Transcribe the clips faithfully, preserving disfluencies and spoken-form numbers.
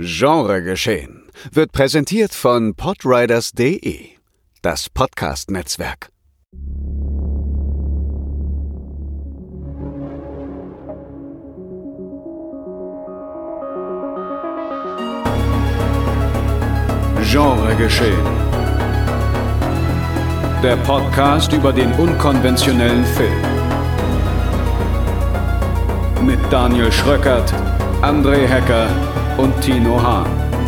Genregeschehen wird präsentiert von podriders punkt de, das Podcast-Netzwerk. Genregeschehen. Der Podcast über den unkonventionellen Film. Mit Daniel Schröckert, André Hecker und Tino Hahn.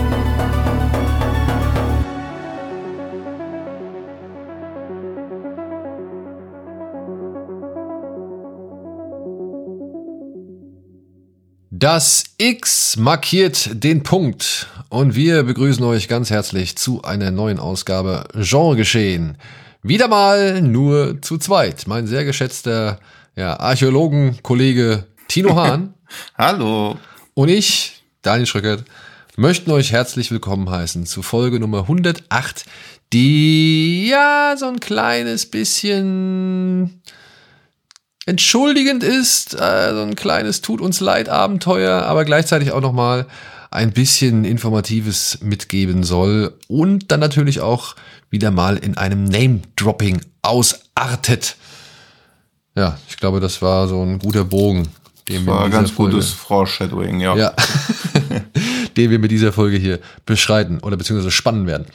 Das X markiert den Punkt und wir begrüßen euch ganz herzlich zu einer neuen Ausgabe Genregeschehen. Wieder mal nur zu zweit. Mein sehr geschätzter ja, Archäologen-Kollege Tino Hahn. Hallo. Und ich, Daniel Schröckert, möchten euch herzlich willkommen heißen zu Folge Nummer hundertacht, die ja so ein kleines bisschen entschuldigend ist, äh, so ein kleines Tut uns leid Abenteuer, aber gleichzeitig auch nochmal ein bisschen Informatives mitgeben soll und dann natürlich auch wieder mal in einem Name-Dropping ausartet. Ja, ich glaube, das war so ein guter Bogen. Das war ein ganz Folge, gutes Foreshadowing, ja. ja den wir mit dieser Folge hier beschreiten oder beziehungsweise spannen werden.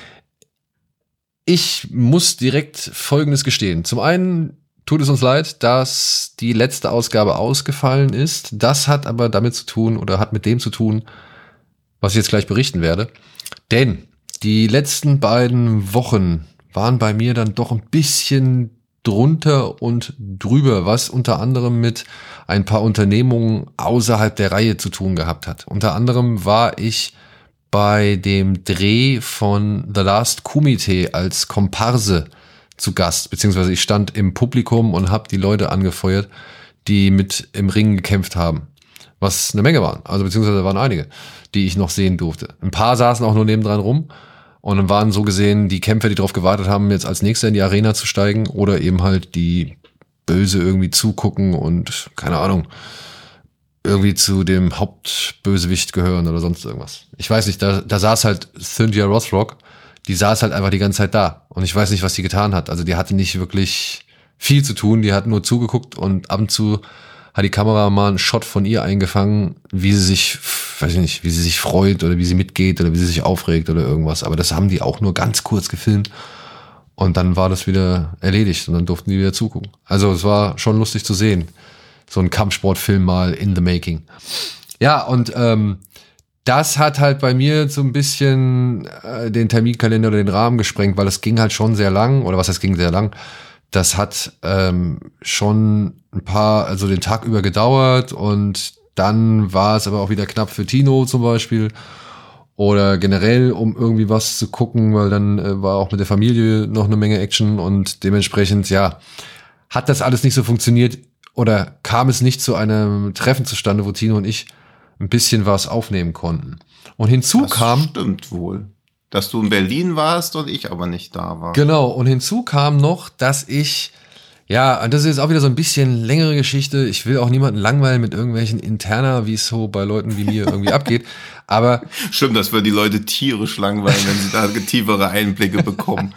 Ich muss direkt Folgendes gestehen. Zum einen tut es uns leid, dass die letzte Ausgabe ausgefallen ist. Das hat aber damit zu tun oder hat mit dem zu tun, was ich jetzt gleich berichten werde. Denn die letzten beiden Wochen waren bei mir dann doch ein bisschen drunter und drüber, was unter anderem mit ein paar Unternehmungen außerhalb der Reihe zu tun gehabt hat. Unter anderem war ich bei dem Dreh von The Last Kumite als Komparse zu Gast, beziehungsweise ich stand im Publikum und habe die Leute angefeuert, die mit im Ring gekämpft haben. Was eine Menge waren, also beziehungsweise waren einige, die ich noch sehen durfte. Ein paar saßen auch nur nebendran rum und dann waren so gesehen die Kämpfer, die darauf gewartet haben, jetzt als Nächster in die Arena zu steigen oder eben halt die böse irgendwie zugucken und, keine Ahnung, irgendwie zu dem Hauptbösewicht gehören oder sonst irgendwas. Ich weiß nicht, da, da saß halt Cynthia Rothrock, die saß halt einfach die ganze Zeit da. Und ich weiß nicht, was die getan hat. Also die hatte nicht wirklich viel zu tun. Die hat nur zugeguckt und ab und zu hat die Kamera mal einen Shot von ihr eingefangen, wie sie sich, weiß ich nicht, wie sie sich freut oder wie sie mitgeht oder wie sie sich aufregt oder irgendwas. Aber das haben die auch nur ganz kurz gefilmt. Und dann war das wieder erledigt und dann durften die wieder zugucken. Also es war schon lustig zu sehen. So ein Kampfsportfilm mal in the making. Ja, und ähm, das hat halt bei mir so ein bisschen äh, den Terminkalender oder den Rahmen gesprengt, weil es ging halt schon sehr lang, oder was heißt ging sehr lang, das hat ähm, schon ein paar, also den Tag über gedauert und dann war es aber auch wieder knapp für Tino zum Beispiel oder generell, um irgendwie was zu gucken, weil dann äh, war auch mit der Familie noch eine Menge Action und dementsprechend, ja, hat das alles nicht so funktioniert oder kam es nicht zu einem Treffen zustande, wo Tino und ich ein bisschen was aufnehmen konnten. Und hinzu das kam... stimmt wohl. Dass du in Berlin warst und ich aber nicht da war. Genau, und hinzu kam noch, dass ich... Ja, das ist jetzt auch wieder so ein bisschen längere Geschichte. Ich will auch niemanden langweilen mit irgendwelchen Interna, wie es so bei Leuten wie mir irgendwie abgeht. Aber... Stimmt, das wird die Leute tierisch langweilen, wenn sie da tiefere Einblicke bekommen.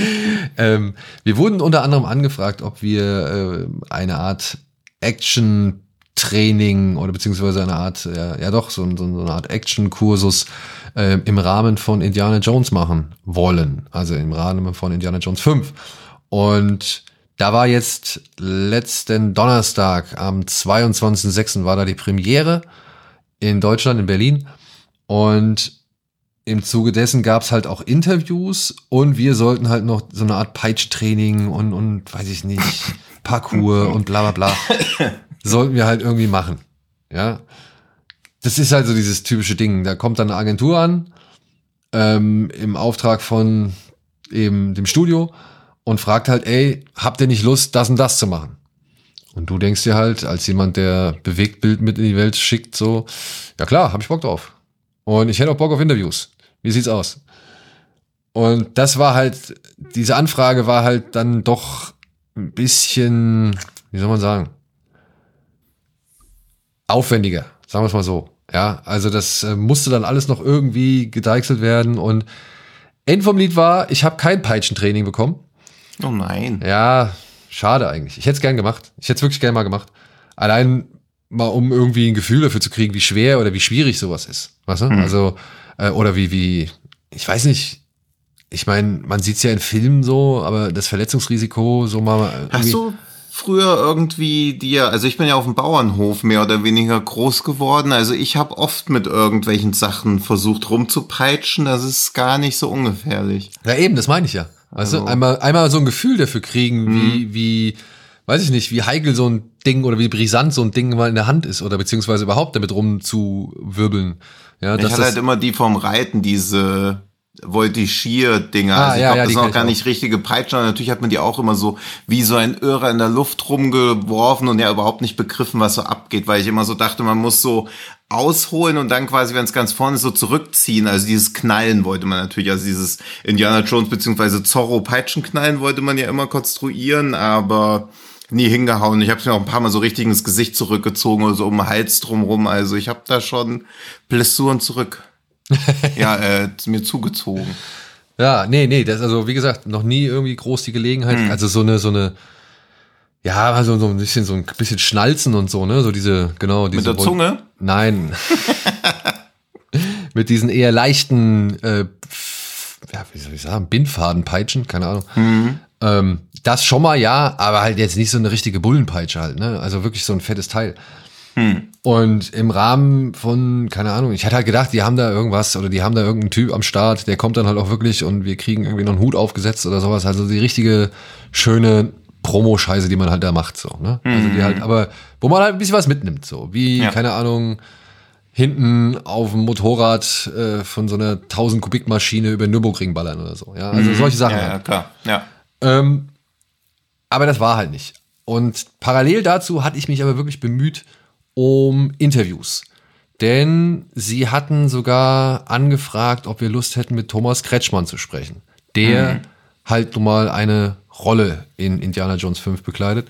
ähm, wir wurden unter anderem angefragt, ob wir äh, eine Art Action... Training oder beziehungsweise eine Art, ja, ja doch, so, so eine Art Action-Kursus äh, im Rahmen von Indiana Jones machen wollen. Also im Rahmen von Indiana Jones fünf. Und da war jetzt letzten Donnerstag, am zweiundzwanzigsten sechsten war da die Premiere in Deutschland, in Berlin. Und im Zuge dessen gab es halt auch Interviews und wir sollten halt noch so eine Art Peitsch-Training und, und weiß ich nicht, Parkour und bla bla bla. Sollten wir halt irgendwie machen. Ja. Das ist halt so dieses typische Ding. Da kommt dann eine Agentur an, ähm, im Auftrag von eben dem Studio und fragt halt, ey, habt ihr nicht Lust, das und das zu machen? Und du denkst dir halt, als jemand, der Bewegtbild mit in die Welt schickt, so, ja klar, hab ich Bock drauf. Und ich hätte auch Bock auf Interviews. Wie sieht's aus? Und das war halt, diese Anfrage war halt dann doch ein bisschen, wie soll man sagen, aufwendiger, sagen wir es mal so. Ja, also das äh, musste dann alles noch irgendwie gedeichselt werden und Ende vom Lied war, ich habe kein Peitschentraining bekommen. Oh nein. Ja, schade eigentlich. Ich hätte es gern gemacht. Ich hätte es wirklich gern mal gemacht. Allein mal, um irgendwie ein Gefühl dafür zu kriegen, wie schwer oder wie schwierig sowas ist. Weißt du? Hm. Also, äh, oder wie, wie, ich weiß nicht, ich meine, man sieht es ja in Filmen so, aber das Verletzungsrisiko so mal. Hast du früher irgendwie dir, also ich bin ja auf dem Bauernhof mehr oder weniger groß geworden, also ich habe oft mit irgendwelchen Sachen versucht rumzupeitschen, das ist gar nicht so ungefährlich. Ja eben, das meine ich ja. Weißt also. du, einmal, einmal so ein Gefühl dafür kriegen, hm. wie, wie, weiß ich nicht, wie heikel so ein Ding oder wie brisant so ein Ding mal in der Hand ist oder beziehungsweise überhaupt damit rumzuwirbeln. Ja, ich dass hatte das, halt immer die vom Reiten, diese Voltigier-Dinger. Ah, also ich ja, glaube, ja, das die sind kenn auch gar ich nicht richtige Peitschen, aber natürlich hat man die auch immer so wie so ein Irrer in der Luft rumgeworfen und ja überhaupt nicht begriffen, was so abgeht, weil ich immer so dachte, man muss so ausholen und dann quasi, wenn es ganz vorne ist, so zurückziehen. Also dieses Knallen wollte man natürlich, also dieses Indiana Jones beziehungsweise Zorro Peitschenknallen wollte man ja immer konstruieren, aber nie hingehauen. Ich habe es mir auch ein paar Mal so richtig ins Gesicht zurückgezogen oder so um den Hals drumrum. Also ich habe da schon Blessuren zurück. ja, äh, mir zugezogen. Ja, nee, nee, das also wie gesagt, noch nie irgendwie groß die Gelegenheit, hm. also so eine so eine ja, also so ein bisschen so ein bisschen Schnalzen und so, ne, so diese genau diese mit der Zunge? Nein. Mit diesen eher leichten äh, ja, wie soll ich sagen, Bindfadenpeitschen, keine Ahnung. Mhm. Ähm, das schon mal ja, aber halt jetzt nicht so eine richtige Bullenpeitsche halt, ne? Also wirklich so ein fettes Teil. Hm. Und im Rahmen von, keine Ahnung, ich hatte halt gedacht, die haben da irgendwas oder die haben da irgendeinen Typ am Start, der kommt dann halt auch wirklich und wir kriegen irgendwie noch einen Hut aufgesetzt oder sowas. Also die richtige, schöne Promo-Scheiße, die man halt da macht, so, ne? Mhm. Also die halt, aber wo man halt ein bisschen was mitnimmt, so. Wie, ja. keine Ahnung, hinten auf dem Motorrad äh, von so einer tausend Kubik Maschine über den Nürburgring ballern oder so, ja? Also mhm. solche Sachen. Ja, halt. ja, klar, ja. Ähm, aber das war halt nicht. Und parallel dazu hatte ich mich aber wirklich bemüht um Interviews. Denn sie hatten sogar angefragt, ob wir Lust hätten, mit Thomas Kretschmann zu sprechen. Der mhm. halt nun mal eine Rolle in Indiana Jones fünf bekleidet.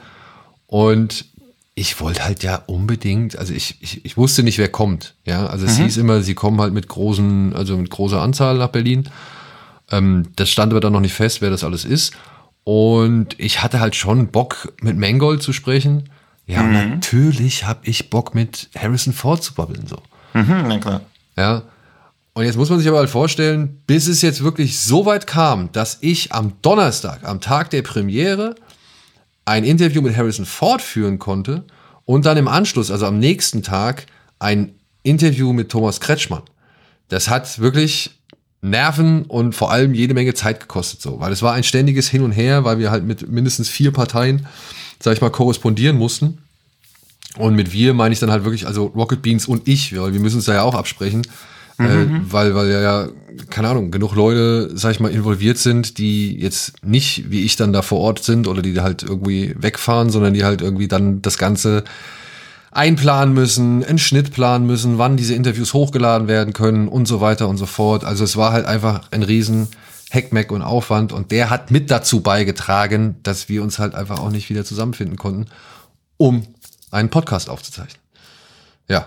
Und ich wollte halt ja unbedingt, also ich, ich, ich wusste nicht, wer kommt. Ja, also es mhm. hieß immer, sie kommen halt mit großen, also mit großer Anzahl nach Berlin. Ähm, das stand aber dann noch nicht fest, wer das alles ist. Und ich hatte halt schon Bock, mit Mangold zu sprechen. Ja, mhm. und natürlich habe ich Bock, mit Harrison Ford zu babbeln, so. Mhm, na klar. Ja. Und jetzt muss man sich aber halt vorstellen, bis es jetzt wirklich so weit kam, dass ich am Donnerstag, am Tag der Premiere, ein Interview mit Harrison Ford führen konnte und dann im Anschluss, also am nächsten Tag, ein Interview mit Thomas Kretschmann. Das hat wirklich Nerven und vor allem jede Menge Zeit gekostet, so, weil es war ein ständiges Hin und Her, weil wir halt mit mindestens vier Parteien, sag ich mal, korrespondieren mussten. Und mit wir meine ich dann halt wirklich, also Rocket Beans und ich, weil wir müssen uns da ja auch absprechen, mhm. äh, weil, weil ja, keine Ahnung, genug Leute, sag ich mal, involviert sind, die jetzt nicht, wie ich dann da vor Ort sind oder die halt irgendwie wegfahren, sondern die halt irgendwie dann das Ganze einplanen müssen, einen Schnitt planen müssen, wann diese Interviews hochgeladen werden können und so weiter und so fort. Also es war halt einfach ein riesen Heckmeck und Aufwand und der hat mit dazu beigetragen, dass wir uns halt einfach auch nicht wieder zusammenfinden konnten, um einen Podcast aufzuzeichnen. Ja.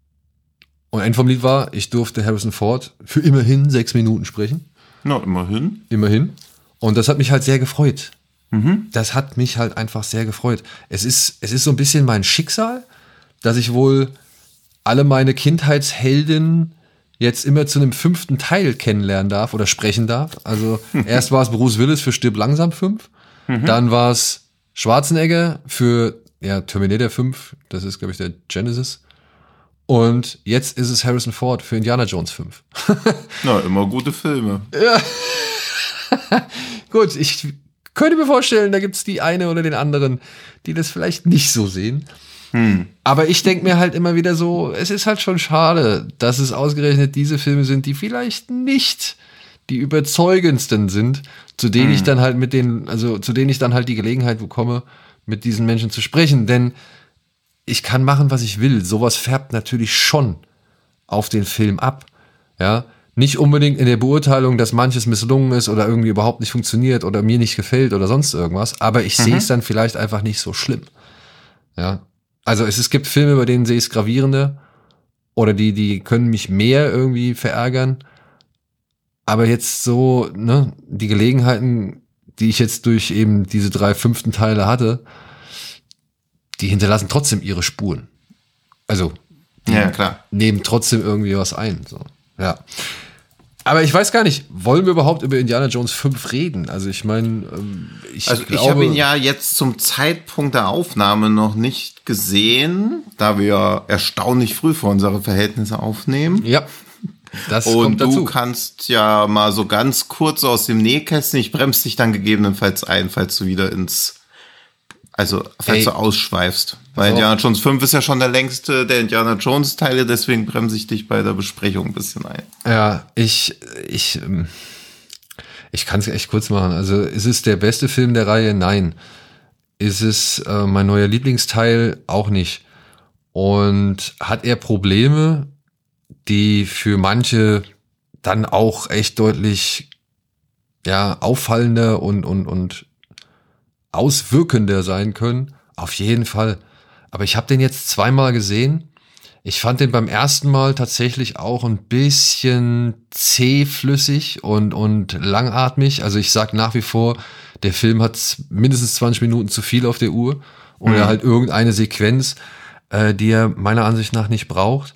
Und Ende vom Lied war, ich durfte Harrison Ford für immerhin sechs Minuten sprechen. Na, immerhin. Immerhin. Und das hat mich halt sehr gefreut. Mhm. Das hat mich halt einfach sehr gefreut. Es ist, es ist so ein bisschen mein Schicksal, dass ich wohl alle meine Kindheitshelden jetzt immer zu einem fünften Teil kennenlernen darf oder sprechen darf. Also erst war es Bruce Willis für Stirb langsam fünf, mhm. dann war es Schwarzenegger für ja, Terminator fünf, das ist, glaube ich, der Genesis. Und jetzt ist es Harrison Ford für Indiana Jones fünf. Na, immer gute Filme. Ja. Gut, ich könnte mir vorstellen, da gibt es die eine oder den anderen, die das vielleicht nicht so sehen. Hm. Aber ich denke mir halt immer wieder so, es ist halt schon schade, dass es ausgerechnet diese Filme sind, die vielleicht nicht die überzeugendsten sind, zu denen hm. ich dann halt mit den, also zu denen ich dann halt die Gelegenheit bekomme, mit diesen Menschen zu sprechen. Denn ich kann machen, was ich will. Sowas färbt natürlich schon auf den Film ab. Ja, nicht unbedingt in der Beurteilung, dass manches misslungen ist oder irgendwie überhaupt nicht funktioniert oder mir nicht gefällt oder sonst irgendwas. Aber ich mhm. sehe es dann vielleicht einfach nicht so schlimm. Ja, also es, es gibt Filme, bei denen sehe ich es gravierender. oder die, die können mich mehr irgendwie verärgern. Aber jetzt so, ne, die Gelegenheiten, die ich jetzt durch eben diese drei fünften Teile hatte, die hinterlassen trotzdem ihre Spuren. Also, die ja, klar. nehmen trotzdem irgendwie was ein. So. Ja. Aber ich weiß gar nicht, wollen wir überhaupt über Indiana Jones fünf reden? Also ich meine, ich Also glaube, ich habe ihn ja jetzt zum Zeitpunkt der Aufnahme noch nicht gesehen, da wir erstaunlich früh für unsere Verhältnisse aufnehmen. Ja, das Und kommt dazu. du kannst ja mal so ganz kurz aus dem Nähkästchen, ich bremse dich dann gegebenenfalls ein, falls du wieder ins, also falls Ey. du ausschweifst. Weil So. Indiana Jones fünf ist ja schon der längste der Indiana Jones Teile, deswegen bremse ich dich bei der Besprechung ein bisschen ein. Ja, ich, ich, ähm, ich kann es echt kurz machen. Also ist es der beste Film der Reihe? Nein. Ist es äh, mein neuer Lieblingsteil? Auch nicht. Und hat er Probleme, die für manche dann auch echt deutlich ja, auffallender und, und, und auswirkender sein können? Auf jeden Fall. Aber ich habe den jetzt zweimal gesehen. Ich fand den beim ersten Mal tatsächlich auch ein bisschen zähflüssig und, und langatmig. Also ich sag nach wie vor, der Film hat mindestens zwanzig Minuten zu viel auf der Uhr oder Mhm. halt irgendeine Sequenz, äh, die er meiner Ansicht nach nicht braucht.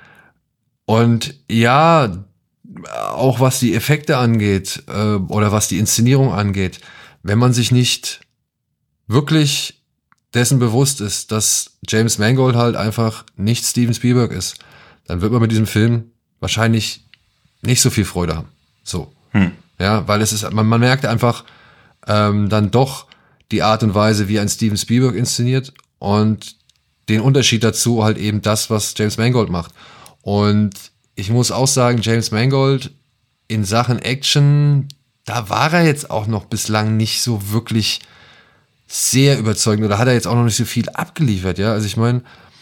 Und ja, auch was die Effekte angeht äh, oder was die Inszenierung angeht, wenn man sich nicht wirklich dessen bewusst ist, dass James Mangold halt einfach nicht Steven Spielberg ist, dann wird man mit diesem Film wahrscheinlich nicht so viel Freude haben. So. Hm. Ja, weil es ist, man, man merkt einfach ähm, dann doch die Art und Weise, wie ein Steven Spielberg inszeniert und den Unterschied dazu halt eben das, was James Mangold macht. Und ich muss auch sagen, James Mangold in Sachen Action, da war er jetzt auch noch bislang nicht so wirklich sehr überzeugend oder hat er jetzt auch noch nicht so viel abgeliefert, ja. Also ich meine,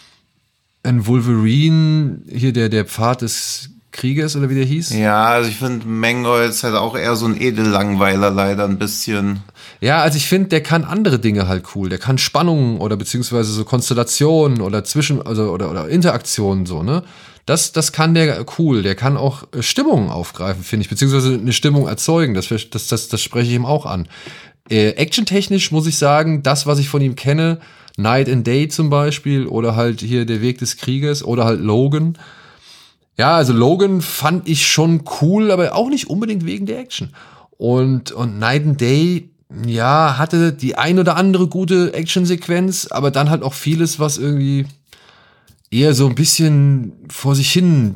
ein Wolverine, hier der, der Pfad des Kriegers oder wie der hieß. Ja, also ich finde, Mangold ist halt auch eher so ein Edellangweiler leider ein bisschen. Ja, also ich finde, der kann andere Dinge halt cool. Der kann Spannungen oder beziehungsweise so Konstellationen oder Zwischen, also oder, oder Interaktionen so, ne? Das, das kann der cool. Der kann auch Stimmungen aufgreifen, finde ich, beziehungsweise eine Stimmung erzeugen. Das, das, das, das spreche ich ihm auch an. Äh, actiontechnisch muss ich sagen, das, was ich von ihm kenne, Night and Day zum Beispiel oder halt hier Der Weg des Kriegers oder halt Logan. Ja, also Logan fand ich schon cool, aber auch nicht unbedingt wegen der Action. Und, und Night and Day, ja, hatte die ein oder andere gute Actionsequenz, aber dann halt auch vieles, was irgendwie eher so ein bisschen vor sich hin,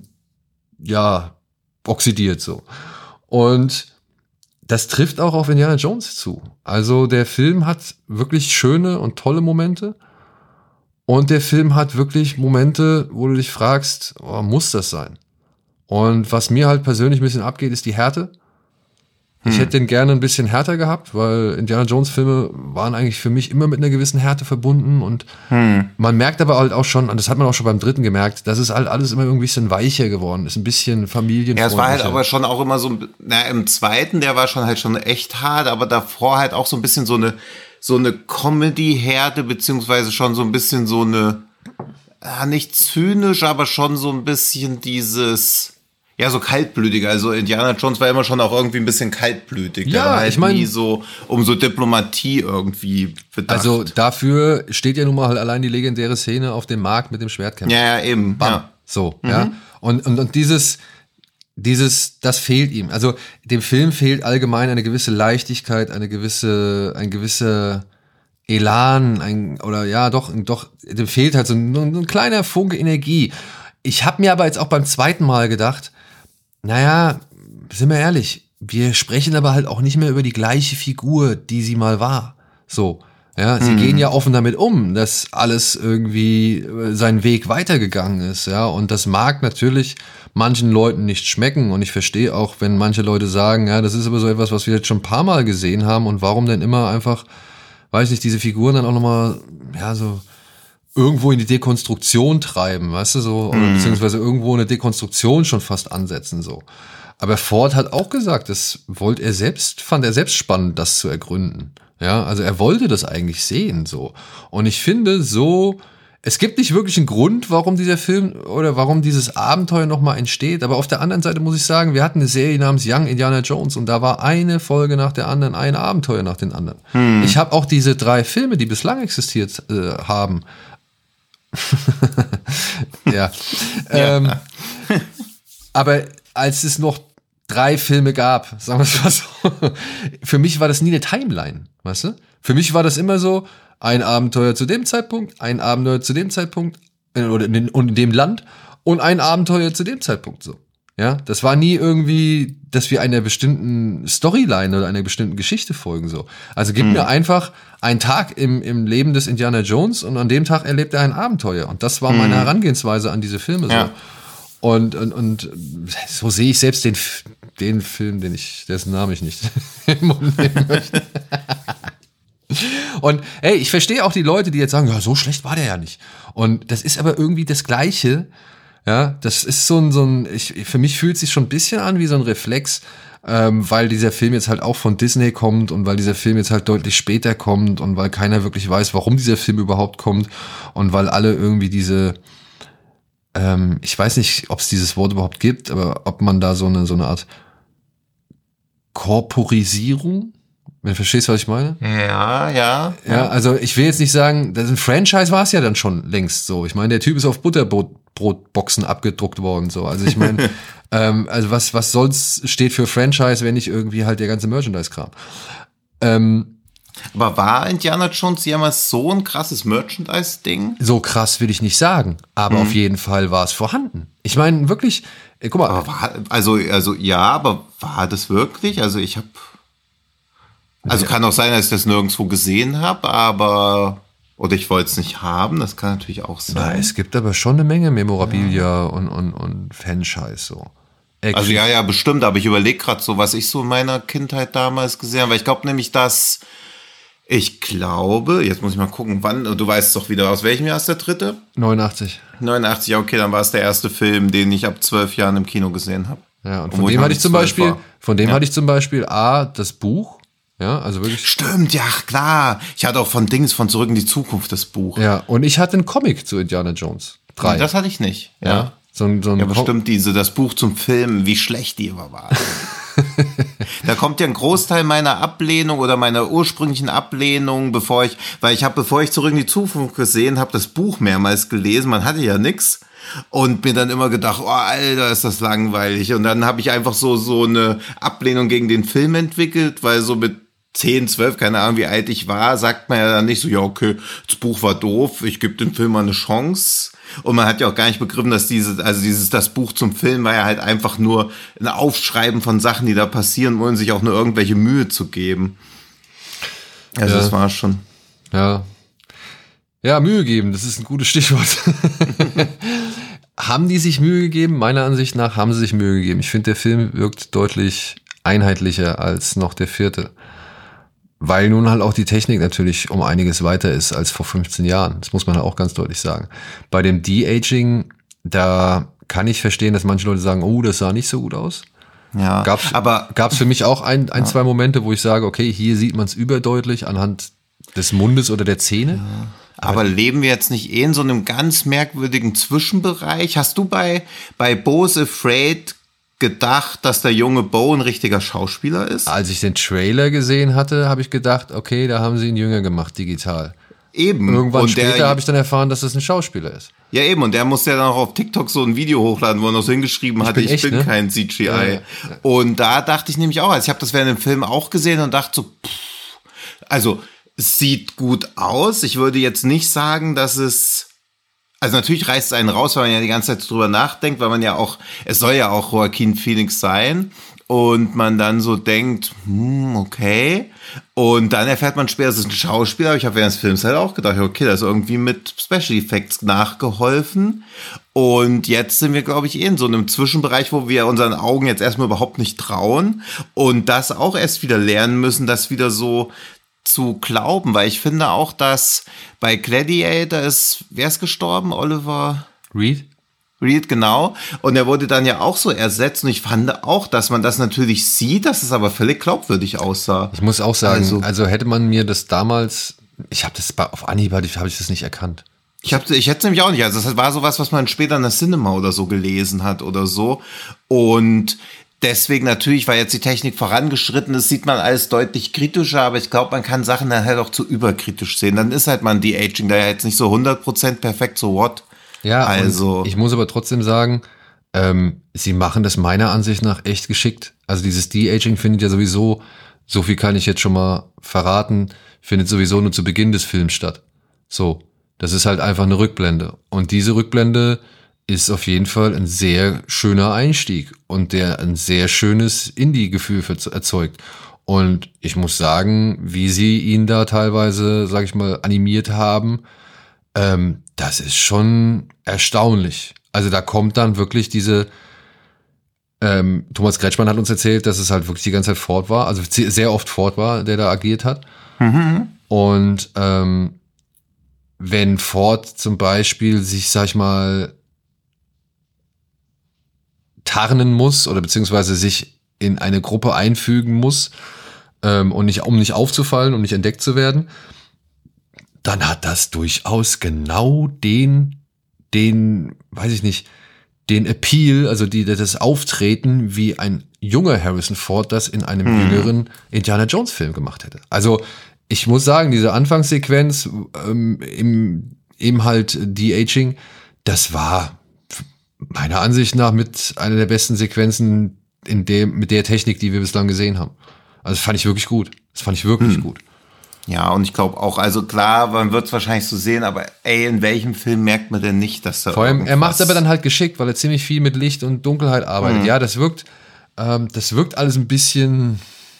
ja, oxidiert so. Und das trifft auch auf Indiana Jones zu. Also der Film hat wirklich schöne und tolle Momente. Und der Film hat wirklich Momente, wo du dich fragst, oh, muss das sein? Und was mir halt persönlich ein bisschen abgeht, ist die Härte. Ich Hm. hätte den gerne ein bisschen härter gehabt, weil Indiana Jones Filme waren eigentlich für mich immer mit einer gewissen Härte verbunden und Hm. man merkt aber halt auch schon, und das hat man auch schon beim dritten gemerkt, dass es halt alles immer irgendwie ein bisschen weicher geworden ist, ein bisschen familienfreundlicher. Ja, es war halt aber schon auch immer so, na, im zweiten, der war schon halt schon echt hart, aber davor halt auch so ein bisschen so eine, so eine Comedy-Härte, beziehungsweise schon so ein bisschen so eine, ja, nicht zynisch, aber schon so ein bisschen dieses, ja, so kaltblütig. Also Indiana Jones war immer schon auch irgendwie ein bisschen kaltblütig. Ja, Der war halt ich mein- nie so um so Diplomatie irgendwie bedacht. Also dafür steht ja nun mal halt allein die legendäre Szene auf dem Markt mit dem Schwertkämpfer. ja, ja, eben. Bam. Ja. So, ja. Und, und, und dieses, dieses, das fehlt ihm. Also dem Film fehlt allgemein eine gewisse Leichtigkeit, eine gewisse, ein gewisser Elan, ein, oder ja, doch, doch, dem fehlt halt so ein, ein kleiner Funke Energie. Ich habe mir aber jetzt auch beim zweiten Mal gedacht, naja, sind wir ehrlich, wir sprechen aber halt auch nicht mehr über die gleiche Figur, die sie mal war. So, ja, sie gehen ja offen damit um, dass alles irgendwie äh, seinen Weg weitergegangen ist, ja, und das mag natürlich manchen Leuten nicht schmecken und ich verstehe auch, wenn manche Leute sagen, ja, das ist aber so etwas, was wir jetzt schon ein paar Mal gesehen haben und warum denn immer einfach, weiß nicht, diese Figuren dann auch nochmal, ja, so irgendwo in die Dekonstruktion treiben, weißt du, so, oder beziehungsweise irgendwo eine Dekonstruktion schon fast ansetzen, so. Aber Ford hat auch gesagt, das wollte er selbst, fand er selbst spannend, das zu ergründen. Ja, also er wollte das eigentlich sehen, so. Und ich finde, so es gibt nicht wirklich einen Grund, warum dieser Film oder warum dieses Abenteuer nochmal entsteht. Aber auf der anderen Seite muss ich sagen, wir hatten eine Serie namens Young Indiana Jones und da war eine Folge nach der anderen, ein Abenteuer nach den anderen. Hm. Ich habe auch diese drei Filme, die bislang existiert äh, haben. ja. ähm, aber als es noch drei Filme gab, sagen wir es mal so, für mich war das nie eine Timeline, weißt du? Für mich war das immer so, ein Abenteuer zu dem Zeitpunkt, ein Abenteuer zu dem Zeitpunkt, oder in, den, in dem Land und ein Abenteuer zu dem Zeitpunkt so. Ja, das war nie irgendwie, dass wir einer bestimmten Storyline oder einer bestimmten Geschichte folgen so. Also gib hm. mir einfach einen Tag im, im Leben des Indiana Jones und an dem Tag erlebt er ein Abenteuer. Und das war hm. meine Herangehensweise an diese Filme ja. so. Und, und, und so sehe ich selbst den, den Film, den ich, dessen Namen ich nicht im Mund nehmen möchte. Und hey, ich verstehe auch die Leute, die jetzt sagen, ja, so schlecht war der ja nicht. Und das ist aber irgendwie das Gleiche. Ja, das ist so ein, so ein, ich, für mich fühlt es sich schon ein bisschen an wie so ein Reflex, ähm, weil dieser Film jetzt halt auch von Disney kommt und weil dieser Film jetzt halt deutlich später kommt und weil keiner wirklich weiß, warum dieser Film überhaupt kommt und weil alle irgendwie diese, ähm, ich weiß nicht, ob es dieses Wort überhaupt gibt, aber ob man da so eine, so eine Art Korporisierung, wenn du verstehst, was ich meine? Ja, ja. Ja, also ich will jetzt nicht sagen, das ist ein Franchise war es ja dann schon längst so. Ich meine, der Typ ist auf Butterbrotboxen abgedruckt worden so. Also ich meine, ähm, also was was sonst steht für Franchise, wenn nicht irgendwie halt der ganze Merchandise-Kram. Ähm, Aber war Indiana Jones jemals so ein krasses Merchandise-Ding? So krass will ich nicht sagen, aber mhm. auf jeden Fall war es vorhanden. Ich meine wirklich, ey, guck mal. Aber war, also also ja, aber war das wirklich? Also ich habe Also kann auch sein, dass ich das nirgendwo gesehen habe, aber oder ich wollte es nicht haben, das kann natürlich auch sein. Na, es gibt aber schon eine Menge Memorabilia ja. und, und, und Fanscheiß so. Action. Also ja, ja, bestimmt, aber ich überlege gerade so, was ich so in meiner Kindheit damals gesehen habe, weil ich glaube nämlich, dass ich glaube, jetzt muss ich mal gucken, wann, du weißt doch wieder, aus welchem Jahr ist der dritte? neunundachtzig. neunundachtzig, ja, okay, dann war es der erste Film, den ich ab zwölf Jahren im Kino gesehen habe. Ja, und von dem hatte ich zum Beispiel, war. von dem ja. hatte ich zum Beispiel A, das Buch. Ja, also wirklich. Stimmt, ja, klar. Ich hatte auch von Dings von Zurück in die Zukunft das Buch. Ja, und ich hatte einen Comic zu Indiana Jones. Drei. Nee, das hatte ich nicht. Ja. ja so ein, so ein ja, bestimmt diese, das Buch zum Film, wie schlecht die immer war. Da kommt ja ein Großteil meiner Ablehnung oder meiner ursprünglichen Ablehnung, bevor ich, weil ich habe, bevor ich Zurück in die Zukunft gesehen habe, das Buch mehrmals gelesen. Man hatte ja nix. Und mir dann immer gedacht, oh, Alter, ist das langweilig. Und dann habe ich einfach so, so eine Ablehnung gegen den Film entwickelt, weil so mit zehn, zwölf, keine Ahnung, wie alt ich war, sagt man ja dann nicht so, ja, okay, das Buch war doof, ich gebe dem Film mal eine Chance. Und man hat ja auch gar nicht begriffen, dass diese, also dieses, das Buch zum Film war ja halt einfach nur ein Aufschreiben von Sachen, die da passieren, ohne sich auch nur irgendwelche Mühe zu geben. Also ja. Das war schon. Ja. Ja, Mühe geben, das ist ein gutes Stichwort. Haben die sich Mühe gegeben? Meiner Ansicht nach haben sie sich Mühe gegeben. Ich finde, der Film wirkt deutlich einheitlicher als noch der vierte. Weil nun halt auch die Technik natürlich um einiges weiter ist als vor fünfzehn Jahren. Das muss man halt auch ganz deutlich sagen. Bei dem De-Aging, da kann ich verstehen, dass manche Leute sagen, oh, das sah nicht so gut aus. Ja, gab's, aber gab's für mich auch ein, ein ja. zwei Momente, wo ich sage, okay, hier sieht man es überdeutlich anhand des Mundes oder der Zähne. Ja. Aber, aber leben wir jetzt nicht eh in so einem ganz merkwürdigen Zwischenbereich? Hast du bei, bei Bo's Afraid gedacht, dass der junge Bo ein richtiger Schauspieler ist? Als ich den Trailer gesehen hatte, habe ich gedacht, okay, da haben sie ihn jünger gemacht, digital. Eben. Irgendwann und später habe ich dann erfahren, dass das ein Schauspieler ist. Ja, eben. Und der musste ja dann auch auf TikTok so ein Video hochladen, wo er noch so hingeschrieben ich hatte, bin ich echt, bin ne? kein C G I. Ja, ja. Und da dachte ich nämlich auch, also ich habe das während dem Film auch gesehen und dachte so, pff, also es sieht gut aus. Ich würde jetzt nicht sagen, dass es, also natürlich reißt es einen raus, weil man ja die ganze Zeit drüber nachdenkt, weil man ja auch, es soll ja auch Joaquin Phoenix sein und man dann so denkt, hm, okay. Und dann erfährt man später, es ist ein Schauspieler, aber ich habe während des Films halt auch gedacht, okay, das ist irgendwie mit Special Effects nachgeholfen. Und jetzt sind wir, glaube ich, eh in so einem Zwischenbereich, wo wir unseren Augen jetzt erstmal überhaupt nicht trauen und das auch erst wieder lernen müssen, das wieder so zu glauben, weil ich finde auch, dass bei Gladiator ist, wer ist gestorben? Oliver Reed? Reed, genau. Und er wurde dann ja auch so ersetzt und ich fand auch, dass man das natürlich sieht, dass es aber völlig glaubwürdig aussah. Ich muss auch sagen, also, also hätte man mir das damals, ich habe das auf Anhieb, habe ich das nicht erkannt. Ich, hab, ich hätte es nämlich auch nicht. Also das war sowas, was man später in der Cinema oder so gelesen hat oder so. Und deswegen natürlich, weil jetzt die Technik vorangeschritten ist, sieht man alles deutlich kritischer. Aber ich glaube, man kann Sachen dann halt auch zu überkritisch sehen. Dann ist halt man De-Aging da ja jetzt nicht so hundert Prozent perfekt, so what? Ja, also ich muss aber trotzdem sagen, ähm, sie machen das meiner Ansicht nach echt geschickt. Also dieses De-Aging findet ja sowieso, so viel kann ich jetzt schon mal verraten, findet sowieso nur zu Beginn des Films statt. So, das ist halt einfach eine Rückblende. Und diese Rückblende ist auf jeden Fall ein sehr schöner Einstieg und der ein sehr schönes Indie-Gefühl erzeugt. Und ich muss sagen, wie sie ihn da teilweise, sag ich mal, animiert haben, ähm, das ist schon erstaunlich. Also da kommt dann wirklich diese, ähm, Thomas Kretschmann hat uns erzählt, dass es halt wirklich die ganze Zeit Ford war, also sehr oft Ford war, der da agiert hat. Mhm. Und ähm, wenn Ford zum Beispiel sich, sag ich mal, tarnen muss oder beziehungsweise sich in eine Gruppe einfügen muss, ähm, und nicht, um nicht aufzufallen und nicht entdeckt zu werden, dann hat das durchaus genau den, den, weiß ich nicht, den Appeal, also die, das Auftreten, wie ein junger Harrison Ford das in einem hm. jüngeren Indiana Jones Film gemacht hätte. Also ich muss sagen, diese Anfangssequenz, ähm, im, eben halt De-Aging, das war meiner Ansicht nach mit einer der besten Sequenzen in dem, mit der Technik, die wir bislang gesehen haben. Also das fand ich wirklich gut. Das fand ich wirklich hm. gut. Ja, und ich glaube auch, also klar, man wird es wahrscheinlich so sehen, aber ey, in welchem Film merkt man denn nicht, dass da vor allem, er macht es aber dann halt geschickt, weil er ziemlich viel mit Licht und Dunkelheit arbeitet. Mhm. Ja, das wirkt, ähm, das wirkt alles ein bisschen,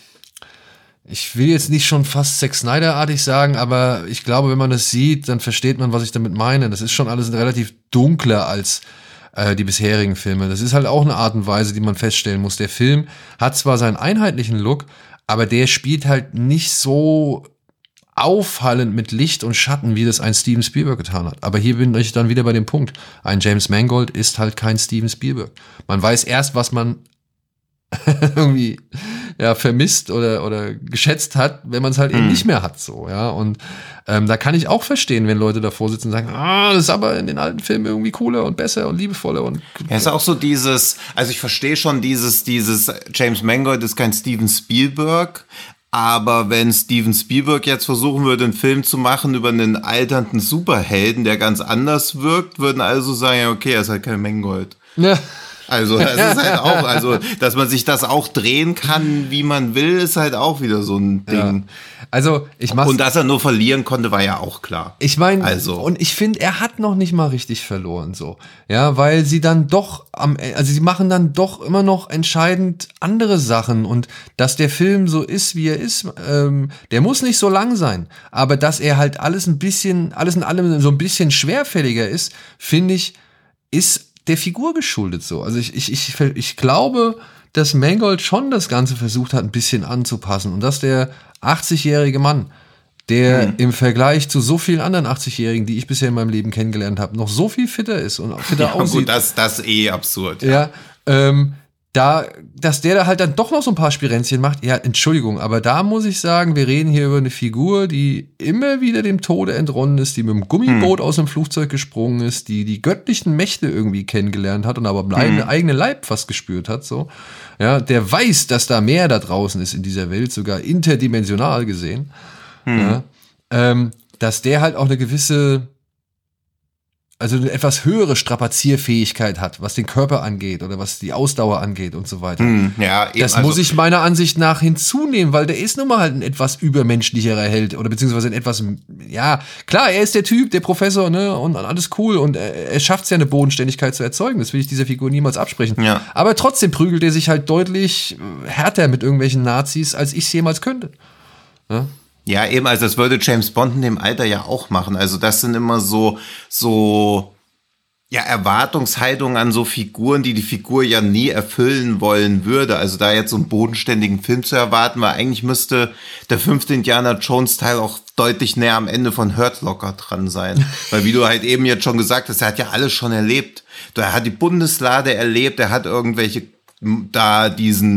ich will jetzt nicht schon fast Zack Snyder-artig sagen, aber ich glaube, wenn man das sieht, dann versteht man, was ich damit meine. Das ist schon alles relativ dunkler als äh, die bisherigen Filme. Das ist halt auch eine Art und Weise, die man feststellen muss. Der Film hat zwar seinen einheitlichen Look, aber der spielt halt nicht so auffallend mit Licht und Schatten, wie das ein Steven Spielberg getan hat. Aber hier bin ich dann wieder bei dem Punkt. Ein James Mangold ist halt kein Steven Spielberg. Man weiß erst, was man irgendwie ja vermisst oder oder geschätzt hat, wenn man es halt hm. eben nicht mehr hat, so, ja. Und ähm, da kann ich auch verstehen, wenn Leute davor sitzen und sagen, ah, das ist aber in den alten Filmen irgendwie cooler und besser und liebevoller und ja, ist auch so dieses, also ich verstehe schon dieses dieses James Mangold ist kein Steven Spielberg. Aber wenn Steven Spielberg jetzt versuchen würde, einen Film zu machen über einen alternden Superhelden, der ganz anders wirkt, würden also sagen, ja, okay, er ist halt kein Mangold. Ja. Also das ist halt auch, also dass man sich das auch drehen kann, wie man will, ist halt auch wieder so ein Ding. Ja. Also ich mach's. Und dass er nur verlieren konnte, war ja auch klar. Ich meine, also. Und ich finde, er hat noch nicht mal richtig verloren, so, ja, weil sie dann doch am, also sie machen dann doch immer noch entscheidend andere Sachen und dass der Film so ist, wie er ist, ähm, der muss nicht so lang sein, aber dass er halt alles ein bisschen, alles in allem so ein bisschen schwerfälliger ist, finde ich, ist der Figur geschuldet so. Also ich, ich, ich, ich glaube, dass Mangold schon das Ganze versucht hat, ein bisschen anzupassen und dass der achtzigjährige Mann, der mhm. im Vergleich zu so vielen anderen achtzigjährigen, die ich bisher in meinem Leben kennengelernt habe, noch so viel fitter ist und fitter ja, aussieht. Gut, das, das ist eh absurd. Ja, ja ähm, da, dass der da halt dann doch noch so ein paar Spirenzchen macht, ja, Entschuldigung, aber da muss ich sagen, wir reden hier über eine Figur, die immer wieder dem Tode entronnen ist, die mit dem Gummiboot hm. aus dem Flugzeug gesprungen ist, die die göttlichen Mächte irgendwie kennengelernt hat und aber hm. eigene Leib fast gespürt hat, so. Ja, der weiß, dass da mehr da draußen ist in dieser Welt, sogar interdimensional gesehen. Hm. Ja, ähm, dass der halt auch eine gewisse, also eine etwas höhere Strapazierfähigkeit hat, was den Körper angeht oder was die Ausdauer angeht und so weiter. Hm, ja, eben, das also muss ich meiner Ansicht nach hinzunehmen, weil der ist nun mal halt ein etwas übermenschlicherer Held oder beziehungsweise ein etwas, ja, klar, er ist der Typ, der Professor, ne, und alles cool und er, er schafft es ja, eine Bodenständigkeit zu erzeugen, das will ich dieser Figur niemals absprechen. Ja. Aber trotzdem prügelt er sich halt deutlich härter mit irgendwelchen Nazis, als ich es jemals könnte. Ja? Ja, eben, also das würde James Bond in dem Alter ja auch machen. Also das sind immer so, so, ja, Erwartungshaltungen an so Figuren, die die Figur ja nie erfüllen wollen würde. Also da jetzt so einen bodenständigen Film zu erwarten, weil eigentlich müsste der fünfte Indiana Jones Teil auch deutlich näher am Ende von Hurt Locker dran sein. Weil wie du halt eben jetzt schon gesagt hast, er hat ja alles schon erlebt. Er hat die Bundeslade erlebt, er hat irgendwelche, da diesen,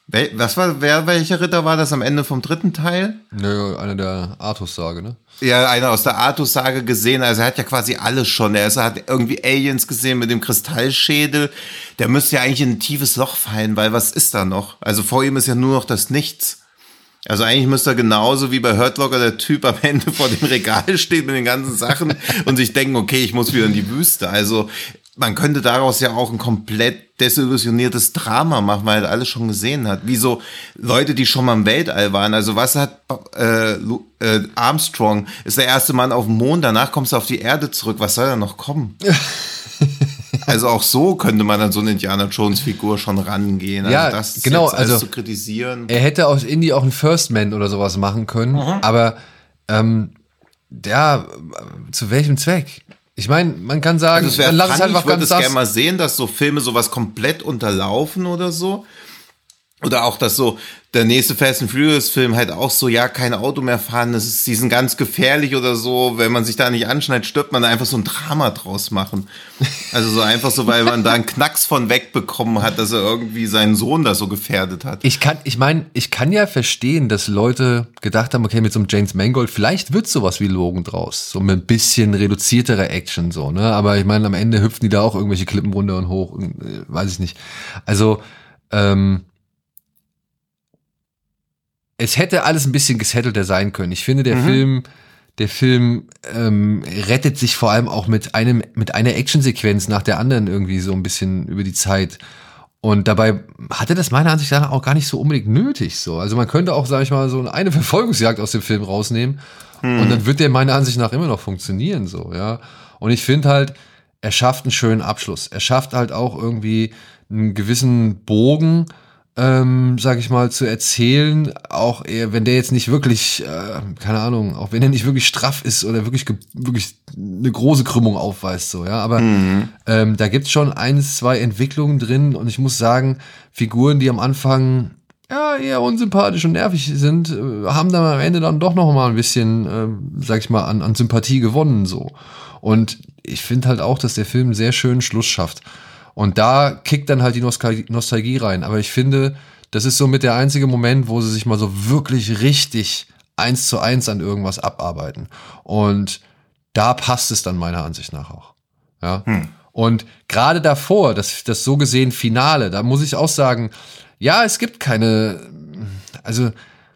Wel- Was war, wer, welcher Ritter war das am Ende vom dritten Teil? Nö, einer der Artus-Sage, ne? Ja, einer aus der Artus-Sage gesehen. Also er hat ja quasi alles schon. Er ist, er hat irgendwie Aliens gesehen mit dem Kristallschädel. Der müsste ja eigentlich in ein tiefes Loch fallen, weil was ist da noch? Also vor ihm ist ja nur noch das Nichts. Also eigentlich müsste er genauso wie bei Hurt Locker der Typ am Ende vor dem Regal stehen mit den ganzen Sachen und sich denken, okay, ich muss wieder in die Wüste. Also man könnte daraus ja auch ein komplett desillusioniertes Drama machen, weil er alles schon gesehen hat. Wie so Leute, die schon mal im Weltall waren. Also was hat äh, äh, Armstrong, ist der erste Mann auf dem Mond, danach kommst du auf die Erde zurück. Was soll da noch kommen? Also auch so könnte man an so eine Indiana Jones Figur schon rangehen. Also ja, das genau, jetzt alles also zu kritisieren. Er hätte aus Indie auch einen First Man oder sowas machen können, mhm. aber ähm, ja, zu welchem Zweck? Ich meine, man kann sagen, also dann lass es funny, einfach ich würde ganz es gerne mal sehen, dass so Filme sowas komplett unterlaufen oder so. Oder auch, dass so der nächste Fast and Furious Film halt auch so, ja, kein Auto mehr fahren, das ist, die sind ganz gefährlich oder so, wenn man sich da nicht anschneidet, stirbt man da einfach so ein Drama draus machen. Also so einfach so, weil man da einen Knacks von wegbekommen hat, dass er irgendwie seinen Sohn da so gefährdet hat. Ich kann, ich meine, ich kann ja verstehen, dass Leute gedacht haben, okay, mit so einem James Mangold, vielleicht wird sowas wie Logan draus, so mit ein bisschen reduzierterer Action so, ne, aber ich meine, am Ende hüpfen die da auch irgendwelche Klippen runter und hoch, und, äh, weiß ich nicht. Also, ähm, es hätte alles ein bisschen gesettelter sein können. Ich finde, der mhm. Film, der Film ähm, rettet sich vor allem auch mit einem, mit einer Actionsequenz nach der anderen irgendwie so ein bisschen über die Zeit. Und dabei hatte das meiner Ansicht nach auch gar nicht so unbedingt nötig. So, also man könnte auch, sage ich mal, so eine Verfolgungsjagd aus dem Film rausnehmen mhm. und dann wird der meiner Ansicht nach immer noch funktionieren. So, ja. Und ich finde halt, er schafft einen schönen Abschluss. Er schafft halt auch irgendwie einen gewissen Bogen, Ähm, sag ich mal, zu erzählen, auch eher, wenn der jetzt nicht wirklich, äh, keine Ahnung, auch wenn er nicht wirklich straff ist oder wirklich wirklich eine große Krümmung aufweist, so, ja, aber mhm. ähm, da gibt's schon ein, zwei Entwicklungen drin und ich muss sagen, Figuren, die am Anfang ja eher unsympathisch und nervig sind, äh, haben dann am Ende dann doch noch mal ein bisschen, äh, sag ich mal, an, an Sympathie gewonnen, so. Und ich finde halt auch, dass der Film einen sehr schönen Schluss schafft. Und da kickt dann halt die Nostalgie rein. Aber ich finde, das ist so mit der einzige Moment, wo sie sich mal so wirklich richtig eins zu eins an irgendwas abarbeiten. Und da passt es dann meiner Ansicht nach auch. Ja. Hm. Und gerade davor, das, das so gesehen Finale, da muss ich auch sagen, ja, es gibt keine, also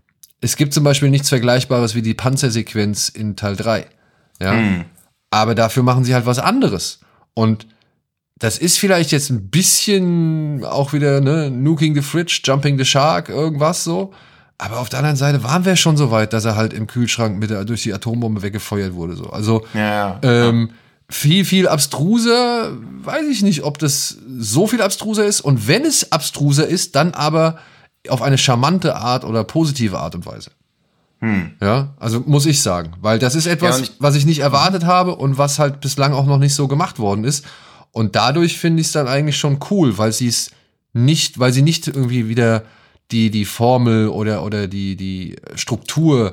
es gibt zum Beispiel nichts Vergleichbares wie die Panzersequenz in Teil drei. Ja. Hm. Aber dafür machen sie halt was anderes. Und das ist vielleicht jetzt ein bisschen auch wieder, ne, Nuking the Fridge, Jumping the Shark, irgendwas so. Aber auf der anderen Seite waren wir schon so weit, dass er halt im Kühlschrank mit der, durch die Atombombe weggefeuert wurde, so. Also, ja, ja. Ähm, viel, viel abstruser, weiß ich nicht, ob das so viel abstruser ist. Und wenn es abstruser ist, dann aber auf eine charmante Art oder positive Art und Weise. Hm. Ja, also muss ich sagen. Weil das ist etwas, ja, ich, was ich nicht erwartet habe und was halt bislang auch noch nicht so gemacht worden ist. Und dadurch finde ich es dann eigentlich schon cool, weil sie es nicht, weil sie nicht irgendwie wieder die, die Formel oder, oder die, die Struktur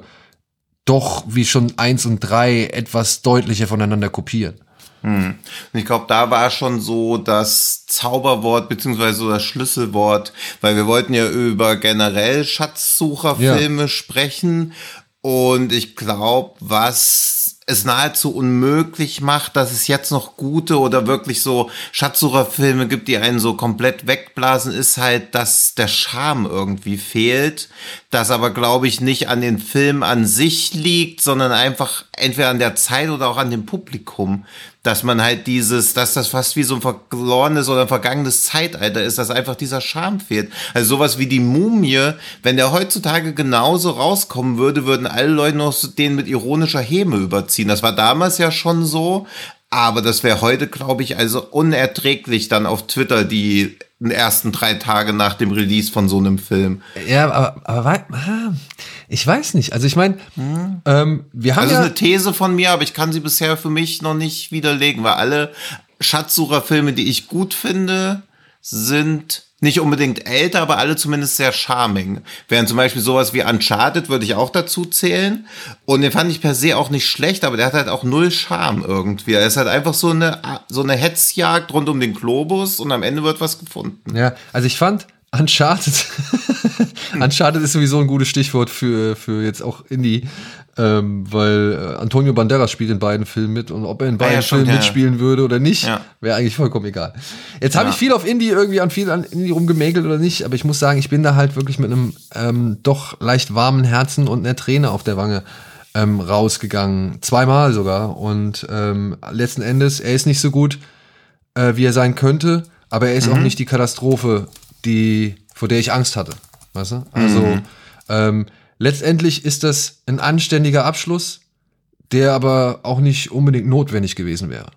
doch wie schon eins und drei etwas deutlicher voneinander kopieren. Hm. Und ich glaube, da war schon so das Zauberwort beziehungsweise das Schlüsselwort, weil wir wollten ja über generell Schatzsucherfilme ja. sprechen. Und ich glaube, was es nahezu unmöglich macht, dass es jetzt noch gute oder wirklich so Schatzsucherfilme gibt, die einen so komplett wegblasen, ist halt, dass der Charme irgendwie fehlt. Das aber, glaube ich, nicht an den Film an sich liegt, sondern einfach entweder an der Zeit oder auch an dem Publikum. Dass man halt dieses, dass das fast wie so ein verlorenes oder ein vergangenes Zeitalter ist, dass einfach dieser Charme fehlt. Also sowas wie die Mumie, wenn der heutzutage genauso rauskommen würde, würden alle Leute noch den mit ironischer Häme überziehen. Das war damals ja schon so, aber das wäre heute, glaube ich, also unerträglich dann auf Twitter die ersten drei Tage nach dem Release von so einem Film. Ja, aber, aber ich weiß nicht. Also ich meine, hm. ähm, wir haben also ja... Das ist eine These von mir, aber ich kann sie bisher für mich noch nicht widerlegen, weil alle Schatzsucherfilme, die ich gut finde, sind nicht unbedingt älter, aber alle zumindest sehr charming. Während zum Beispiel sowas wie Uncharted würde ich auch dazu zählen. Und den fand ich per se auch nicht schlecht, aber der hat halt auch null Charme irgendwie. Er ist halt einfach so eine, so eine Hetzjagd rund um den Globus und am Ende wird was gefunden. Ja, also ich fand Uncharted Uncharted ist sowieso ein gutes Stichwort für, für jetzt auch Indie, ähm, weil äh, Antonio Banderas spielt in beiden Filmen mit und ob er in beiden ja, Filmen stimmt, ja. mitspielen würde oder nicht, Ja. wäre eigentlich vollkommen egal. Jetzt habe Ja. ich viel auf Indie irgendwie an viel an Indie rumgemäkelt oder nicht, aber ich muss sagen, ich bin da halt wirklich mit einem ähm, doch leicht warmen Herzen und einer Träne auf der Wange ähm, rausgegangen. Zweimal sogar. Und ähm, letzten Endes, er ist nicht so gut, äh, wie er sein könnte, aber er ist Mhm. auch nicht die Katastrophe, die, vor der ich Angst hatte. Weißt du? Also Mhm. ähm, letztendlich ist das ein anständiger Abschluss, der aber auch nicht unbedingt notwendig gewesen wäre.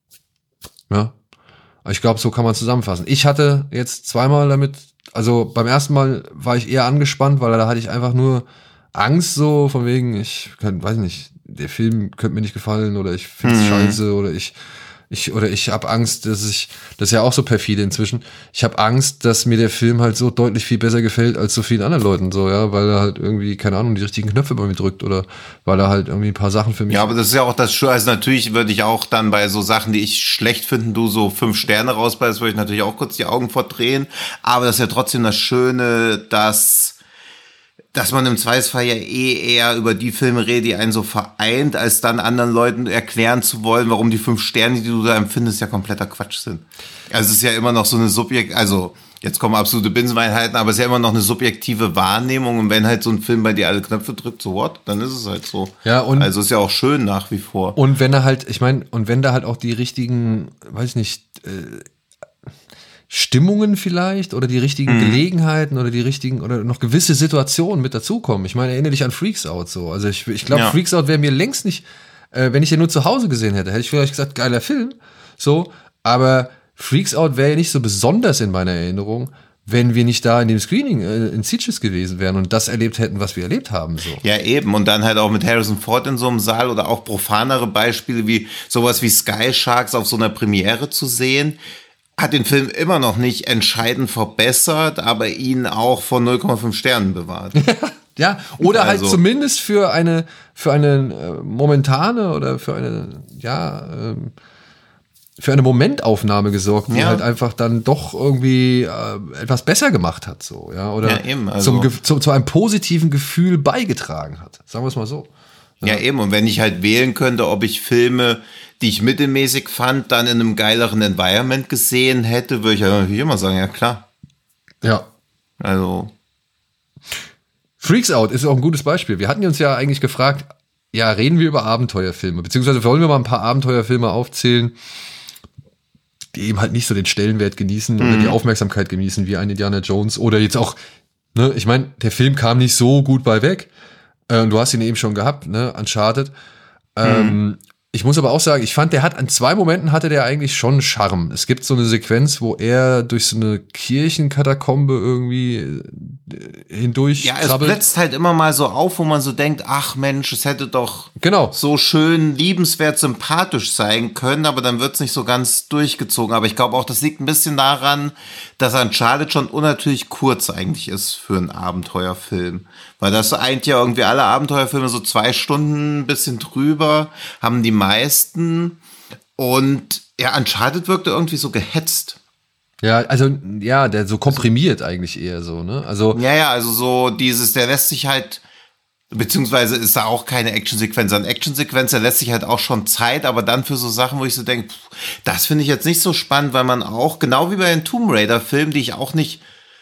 Ja. Ich glaube, so kann man zusammenfassen. Ich hatte jetzt zweimal damit, also beim ersten Mal war ich eher angespannt, weil da hatte ich einfach nur Angst so, von wegen, ich kann, weiß nicht, der Film könnte mir nicht gefallen oder ich finde es Mhm. scheiße oder ich ich oder ich habe Angst, dass ich, das ist ja auch so perfide inzwischen, ich habe Angst, dass mir der Film halt so deutlich viel besser gefällt als so vielen anderen Leuten, so, ja, weil er halt irgendwie, keine Ahnung, die richtigen Knöpfe bei mir drückt oder weil er halt irgendwie ein paar Sachen für mich. Ja, aber das ist ja auch das Schöne. Also natürlich würde ich auch dann bei so Sachen, die ich schlecht finde, du so fünf Sterne rausbeißt, würde ich natürlich auch kurz die Augen verdrehen. Aber das ist ja trotzdem das Schöne, dass dass man im Zweifelsfall ja eh eher über die Filme redet, die einen so vereint, als dann anderen Leuten erklären zu wollen, warum die fünf Sterne, die du da empfindest, ja kompletter Quatsch sind. Also es ist ja immer noch so eine Subjekt, also jetzt kommen absolute Binsenweinheiten, aber es ist ja immer noch eine subjektive Wahrnehmung und wenn halt so ein Film bei dir alle Knöpfe drückt, so what, dann ist es halt so. Ja, und also ist ja auch schön nach wie vor. Und wenn er halt, ich meine, und wenn da halt auch die richtigen, weiß ich nicht, äh, Stimmungen vielleicht oder die richtigen Mhm. Gelegenheiten oder die richtigen oder noch gewisse Situationen mit dazukommen. Ich meine, erinnere dich an Freaks Out so. Also ich, ich glaube, Ja. Freaks Out wäre mir längst nicht, äh, wenn ich den nur zu Hause gesehen hätte, hätte ich vielleicht gesagt, geiler Film. So, aber Freaks Out wäre ja nicht so besonders in meiner Erinnerung, wenn wir nicht da in dem Screening äh, in Sitges gewesen wären und das erlebt hätten, was wir erlebt haben. So. Ja, eben. Und dann halt auch mit Harrison Ford in so einem Saal oder auch profanere Beispiele wie sowas wie Sky Sharks auf so einer Premiere zu sehen, hat den Film immer noch nicht entscheidend verbessert, aber ihn auch von null Komma fünf Sternen bewahrt. Ja, oder halt Also- zumindest für eine, für eine äh, momentane oder für eine, ja, ähm, für eine Momentaufnahme gesorgt, die Ja. halt einfach dann doch irgendwie äh, etwas besser gemacht hat, so, ja, oder Ja, eben, also- zum, Ge- zu, zu einem positiven Gefühl beigetragen hat. Sagen wir es mal so. Ja, eben. Und wenn ich halt wählen könnte, ob ich Filme, die ich mittelmäßig fand, dann in einem geileren Environment gesehen hätte, würde ich ja natürlich immer sagen, ja klar. Ja. Also, Freaks Out ist auch ein gutes Beispiel. Wir hatten uns ja eigentlich gefragt, ja, reden wir über Abenteuerfilme, beziehungsweise wollen wir mal ein paar Abenteuerfilme aufzählen, die eben halt nicht so den Stellenwert genießen oder die Aufmerksamkeit genießen wie ein Indiana Jones oder jetzt auch, ne, ich meine, der Film kam nicht so gut bei weg. Äh, du hast ihn eben schon gehabt, ne, Uncharted. Ähm, ich muss aber auch sagen, ich fand, der hat an zwei Momenten hatte der eigentlich schon Charme. Es gibt so eine Sequenz, wo er durch so eine Kirchenkatakombe irgendwie äh, hindurch ja, es krabbelt. blitzt halt immer mal so auf, wo man so denkt, ach Mensch, es hätte doch Genau. so schön, liebenswert, sympathisch sein können, aber dann wird's nicht so ganz durchgezogen. Aber ich glaube auch, das liegt ein bisschen daran, dass Uncharted schon unnatürlich kurz eigentlich ist für einen Abenteuerfilm. Weil das eint ja irgendwie alle Abenteuerfilme so zwei Stunden, ein bisschen drüber, haben die meisten. Und ja, Uncharted wirkte irgendwie so gehetzt. Ja, also, ja, der so komprimiert eigentlich eher so, ne? Also, Ja, ja, also so dieses, der lässt sich halt, beziehungsweise ist da auch keine Actionsequenz. An Actionsequenz, der lässt sich halt auch schon Zeit, aber dann für so Sachen, wo ich so denke, das finde ich jetzt nicht so spannend, weil man auch, genau wie bei den Tomb Raider-Filmen, die ich auch nicht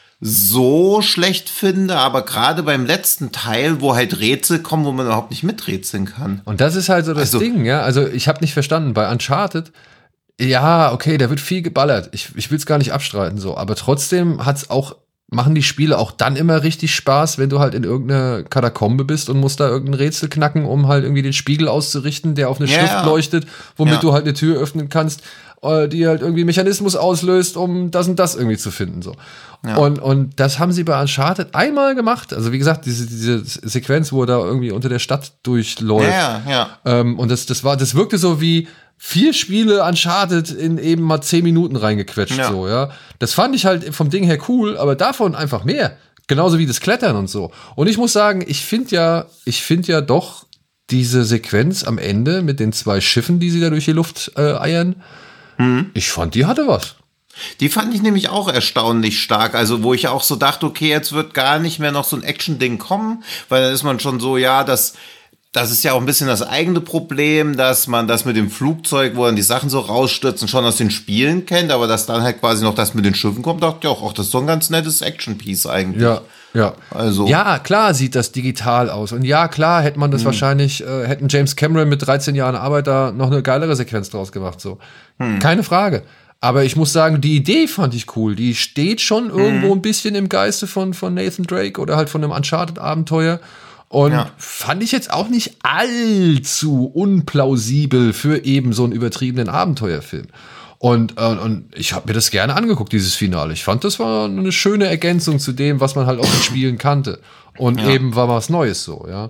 so schlecht finde, aber gerade beim letzten Teil, wo halt Rätsel kommen, wo man überhaupt nicht miträtseln kann. und das ist halt so das Also- Ding, ja. Also, ich habe nicht verstanden, bei Uncharted, ja, okay, da wird viel geballert. Ich, ich will es gar nicht abstreiten, so. Aber trotzdem hat's auch, machen die Spiele auch dann immer richtig Spaß, wenn du halt in irgendeiner Katakombe bist und musst da irgendein Rätsel knacken, um halt irgendwie den Spiegel auszurichten, der auf eine Ja, Schrift ja. leuchtet, womit Ja. du halt eine Tür öffnen kannst, äh, die halt irgendwie einen Mechanismus auslöst, um das und das irgendwie zu finden, so. Ja. Und, und das haben sie bei Uncharted einmal gemacht. Also, wie gesagt, diese, diese Sequenz, wo er da irgendwie unter der Stadt durchläuft. Ja, ja, ja. Ähm, und das, das war, das wirkte so wie vier Spiele Uncharted in eben mal zehn Minuten reingequetscht, Ja. so, ja. Das fand ich halt vom Ding her cool, aber davon einfach mehr. Genauso wie das Klettern und so. Und ich muss sagen, ich finde ja, ich finde ja doch diese Sequenz am Ende mit den zwei Schiffen, die sie da durch die Luft äh, eiern, ich fand, die hatte was. Die fand ich nämlich auch erstaunlich stark. Also wo ich auch so dachte, okay, jetzt wird gar nicht mehr noch so ein Action-Ding kommen, weil dann ist man schon so, ja, das, das ist ja auch ein bisschen das eigene Problem, dass man das mit dem Flugzeug, wo dann die Sachen so rausstürzen, schon aus den Spielen kennt, aber dass dann halt quasi noch das mit den Schiffen kommt, dachte ich auch, ach, das ist so ein ganz nettes Action-Piece eigentlich. Ja. Ja, also. Ja, klar sieht das digital aus. Und ja, klar hätte man das hm. wahrscheinlich, äh, hätten James Cameron mit dreizehn Jahren Arbeit da noch eine geilere Sequenz draus gemacht. So. Hm. Keine Frage. Aber ich muss sagen, die Idee fand ich cool. Die steht schon irgendwo hm. ein bisschen im Geiste von, von Nathan Drake oder halt von einem Uncharted-Abenteuer. Und ja. fand ich jetzt auch nicht allzu unplausibel für eben so einen übertriebenen Abenteuerfilm. Und, äh, und ich habe mir das gerne angeguckt, dieses Finale. Ich fand, das war eine schöne Ergänzung zu dem, was man halt auch in Spielen kannte. Und ja. eben war was Neues so, ja.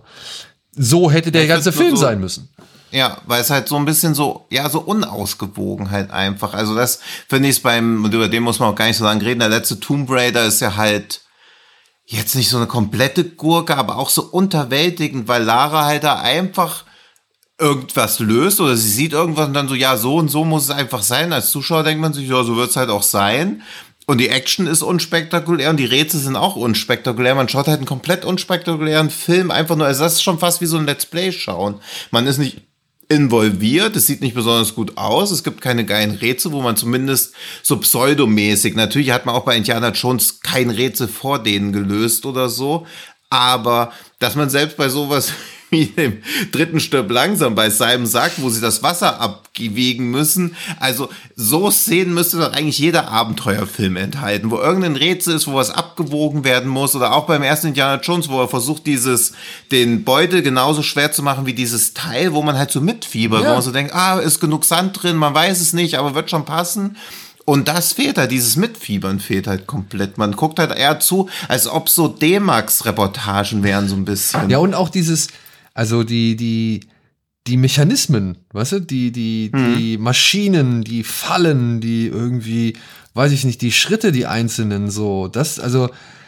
So hätte der ich ganze Film so sein müssen. Ja, weil es halt so ein bisschen so, ja, so unausgewogen halt einfach. Also das finde ich beim, und über den muss man auch gar nicht so lange reden, der letzte Tomb Raider ist ja halt jetzt nicht so eine komplette Gurke, aber auch so unterwältigend, weil Lara halt da einfach irgendwas löst oder sie sieht irgendwas und dann so, ja, so und so muss es einfach sein. Als Zuschauer denkt man sich, ja, so wird es halt auch sein. Und die Action ist unspektakulär und die Rätsel sind auch unspektakulär. Man schaut halt einen komplett unspektakulären Film einfach nur, also das ist schon fast wie so ein Let's Play schauen. Man ist nicht involviert, es sieht nicht besonders gut aus, es gibt keine geilen Rätsel, wo man zumindest so pseudomäßig, natürlich hat man auch bei Indiana Jones kein Rätsel vor denen gelöst oder so, aber dass man selbst bei sowas wie dem dritten Stirb langsam bei Simon sagt, wo sie das Wasser abwiegen müssen. Also so Szenen müsste doch eigentlich jeder Abenteuerfilm enthalten, wo irgendein Rätsel ist, wo was abgewogen werden muss. Oder auch beim ersten Indiana Jones, wo er versucht, dieses den Beutel genauso schwer zu machen wie dieses Teil, wo man halt so mitfiebert, ja. wo man so denkt, ah, ist genug Sand drin, man weiß es nicht, aber wird schon passen. Und das fehlt halt, dieses Mitfiebern fehlt halt komplett. Man guckt halt eher zu, als ob so D-Max-Reportagen wären so ein bisschen. Ja, und auch dieses, also die, die, die Mechanismen, weißt du, die, die, hm. die Maschinen, die Fallen, die irgendwie, weiß ich nicht, die Schritte, die einzelnen so, das, also,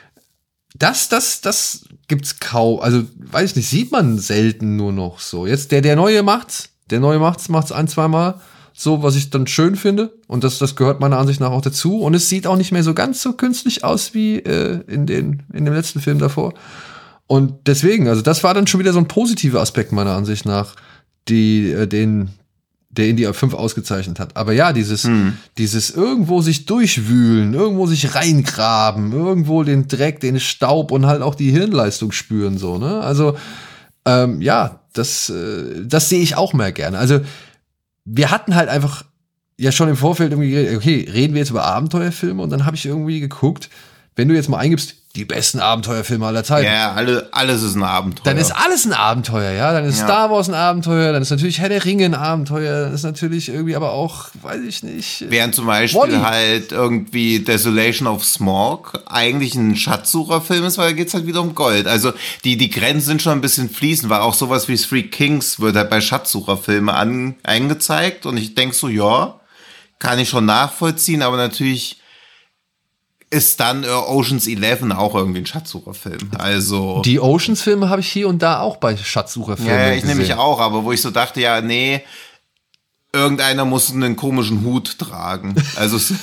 das, das, das gibt's kaum, also, weiß ich nicht, sieht man selten nur noch so. Jetzt, der, der Neue macht's, der Neue macht's, macht's ein, zweimal. So, was ich dann schön finde. Und das, das gehört meiner Ansicht nach auch dazu. Und es sieht auch nicht mehr so ganz so künstlich aus wie äh, in, den, in dem letzten Film davor. Und deswegen, also das war dann schon wieder so ein positiver Aspekt meiner Ansicht nach, die, äh, den, der Indie fünf ausgezeichnet hat. Aber ja, dieses, hm. dieses irgendwo sich durchwühlen, irgendwo sich reingraben, irgendwo den Dreck, den Staub und halt auch die Hirnleistung spüren, so, ne? Also, ähm, ja, das, äh, das sehe ich auch mehr gerne. Also, wir hatten halt einfach ja schon im Vorfeld irgendwie geredet, okay, reden wir jetzt über Abenteuerfilme und dann habe ich irgendwie geguckt, wenn du jetzt mal eingibst, die besten Abenteuerfilme aller Zeiten. Ja, alle, alles ist ein Abenteuer. Dann ist alles ein Abenteuer, ja. Dann ist ja. Star Wars ein Abenteuer, dann ist natürlich Herr der Ringe ein Abenteuer, dann ist natürlich irgendwie aber auch, weiß ich nicht. Während zum Beispiel Wally. halt irgendwie Desolation of Smog eigentlich ein Schatzsucherfilm ist, weil da geht's halt wieder um Gold. Also die, die Grenzen sind schon ein bisschen fließend, weil auch sowas wie Three Kings wird halt bei Schatzsucherfilmen an, eingezeigt und ich denk so, ja, kann ich schon nachvollziehen, aber natürlich ist dann Ocean's Eleven auch irgendwie ein Schatzsucherfilm. Also die Oceans-Filme habe ich hier und da auch bei Schatzsucherfilmen Ja, ich gesehen. nämlich auch, aber wo ich so dachte, ja, nee, irgendeiner muss einen komischen Hut tragen. Also es,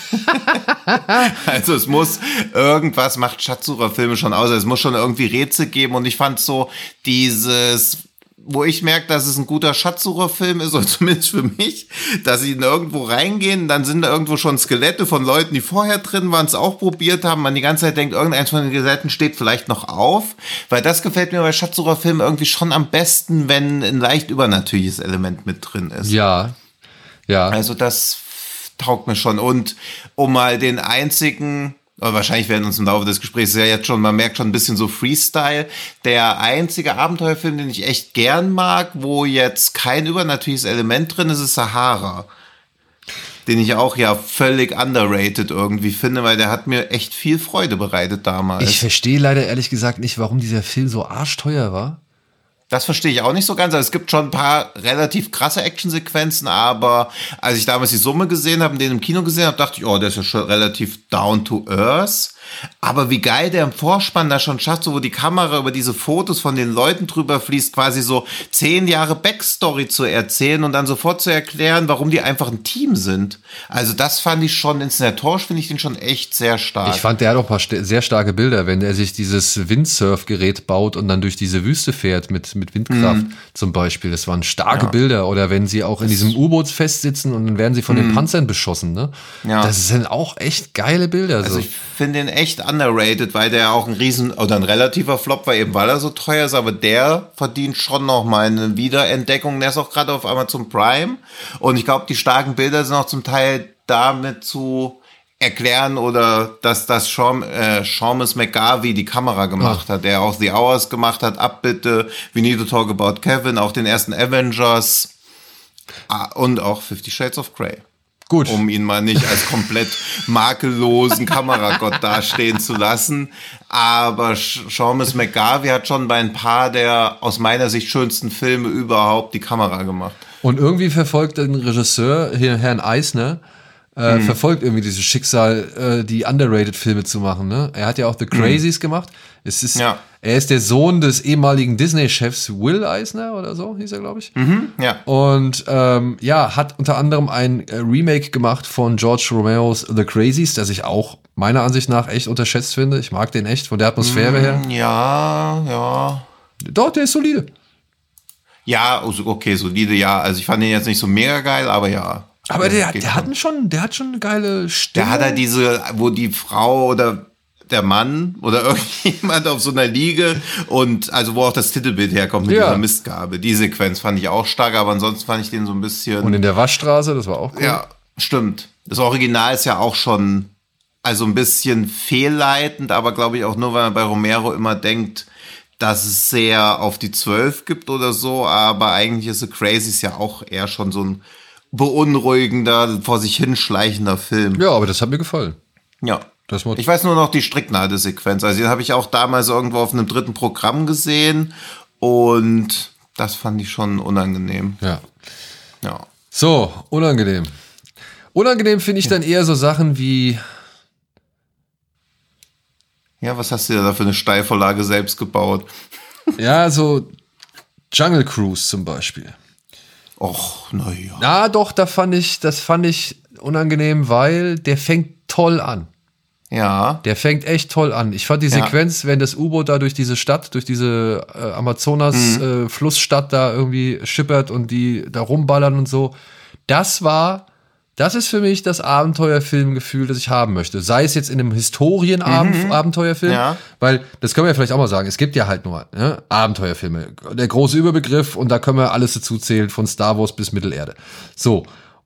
also es muss, irgendwas macht Schatzsucherfilme schon aus. Es muss schon irgendwie Rätsel geben und ich fand so dieses, wo ich merke, dass es ein guter Schatzsucherfilm ist, oder zumindest für mich, dass sie irgendwo reingehen, dann sind da irgendwo schon Skelette von Leuten, die vorher drin waren, es auch probiert haben, man die ganze Zeit denkt, irgendeins von den Skeletten steht vielleicht noch auf, weil das gefällt mir bei Schatzsucherfilmen irgendwie schon am besten, wenn ein leicht übernatürliches Element mit drin ist. Ja, ja. Also das taugt mir schon und um mal den einzigen... Aber wahrscheinlich werden uns im Laufe des Gesprächs ja jetzt schon, man merkt schon ein bisschen so Freestyle. Der einzige Abenteuerfilm, den ich echt gern mag, wo jetzt kein übernatürliches Element drin ist, ist Sahara. Den ich auch ja völlig underrated irgendwie finde, weil der hat mir echt viel Freude bereitet damals. Ich verstehe leider ehrlich gesagt nicht, warum dieser Film so arschteuer war. Das verstehe ich auch nicht so ganz. Also es gibt schon ein paar relativ krasse Actionsequenzen, aber als ich damals die Summe gesehen habe und den im Kino gesehen habe, dachte ich, oh, der ist ja schon relativ down to earth. Aber wie geil der im Vorspann da schon schafft, so wo die Kamera über diese Fotos von den Leuten drüber fließt, quasi so zehn Jahre Backstory zu erzählen und dann sofort zu erklären, warum die einfach ein Team sind. Also das fand ich schon, inszenatorisch finde ich den schon echt sehr stark. Ich fand, der hat auch ein paar st- sehr starke Bilder, wenn er sich dieses Windsurfgerät baut und dann durch diese Wüste fährt mit, mit Windkraft mhm. zum Beispiel. Das waren starke ja. Bilder. Oder wenn sie auch in diesem U-Boot festsitzen und dann werden sie von mhm. den Panzern beschossen. Ne? Ja. Das sind auch echt geile Bilder. Also so. ich finde den echt underrated, weil der auch ein riesen oder ein relativer Flop war, eben weil er so teuer ist, aber der verdient schon noch mal eine Wiederentdeckung. Der ist auch gerade auf Amazon Prime und ich glaube, die starken Bilder sind auch zum Teil damit zu erklären oder dass das Sean, äh, Seamus McGarvey die Kamera gemacht ja. hat, der auch The Hours gemacht hat, Abbitte, We Need to Talk About Kevin, auch den ersten Avengers und auch Fifty Shades of Grey. Gut. Um ihn mal nicht als komplett makellosen Kameragott dastehen zu lassen. Aber Seamus McGarvey hat schon bei ein paar der aus meiner Sicht schönsten Filme überhaupt die Kamera gemacht. Und irgendwie verfolgt ein Regisseur, hier Herrn Eisner, äh, hm. verfolgt irgendwie dieses Schicksal, äh, die Underrated-Filme zu machen. Ne? Er hat ja auch The Crazies hm. gemacht. Es ist, ja. Er ist der Sohn des ehemaligen Disney-Chefs Will Eisner oder so, hieß er, glaube ich. Mhm, ja. Und ähm, ja, hat unter anderem ein äh, Remake gemacht von George Romeros The Crazies, das ich auch meiner Ansicht nach echt unterschätzt finde. Ich mag den echt von der Atmosphäre mm, her. Ja, ja. Doch, der ist solide. Ja, okay, solide, ja. Also ich fand den jetzt nicht so mega geil, aber ja. Aber der, der, hat schon, der hat schon eine geile Stimme. Der hat halt diese, wo die Frau oder der Mann oder irgendjemand auf so einer Liege und also wo auch das Titelbild herkommt mit ja. dieser Mistgabe. Die Sequenz fand ich auch stark, aber ansonsten fand ich den so ein bisschen... Und in der Waschstraße, das war auch cool. Ja, stimmt. Das Original ist ja auch schon also ein bisschen fehlleitend, aber glaube ich auch nur, weil man bei Romero immer denkt, dass es sehr auf die zwölf gibt oder so, aber eigentlich ist The Crazies ja auch eher schon so ein beunruhigender, vor sich hinschleichender Film. Ja, aber das hat mir gefallen. Ja. Ich weiß nur noch die Stricknadelsequenz. Also den habe ich auch damals irgendwo auf einem dritten Programm gesehen und das fand ich schon unangenehm. Ja. Ja. So, unangenehm. Unangenehm finde ich dann eher so Sachen wie... Ja, was hast du da für eine Steilvorlage selbst gebaut? Ja, so Jungle Cruise zum Beispiel. Och, naja. Na doch, da fand ich, das fand ich unangenehm, weil der fängt toll an. Ja. Der fängt echt toll an. Ich fand die Sequenz, ja. wenn das U-Boot da durch diese Stadt, durch diese äh, Amazonas-Flussstadt mhm. äh, da irgendwie schippert und die da rumballern und so, das war, das ist für mich das Abenteuerfilmgefühl, das ich haben möchte. Sei es jetzt in einem Historien-Abenteuerfilm, mhm. ja. weil, das können wir ja vielleicht auch mal sagen, es gibt ja halt nur ne, Abenteuerfilme. Der große Überbegriff und da können wir alles dazu zählen, von Star Wars bis Mittelerde. So,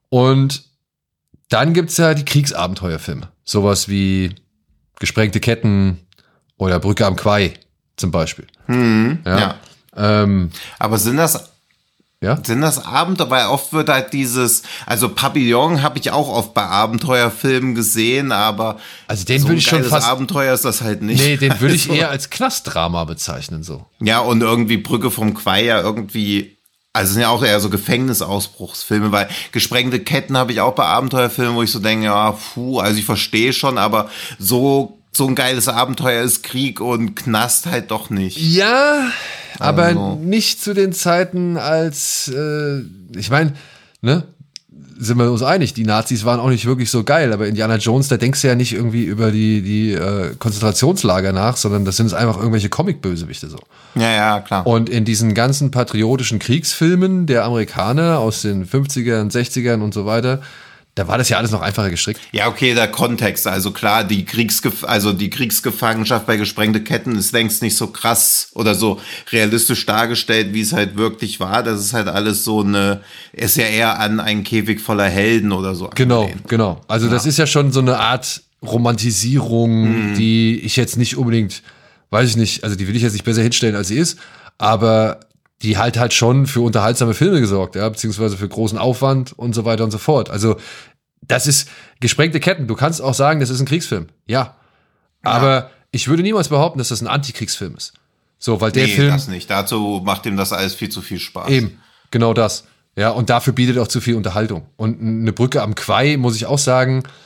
und dann gibt's ja die Kriegsabenteuerfilme. Sowas wie Gesprengte Ketten oder Brücke am Quai zum Beispiel. Mhm, ja. ja. Ähm, Aber sind das, ja? sind das Abenteuer? Weil oft wird halt dieses, also Papillon habe ich auch oft bei Abenteuerfilmen gesehen, aber also den so würde ich schon fast Abenteuer ist das halt nicht. Nee, den würde ich also, eher als Knastdrama bezeichnen so. Ja, und irgendwie Brücke vom Quai ja irgendwie. Also es sind ja auch eher so Gefängnisausbruchsfilme, weil Gesprengte Ketten habe ich auch bei Abenteuerfilmen, wo ich so denke, ja, puh, also ich verstehe schon, aber so so ein geiles Abenteuer ist Krieg und Knast halt doch nicht. Ja, aber also. nicht zu den Zeiten, als, äh, ich meine, ne, sind wir uns einig, die Nazis waren auch nicht wirklich so geil, aber Indiana Jones, da denkst du ja nicht irgendwie über die, die äh, Konzentrationslager nach, sondern das sind jetzt einfach irgendwelche Comic-Bösewichte so. Ja, ja, klar. Und in diesen ganzen patriotischen Kriegsfilmen der Amerikaner aus den fünfzigern, sechzigern und so weiter, da war das ja alles noch einfacher gestrickt. Ja, okay, der Kontext, also klar, die Kriegsgef- also die Kriegsgefangenschaft bei Gesprengte Ketten ist längst nicht so krass oder so realistisch dargestellt, wie es halt wirklich war. Das ist halt alles so eine, ist ja eher an einen Käfig voller Helden oder so. Genau, angelehnt. Genau. Also ja. das ist ja schon so eine Art Romantisierung, mhm. die ich jetzt nicht unbedingt, weiß ich nicht, also die will ich jetzt nicht besser hinstellen, als sie ist, aber die halt halt schon für unterhaltsame Filme gesorgt, ja, beziehungsweise für großen Aufwand und so weiter und so fort. Also das ist Gesprengte Ketten. Du kannst auch sagen, das ist ein Kriegsfilm. Ja. ja. Aber ich würde niemals behaupten, dass das ein Antikriegsfilm ist. So, weil der nee, Film. das nicht. Dazu macht ihm das alles viel zu viel Spaß. Eben. Genau das. Ja. Und dafür bietet auch zu viel Unterhaltung. Und eine Brücke am Quai, muss ich auch sagen,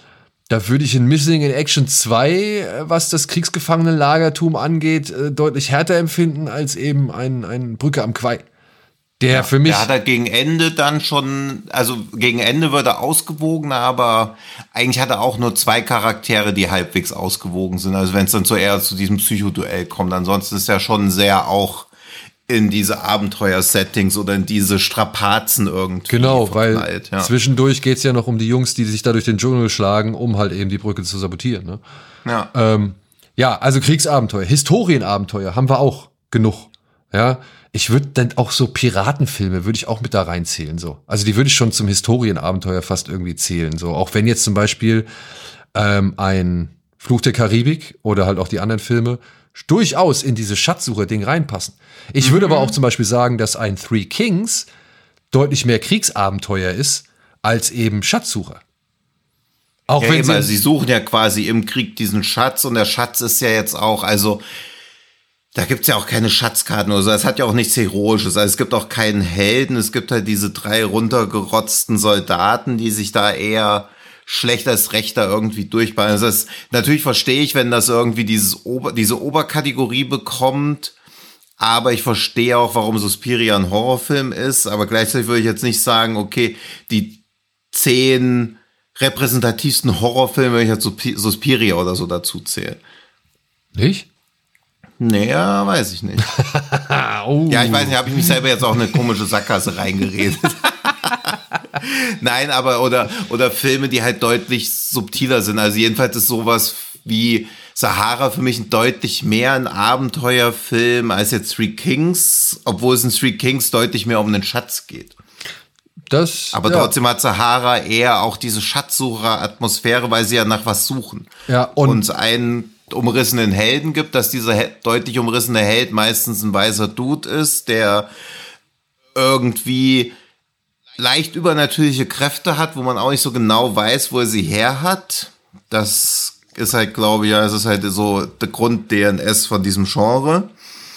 Da würde ich in Missing in Action zwei, was das Kriegsgefangenenlagertum angeht, deutlich härter empfinden als eben ein, ein Brücke am Quai. Der ja, für mich. Der hat halt gegen Ende dann schon, also gegen Ende wird er ausgewogener, aber eigentlich hat er auch nur zwei Charaktere, die halbwegs ausgewogen sind. Also wenn es dann so eher zu diesem Psychoduell kommt, ansonsten ist er schon sehr auch in diese Abenteuer-Settings oder in diese Strapazen irgendwie. Genau, weil ja. zwischendurch geht's ja noch um die Jungs, die sich da durch den Dschungel schlagen, um halt eben die Brücke zu sabotieren. Ne? Ja. Ähm, ja, also Kriegsabenteuer, Historienabenteuer haben wir auch genug. Ja, ich würde dann auch so Piratenfilme würde ich auch mit da reinzählen. So, also die würde ich schon zum Historienabenteuer fast irgendwie zählen. So, auch wenn jetzt zum Beispiel ähm, ein Fluch der Karibik oder halt auch die anderen Filme durchaus in diese Schatzsucher-Ding reinpassen. Ich mhm. würde aber auch zum Beispiel sagen, dass ein Three Kings deutlich mehr Kriegsabenteuer ist, als eben Schatzsucher. Auch ja, wenn eben, sie, also sie suchen ja quasi im Krieg diesen Schatz und der Schatz ist ja jetzt auch, also da gibt's ja auch keine Schatzkarten oder so, es hat ja auch nichts Heroisches, also es gibt auch keinen Helden, es gibt halt diese drei runtergerotzten Soldaten, die sich da eher schlecht als rechter irgendwie durchballen. Also das, natürlich verstehe ich, wenn das irgendwie dieses Ober, diese Oberkategorie bekommt, aber ich verstehe auch, warum Suspiria ein Horrorfilm ist, aber gleichzeitig würde ich jetzt nicht sagen, okay, die zehn repräsentativsten Horrorfilme würde ich jetzt Suspiria oder so dazu zählen. Nicht? Naja, weiß ich nicht. oh. Ja, ich weiß nicht, habe ich mich selber jetzt auch in eine komische Sackgasse reingeredet. Nein, aber oder oder Filme, die halt deutlich subtiler sind. Also jedenfalls ist sowas wie Sahara für mich deutlich mehr ein Abenteuerfilm als jetzt Three Kings, obwohl es in Three Kings deutlich mehr um den Schatz geht. Das, aber ja. trotzdem hat Sahara eher auch diese Schatzsucher-Atmosphäre, weil sie ja nach was suchen. Ja, und, und einen umrissenen Helden gibt, dass dieser he- deutlich umrissene Held meistens ein weißer Dude ist, der irgendwie leicht übernatürliche Kräfte hat, wo man auch nicht so genau weiß, wo er sie her hat. Das ist halt, glaube ich, ja, es ist halt so der Grund-D N S von diesem Genre.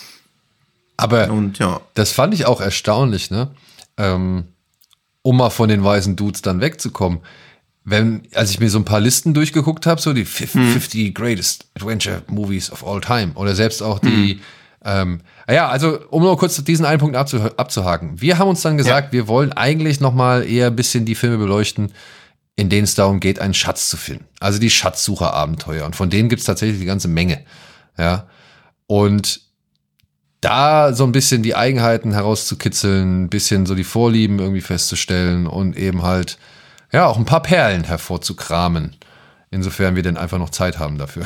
Aber und, ja. das fand ich auch erstaunlich, ne? Ähm, um mal von den weißen Dudes dann wegzukommen. Wenn, als ich mir so ein paar Listen durchgeguckt habe, so die fifty hm. Greatest Adventure Movies of All Time oder selbst auch die, hm. ähm, ja, also um nur kurz diesen einen Punkt abzuh- abzuhaken. Wir haben uns dann gesagt, ja. wir wollen eigentlich noch mal eher ein bisschen die Filme beleuchten, in denen es darum geht, einen Schatz zu finden. Also die Schatzsucher-Abenteuer. Und von denen gibt es tatsächlich die ganze Menge. Ja. Und da so ein bisschen die Eigenheiten herauszukitzeln, ein bisschen so die Vorlieben irgendwie festzustellen und eben halt ja, auch ein paar Perlen hervorzukramen. Insofern wir denn einfach noch Zeit haben dafür.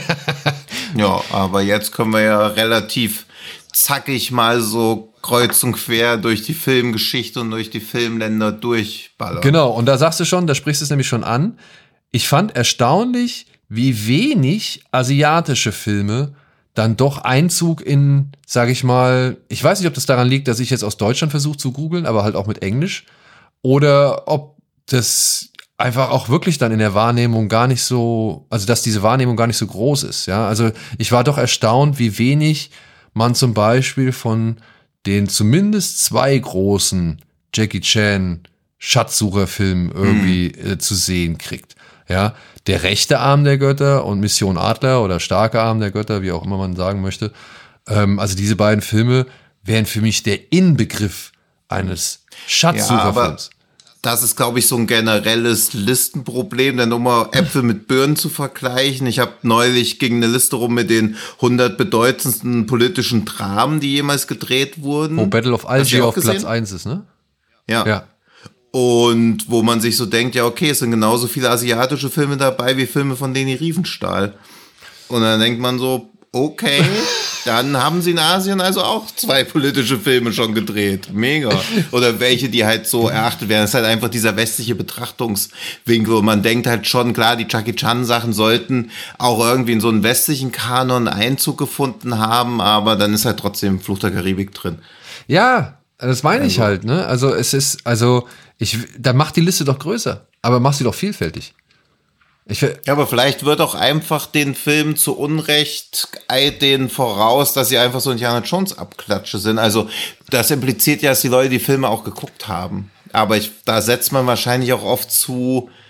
Ja, aber jetzt können wir ja relativ zackig mal so kreuz und quer durch die Filmgeschichte und durch die Filmländer durchballern. Genau, und da sagst du schon, da sprichst du es nämlich schon an. Ich fand erstaunlich, wie wenig asiatische Filme dann doch Einzug in, sag ich mal, ich weiß nicht, ob das daran liegt, dass ich jetzt aus Deutschland versuche zu googeln, aber halt auch mit Englisch, oder ob das einfach auch wirklich dann in der Wahrnehmung gar nicht so, also dass diese Wahrnehmung gar nicht so groß ist, ja. Also ich war doch erstaunt, wie wenig man zum Beispiel von den zumindest zwei großen Jackie Chan Schatzsucherfilmen irgendwie hm. äh, zu sehen kriegt, ja. Der rechte Arm der Götter und Mission Adler oder starke Arm der Götter, wie auch immer man sagen möchte. Ähm, also diese beiden Filme wären für mich der Inbegriff eines Schatzsucherfilms. Ja, das ist, glaube ich, so ein generelles Listenproblem, denn um mal Äpfel mit Birnen zu vergleichen. Ich habe neulich ging eine Liste rum mit den hundert bedeutendsten politischen Dramen, die jemals gedreht wurden. Wo Battle of Algiers auf Platz eins ist, ne? Ja. ja. Und wo man sich so denkt, ja, okay, es sind genauso viele asiatische Filme dabei wie Filme von Leni Riefenstahl. Und dann denkt man so, okay, dann haben sie in Asien also auch zwei politische Filme schon gedreht. Mega. Oder welche, die halt so erachtet werden. Das ist halt einfach dieser westliche Betrachtungswinkel. Und man denkt halt schon, klar, die Jackie Chan-Sachen sollten auch irgendwie in so einen westlichen Kanon Einzug gefunden haben, aber dann ist halt trotzdem Fluch der Karibik drin. Ja, das meine ich halt, ne? Also es ist, also ich, dann mach die Liste doch größer, aber mach sie doch vielfältig. Ich, ja, aber vielleicht wird auch einfach den Film zu Unrecht eilt denen voraus, dass sie einfach so Indiana Jones Abklatsche sind. Also das impliziert ja, dass die Leute die Filme auch geguckt haben. Aber ich, da setzt man wahrscheinlich auch oft zu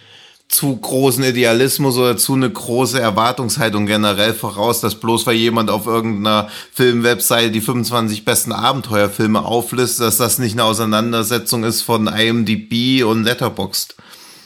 zu großen Idealismus oder zu eine große Erwartungshaltung generell voraus, dass bloß weil jemand auf irgendeiner Filmwebseite die fünfundzwanzig besten Abenteuerfilme auflistet, dass das nicht eine Auseinandersetzung ist von I M D B und Letterboxd.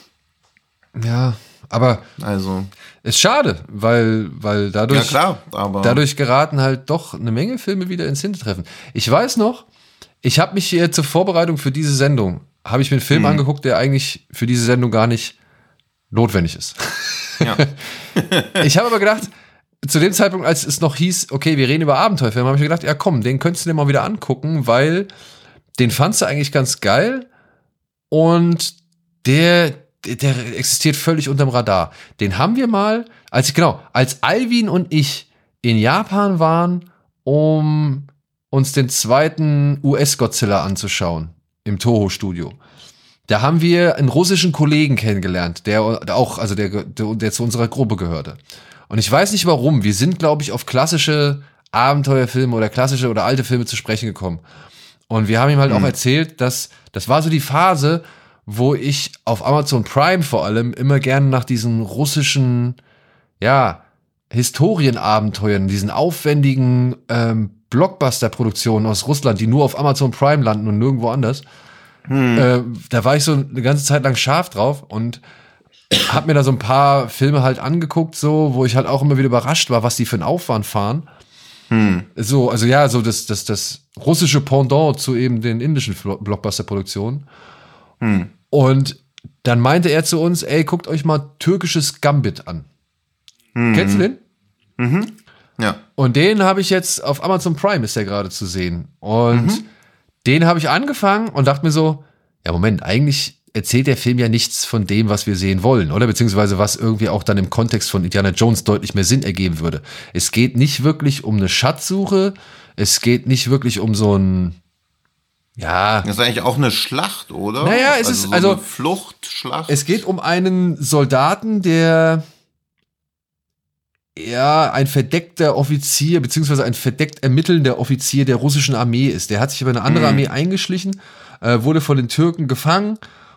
Ja, aber also ist schade, weil, weil dadurch, ja klar, aber dadurch geraten halt doch eine Menge Filme wieder ins Hintertreffen. Ich weiß noch, ich habe mich hier zur Vorbereitung für diese Sendung, habe ich mir einen Film hm. angeguckt, der eigentlich für diese Sendung gar nicht notwendig ist. Ja. Ich habe aber gedacht, zu dem Zeitpunkt, als es noch hieß, okay, wir reden über Abenteuerfilme, habe ich mir gedacht, ja komm, den könntest du dir mal wieder angucken, weil den fandst du eigentlich ganz geil und der, der, der existiert völlig unterm Radar. Den haben wir mal, als ich, genau, als Alvin und ich in Japan waren, um uns den zweiten U S-Godzilla anzuschauen im Toho-Studio. Da haben wir einen russischen Kollegen kennengelernt, der auch, also der, der, der zu unserer Gruppe gehörte. Und ich weiß nicht warum. Wir sind, glaube ich, auf klassische Abenteuerfilme oder klassische oder alte Filme zu sprechen gekommen. Und wir haben ihm halt mhm. auch erzählt, dass das war so die Phase, wo ich auf Amazon Prime vor allem immer gerne nach diesen russischen, ja, Historienabenteuern, diesen aufwendigen ähm, Blockbuster-Produktionen aus Russland, die nur auf Amazon Prime landen und nirgendwo anders. Hm. Äh, da war ich so eine ganze Zeit lang scharf drauf und hab mir da so ein paar Filme halt angeguckt, so, wo ich halt auch immer wieder überrascht war, was die für einen Aufwand fahren. Hm. So, also ja, so das, das, das russische Pendant zu eben den indischen Blockbuster-Produktionen. Hm. Und dann meinte er zu uns, ey, guckt euch mal türkisches Gambit an. Hm. Kennst du den? Mhm. Ja. Und den habe ich jetzt auf Amazon Prime, ist der gerade zu sehen. Und mhm. den habe ich angefangen und dachte mir so, ja Moment, eigentlich erzählt der Film ja nichts von dem, was wir sehen wollen, oder? Beziehungsweise was irgendwie auch dann im Kontext von Indiana Jones deutlich mehr Sinn ergeben würde. Es geht nicht wirklich um eine Schatzsuche, es geht nicht wirklich um so ein, ja. Das ist eigentlich auch eine Schlacht, oder? Naja, es also ist, so also. Eine Fluchtschlacht. Es geht um einen Soldaten, der ja, ein verdeckter Offizier, beziehungsweise ein verdeckt ermittelnder Offizier der russischen Armee ist. Der hat sich über eine andere Armee eingeschlichen, äh, wurde von den Türken gefangen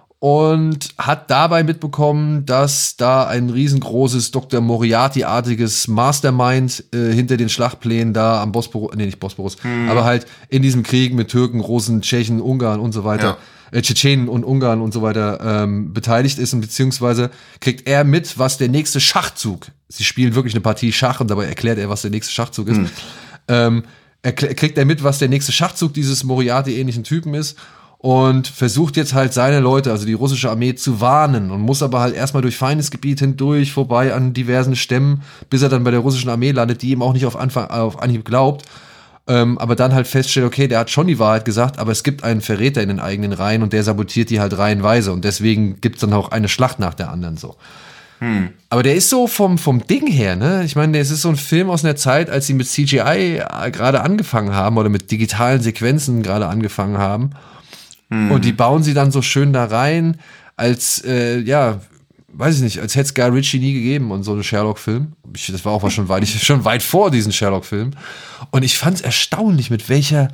und hat dabei mitbekommen, dass da ein riesengroßes Doktor Moriarty-artiges Mastermind äh, hinter den Schlachtplänen da am Bosporus, nee, nicht Bosporus, mhm. aber halt in diesem Krieg mit Türken, Russen, Tschechen, Ungarn und so weiter, ja. äh, Tschetschenen und Ungarn und so weiter ähm, beteiligt ist und beziehungsweise kriegt er mit, was der nächste Schachzug, sie spielen wirklich eine Partie Schach und dabei erklärt er, was der nächste Schachzug ist, mhm. ähm, er kriegt er mit, was der nächste Schachzug dieses Moriarty-ähnlichen Typen ist und versucht jetzt halt seine Leute, also die russische Armee, zu warnen und muss aber halt erstmal durch Feindesgebiet hindurch, vorbei an diversen Stämmen, bis er dann bei der russischen Armee landet, die ihm auch nicht auf Anfang, auf Anhieb glaubt, ähm, aber dann halt feststellt, okay, der hat schon die Wahrheit gesagt, aber es gibt einen Verräter in den eigenen Reihen und der sabotiert die halt reihenweise und deswegen gibt's dann auch eine Schlacht nach der anderen so. Hm. Aber der ist so vom, vom Ding her, ne? Ich meine, es ist so ein Film aus einer Zeit, als sie mit C G I gerade angefangen haben oder mit digitalen Sequenzen gerade angefangen haben. Hm. Und die bauen sie dann so schön da rein, als, äh, ja, weiß ich nicht, als hätte es Guy Ritchie nie gegeben und so einen Sherlock-Film. Ich, das war auch was schon weit, ich, schon weit vor diesen Sherlock-Film. Und ich fand es erstaunlich, mit welcher,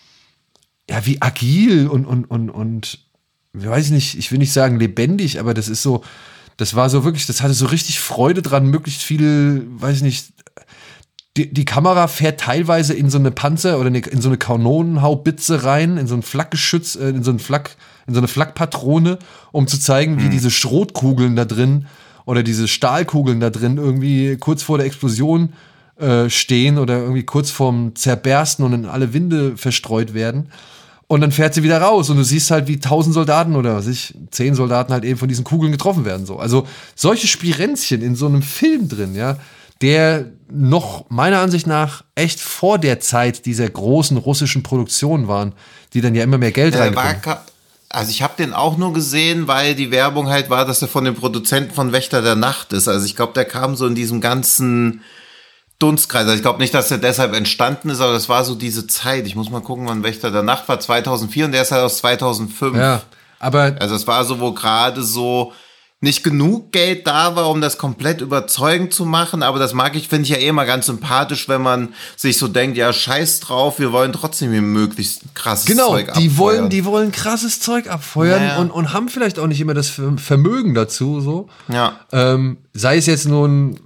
ja, wie agil und, und, und, und, weiß ich nicht, ich will nicht sagen lebendig, aber das ist so, das war so wirklich, das hatte so richtig Freude dran, möglichst viel, weiß ich nicht, die, die Kamera fährt teilweise in so eine Panzer oder in so eine Kanonenhaubitze rein, in so ein Flakgeschütz, in so ein Flak, in so eine Flakpatrone, um zu zeigen, wie mhm. diese Schrotkugeln da drin oder diese Stahlkugeln da drin irgendwie kurz vor der Explosion äh, stehen oder irgendwie kurz vorm Zerbersten und in alle Winde verstreut werden. Und dann fährt sie wieder raus und du siehst halt, wie tausend Soldaten oder was ich, zehn Soldaten halt eben von diesen Kugeln getroffen werden. So. Also solche Spirenzchen in so einem Film drin, ja, der noch meiner Ansicht nach echt vor der Zeit dieser großen russischen Produktionen waren, die dann ja immer mehr Geld äh, reinbringen. Also ich habe den auch nur gesehen, weil die Werbung halt war, dass er von dem Produzenten von Wächter der Nacht ist. Also ich glaube, der kam so in diesem ganzen Dunstkreis. Also ich glaube nicht, dass er deshalb entstanden ist, aber das war so diese Zeit. Ich muss mal gucken, wann Wächter der Nacht war. zweitausendvier und der ist halt aus zweitausendfünf. Ja, aber also es war so, wo gerade so nicht genug Geld da war, um das komplett überzeugend zu machen, aber das mag ich, finde ich ja eh immer ganz sympathisch, wenn man sich so denkt, ja, scheiß drauf, wir wollen trotzdem hier möglichst krasses genau, Zeug abfeuern. Die wollen, die wollen krasses Zeug abfeuern naja. und, und haben vielleicht auch nicht immer das Vermögen dazu, so. Ja. Ähm, sei es jetzt nun,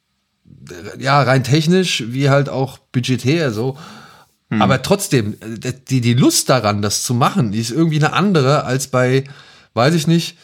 ja, rein technisch, wie halt auch budgetär, so. Hm. Aber trotzdem, die, die Lust daran, das zu machen, die ist irgendwie eine andere als bei, weiß ich nicht,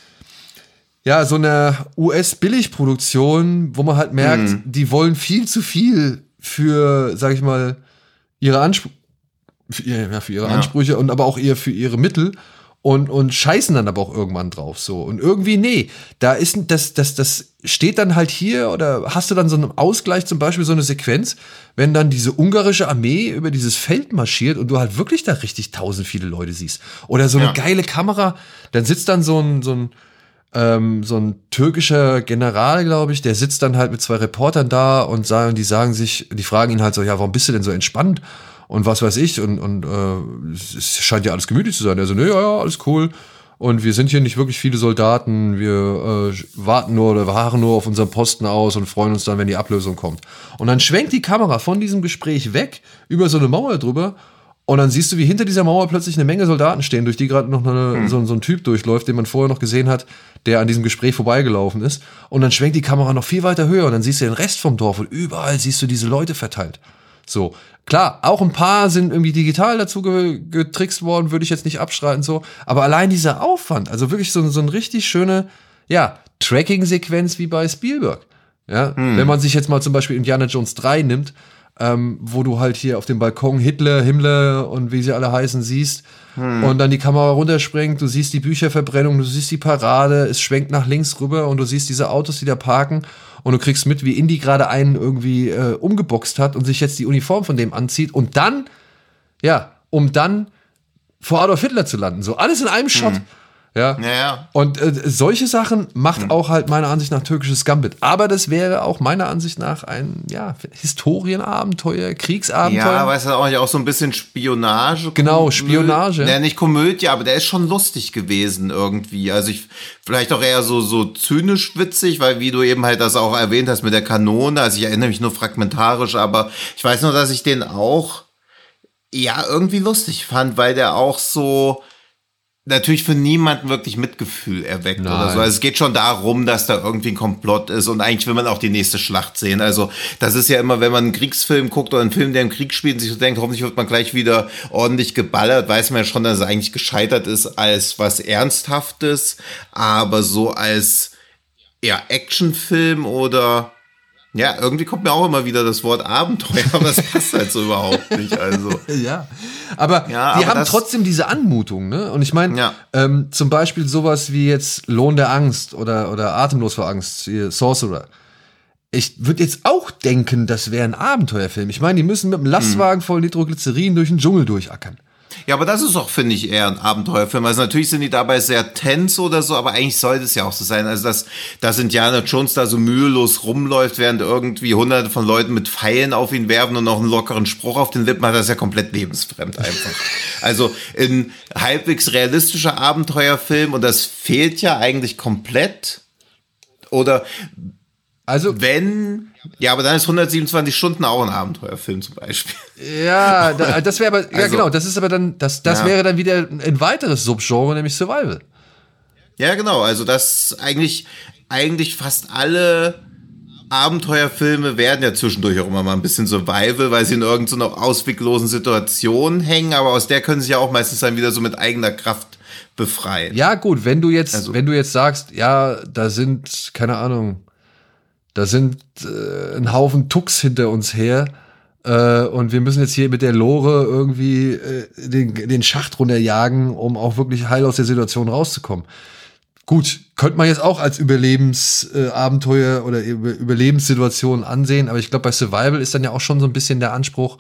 ja, so eine U S-Billigproduktion, wo man halt merkt, mhm. die wollen viel zu viel für, sag ich mal, ihre Ansprüche, für, ja, für ihre ja. Ansprüche und aber auch eher für ihre Mittel und, und scheißen dann aber auch irgendwann drauf, so. Und irgendwie, nee, da ist, das, das, das steht dann halt hier oder hast du dann so einen Ausgleich, zum Beispiel so eine Sequenz, wenn dann diese ungarische Armee über dieses Feld marschiert und du halt wirklich da richtig tausend viele Leute siehst. Oder so eine ja. geile Kamera, dann sitzt dann so ein, so ein, Ähm, so ein türkischer General, glaube ich, der sitzt dann halt mit zwei Reportern da und sagen, die sagen sich, die fragen ihn halt so, ja, warum bist du denn so entspannt? Und was weiß ich, und, und äh, es scheint ja alles gemütlich zu sein. Er so, nee, ja, ja, alles cool. Und wir sind hier nicht wirklich viele Soldaten, wir äh, warten nur oder harren nur auf unseren Posten aus und freuen uns dann, wenn die Ablösung kommt. Und dann schwenkt die Kamera von diesem Gespräch weg, über so eine Mauer drüber. Und dann siehst du, wie hinter dieser Mauer plötzlich eine Menge Soldaten stehen, durch die gerade noch eine, hm. so, so ein Typ durchläuft, den man vorher noch gesehen hat, der an diesem Gespräch vorbeigelaufen ist. Und dann schwenkt die Kamera noch viel weiter höher und dann siehst du den Rest vom Dorf und überall siehst du diese Leute verteilt. So, klar, auch ein paar sind irgendwie digital dazu ge- getrickst worden, würde ich jetzt nicht abstreiten, so. Aber allein dieser Aufwand, also wirklich so, so eine richtig schöne, ja, Tracking-Sequenz wie bei Spielberg. Ja, hm. wenn man sich jetzt mal zum Beispiel Indiana Jones drei nimmt, Ähm, wo du halt hier auf dem Balkon Hitler, Himmler und wie sie alle heißen siehst hm. und dann die Kamera runterspringt, du siehst die Bücherverbrennung, du siehst die Parade, es schwenkt nach links rüber und du siehst diese Autos, die da parken und du kriegst mit, wie Indy gerade einen irgendwie äh, umgeboxt hat und sich jetzt die Uniform von dem anzieht und dann, ja, um dann vor Adolf Hitler zu landen. So alles in einem Shot. Hm. Ja. ja, ja. Und äh, solche Sachen macht mhm. auch halt meiner Ansicht nach türkisches Gambit. Aber das wäre auch meiner Ansicht nach ein ja, Historienabenteuer, Kriegsabenteuer. Ja, aber es ist auch, auch so ein bisschen Spionage. Genau, Spionage. Ja, nicht Komödie, aber der ist schon lustig gewesen irgendwie. Also ich vielleicht auch eher so, so zynisch witzig, weil wie du eben halt das auch erwähnt hast mit der Kanone, also ich erinnere mich nur fragmentarisch, aber ich weiß nur, dass ich den auch ja irgendwie lustig fand, weil der auch so natürlich für niemanden wirklich Mitgefühl erweckt Nein. oder so. Also es geht schon darum, dass da irgendwie ein Komplott ist und eigentlich will man auch die nächste Schlacht sehen. Also das ist ja immer, wenn man einen Kriegsfilm guckt oder einen Film, der im Krieg spielt und sich so denkt, hoffentlich wird man gleich wieder ordentlich geballert, weiß man ja schon, dass es eigentlich gescheitert ist als was Ernsthaftes, aber so als ja Actionfilm oder ja, irgendwie kommt mir auch immer wieder das Wort Abenteuer, aber das passt halt so überhaupt nicht. Also ja, aber ja, die aber haben trotzdem diese Anmutung, ne? Und ich meine, ja. ähm, zum Beispiel sowas wie jetzt Lohn der Angst oder oder Atemlos vor Angst, Sorcerer. Ich würde jetzt auch denken, das wäre ein Abenteuerfilm. Ich meine, die müssen mit einem Lastwagen voll Nitroglycerin durch den Dschungel durchackern. Ja, aber das ist auch, finde ich, eher ein Abenteuerfilm. Also natürlich sind die dabei sehr tense oder so, aber eigentlich sollte es ja auch so sein. Also dass, dass Indiana Jones da so mühelos rumläuft, während irgendwie hunderte von Leuten mit Pfeilen auf ihn werfen und noch einen lockeren Spruch auf den Lippen hat, das ist ja komplett lebensfremd einfach. Also ein halbwegs realistischer Abenteuerfilm und das fehlt ja eigentlich komplett. Oder also wenn, ja, aber dann ist hundertsiebenundzwanzig Stunden auch ein Abenteuerfilm zum Beispiel. Ja, da, das wäre aber, ja also, genau, das ist aber dann, das, das ja. wäre dann wieder ein weiteres Subgenre, nämlich Survival. Ja, genau, also das eigentlich, eigentlich fast alle Abenteuerfilme werden ja zwischendurch auch immer mal ein bisschen Survival, weil sie in irgendeiner ausweglosen Situation hängen, aber aus der können sie ja auch meistens dann wieder so mit eigener Kraft befreien. Ja, gut, wenn du jetzt, also, wenn du jetzt sagst, ja, da sind, keine Ahnung, da sind äh, ein Haufen Tucks hinter uns her äh, und wir müssen jetzt hier mit der Lore irgendwie äh, den, den Schacht runterjagen, um auch wirklich heil aus der Situation rauszukommen. Gut, könnte man jetzt auch als Überlebensabenteuer äh, oder Über- Überlebenssituation ansehen, aber ich glaube, bei Survival ist dann ja auch schon so ein bisschen der Anspruch,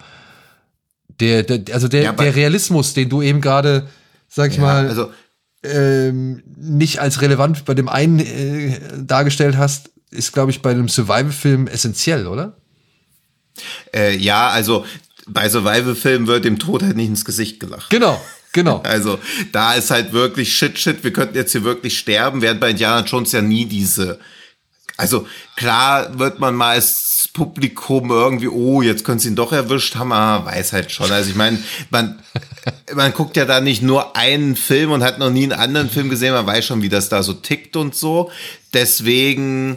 der, der also der, ja, der Realismus, den du eben gerade, sag ich ja, mal, also, ähm, nicht als relevant bei dem einen äh, dargestellt hast, ist, glaube ich, bei einem Survival-Film essentiell, oder? Äh, ja, also bei Survival-Filmen wird dem Tod halt nicht ins Gesicht gelacht. Genau, Genau. Also da ist halt wirklich shit, shit, wir könnten jetzt hier wirklich sterben, während bei Indiana Jones ja nie diese, also klar wird man mal als Publikum irgendwie, oh, jetzt können sie ihn doch erwischt haben, aber weiß halt schon. Also ich meine, man, man guckt ja da nicht nur einen Film und hat noch nie einen anderen Film gesehen, man weiß schon, wie das da so tickt und so. Deswegen,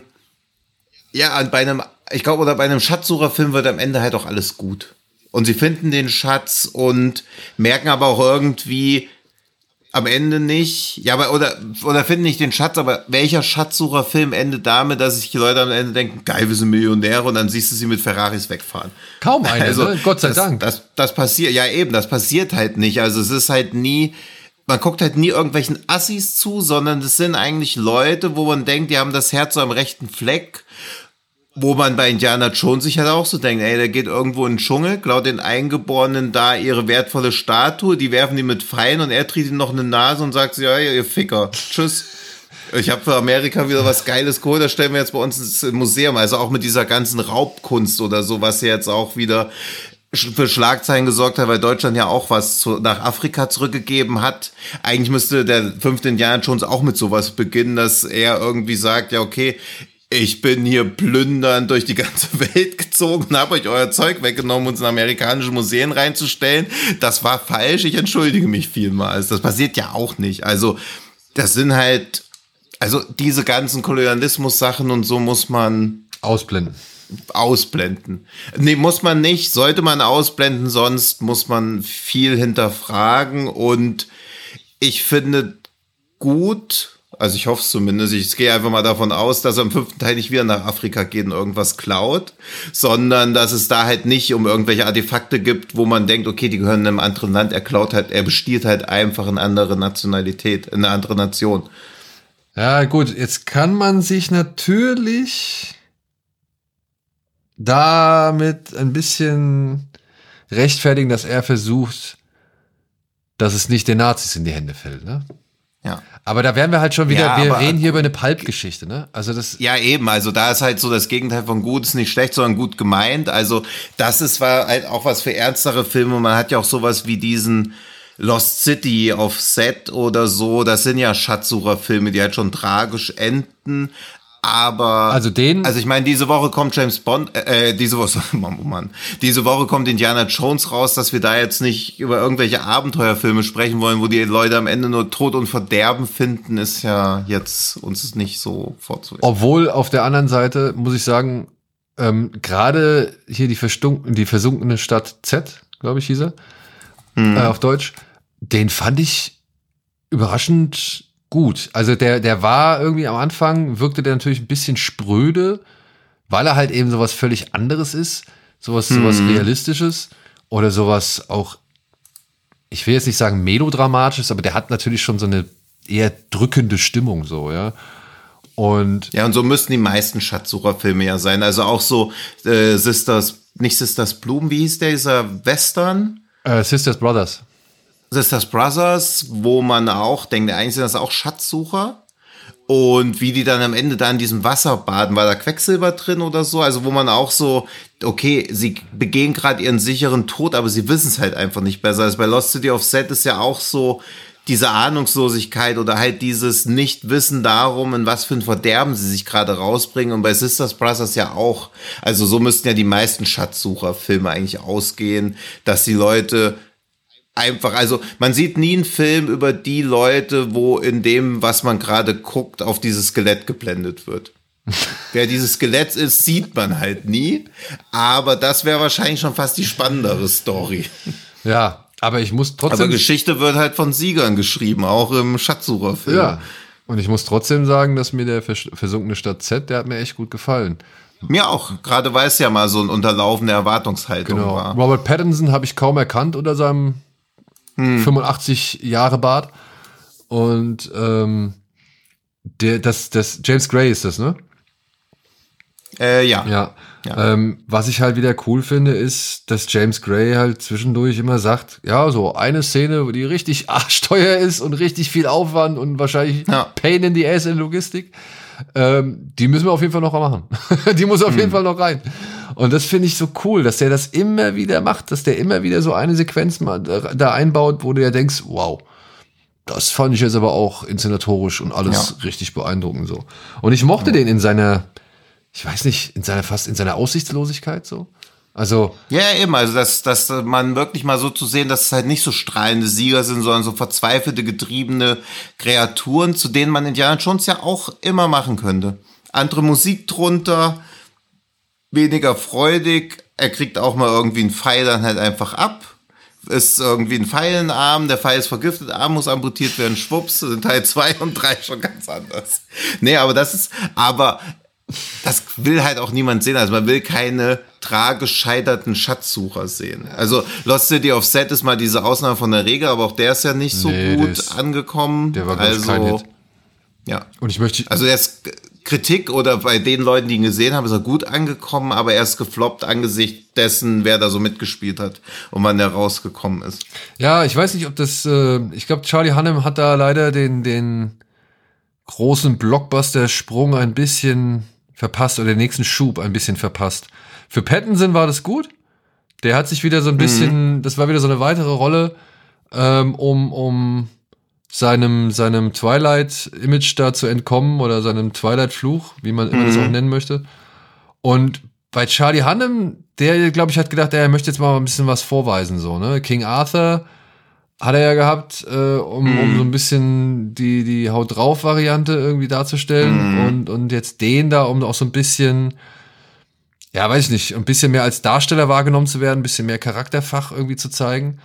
ja, bei einem, ich glaube, oder bei einem Schatzsucherfilm wird am Ende halt auch alles gut. Und sie finden den Schatz und merken aber auch irgendwie am Ende nicht, ja, aber oder, oder finden nicht den Schatz, aber welcher Schatzsucherfilm endet damit, dass sich die Leute am Ende denken, geil, wir sind Millionäre und dann siehst du sie mit Ferraris wegfahren. Kaum einer, also, ne? Gott sei das, Dank. Das, das passiert, ja eben, das passiert halt nicht. Also es ist halt nie, man guckt halt nie irgendwelchen Assis zu, sondern es sind eigentlich Leute, wo man denkt, die haben das Herz so am rechten Fleck. Wo man bei Indiana Jones sich halt auch so denkt, ey, der geht irgendwo in den Dschungel, klaut den Eingeborenen da ihre wertvolle Statue, die werfen die mit Pfeilen und er tritt ihm noch eine Nase und sagt, ja, ihr Ficker, tschüss. Ich habe für Amerika wieder was Geiles geholt, das stellen wir jetzt bei uns ins Museum. Also auch mit dieser ganzen Raubkunst oder so, was ja jetzt auch wieder für Schlagzeilen gesorgt hat, weil Deutschland ja auch was zu, nach Afrika zurückgegeben hat. Eigentlich müsste der fünfte Indiana Jones auch mit sowas beginnen, dass er irgendwie sagt, ja okay, ich bin hier plündernd durch die ganze Welt gezogen und habe euch euer Zeug weggenommen, uns in amerikanische Museen reinzustellen. Das war falsch, ich entschuldige mich vielmals. Das passiert ja auch nicht. Also das sind halt, also diese ganzen Kolonialismus-Sachen und so muss man ausblenden. Ausblenden. Nee, muss man nicht, sollte man ausblenden, sonst muss man viel hinterfragen und ich finde gut, also ich hoffe es zumindest, ich gehe einfach mal davon aus, dass er im fünften Teil nicht wieder nach Afrika geht und irgendwas klaut, sondern dass es da halt nicht um irgendwelche Artefakte gibt, wo man denkt, okay, die gehören in einem anderen Land, er klaut halt, er bestiehlt halt einfach eine andere Nationalität, eine andere Nation. Ja gut, jetzt kann man sich natürlich damit ein bisschen rechtfertigen, dass er versucht, dass es nicht den Nazis in die Hände fällt, ne? Ja. Aber da wären wir halt schon wieder, ja, wir aber, reden hier über eine Pulp-Geschichte, ne? Also das. Ja, eben, also da ist halt so das Gegenteil von gut, ist nicht schlecht, sondern gut gemeint. Also das ist war halt auch was für ernstere Filme. Man hat ja auch sowas wie diesen Lost City auf Set oder so. Das sind ja Schatzsucherfilme, die halt schon tragisch enden. Aber, also den, also ich meine, diese Woche kommt James Bond, äh, diese Woche, oh Mann, diese Woche kommt Indiana Jones raus, dass wir da jetzt nicht über irgendwelche Abenteuerfilme sprechen wollen, wo die Leute am Ende nur Tod und Verderben finden, ist ja jetzt uns ist nicht so vorzunehmen. Obwohl auf der anderen Seite muss ich sagen, ähm, gerade hier die, verstunken, die versunkene Stadt Z, glaube ich, hieß er, hm. äh, auf Deutsch, den fand ich überraschend gut. Also der, der war irgendwie am Anfang, wirkte der natürlich ein bisschen spröde, weil er halt eben sowas völlig anderes ist, sowas, hm. sowas Realistisches oder sowas auch, ich will jetzt nicht sagen melodramatisches, aber der hat natürlich schon so eine eher drückende Stimmung so, ja. Und ja, und so müssten die meisten Schatzsucherfilme ja sein. Also auch so äh, Sisters, nicht Sisters Bloom, wie hieß der, dieser Western? Äh, Sisters Brothers. Sisters Brothers, wo man auch denkt, eigentlich sind das auch Schatzsucher. Und wie die dann am Ende da in diesem Wasser baden, war da Quecksilber drin oder so? Also wo man auch so, okay, sie begehen gerade ihren sicheren Tod, aber sie wissen es halt einfach nicht besser. Also bei Lost City of Z ist ja auch so diese Ahnungslosigkeit oder halt dieses Nichtwissen darum, in was für ein Verderben sie sich gerade rausbringen. Und bei Sisters Brothers ja auch. Also so müssten ja die meisten Schatzsucherfilme eigentlich ausgehen, dass die Leute einfach, also man sieht nie einen Film über die Leute, wo in dem, was man gerade guckt, auf dieses Skelett geblendet wird. Wer dieses Skelett ist, sieht man halt nie. Aber das wäre wahrscheinlich schon fast die spannendere Story. Ja, aber ich muss trotzdem... Aber Geschichte wird halt von Siegern geschrieben, auch im Schatzsucherfilm. Ja, und ich muss trotzdem sagen, dass mir der vers- versunkene Stadt Z, der hat mir echt gut gefallen. Mir auch, gerade weil es ja mal so ein Unterlaufen der Erwartungshaltung genau. war. Robert Pattinson habe ich kaum erkannt unter seinem hm. fünfundachtzig Jahre Bart. Und ähm, der, das, das James Gray ist das, ne? Äh, ja. Ja. ja. Ähm, was ich halt wieder cool finde, ist, dass James Gray halt zwischendurch immer sagt, ja, so eine Szene, die richtig arschteuer ist und richtig viel Aufwand und wahrscheinlich ja. Pain in the Ass in Logistik, ähm, die müssen wir auf jeden Fall noch machen. Die muss auf hm. jeden Fall noch rein. Und das finde ich so cool, dass der das immer wieder macht, dass der immer wieder so eine Sequenz mal da einbaut, wo du ja denkst, wow, das fand ich jetzt aber auch inszenatorisch und alles ja. richtig beeindruckend so. Und ich mochte ja. den in seiner, ich weiß nicht, in seiner fast in seiner Aussichtslosigkeit so. Also ja, eben, also dass, dass man wirklich mal so zu sehen, dass es halt nicht so strahlende Sieger sind, sondern so verzweifelte, getriebene Kreaturen, zu denen man Indiana Jones ja auch immer machen könnte. Andere Musik drunter, weniger freudig, er kriegt auch mal irgendwie einen Pfeil dann halt einfach ab, ist irgendwie ein Pfeil im Arm, der Pfeil ist vergiftet, Arm muss amputiert werden, schwupps, sind Teil zwei und drei schon ganz anders. Nee, aber das ist, aber das will halt auch niemand sehen. Also man will keine tragisch scheiterten Schatzsucher sehen. Also Lost City of Z ist mal diese Ausnahme von der Regel, aber auch der ist ja nicht so nee, gut ist, angekommen. Der war ganz also, kein Hit. Ja. Und ich möchte. Also er ist Kritik oder bei den Leuten, die ihn gesehen haben, ist er gut angekommen, aber er ist gefloppt angesichts dessen, wer da so mitgespielt hat und wann der rausgekommen ist. Ja, ich weiß nicht, ob das. Äh, ich glaube, Charlie Hunnam hat da leider den den großen Blockbuster-Sprung ein bisschen verpasst oder den nächsten Schub ein bisschen verpasst. Für Pattinson war das gut. Der hat sich wieder so ein bisschen, mhm. das war wieder so eine weitere Rolle, ähm, um, um seinem, seinem Twilight-Image da zu entkommen oder seinem Twilight-Fluch, wie man immer mhm. das auch nennen möchte. Und bei Charlie Hunnam, der, glaube ich, hat gedacht, er möchte jetzt mal ein bisschen was vorweisen, so, ne? King Arthur hat er ja gehabt, äh, um, mm. um so ein bisschen die, die Haut-drauf-Variante irgendwie darzustellen. Mm. Und, und jetzt den da, um auch so ein bisschen, ja, weiß ich nicht, ein bisschen mehr als Darsteller wahrgenommen zu werden, ein bisschen mehr Charakterfach irgendwie zu zeigen.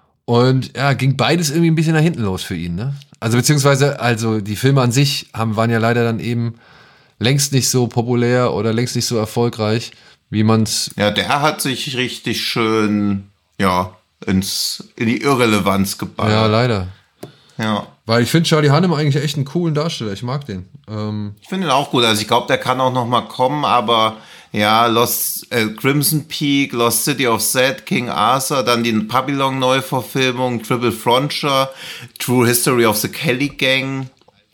Und ja, ging beides irgendwie ein bisschen nach hinten los für ihn, ne? Also beziehungsweise, also die Filme an sich haben, waren ja leider dann eben längst nicht so populär oder längst nicht so erfolgreich, wie man's. Ja, der hat sich richtig schön, ja, ins, in die Irrelevanz geballt. Ja, leider. Ja. Weil ich finde Charlie Hunnam eigentlich echt einen coolen Darsteller. Ich mag den. Ähm ich finde ihn auch gut. Also ich glaube, der kann auch noch mal kommen, aber ja, Lost äh, Crimson Peak, Lost City of Z, King Arthur, dann die Babylon-Neuverfilmung, Triple Frontier, True History of the Kelly Gang.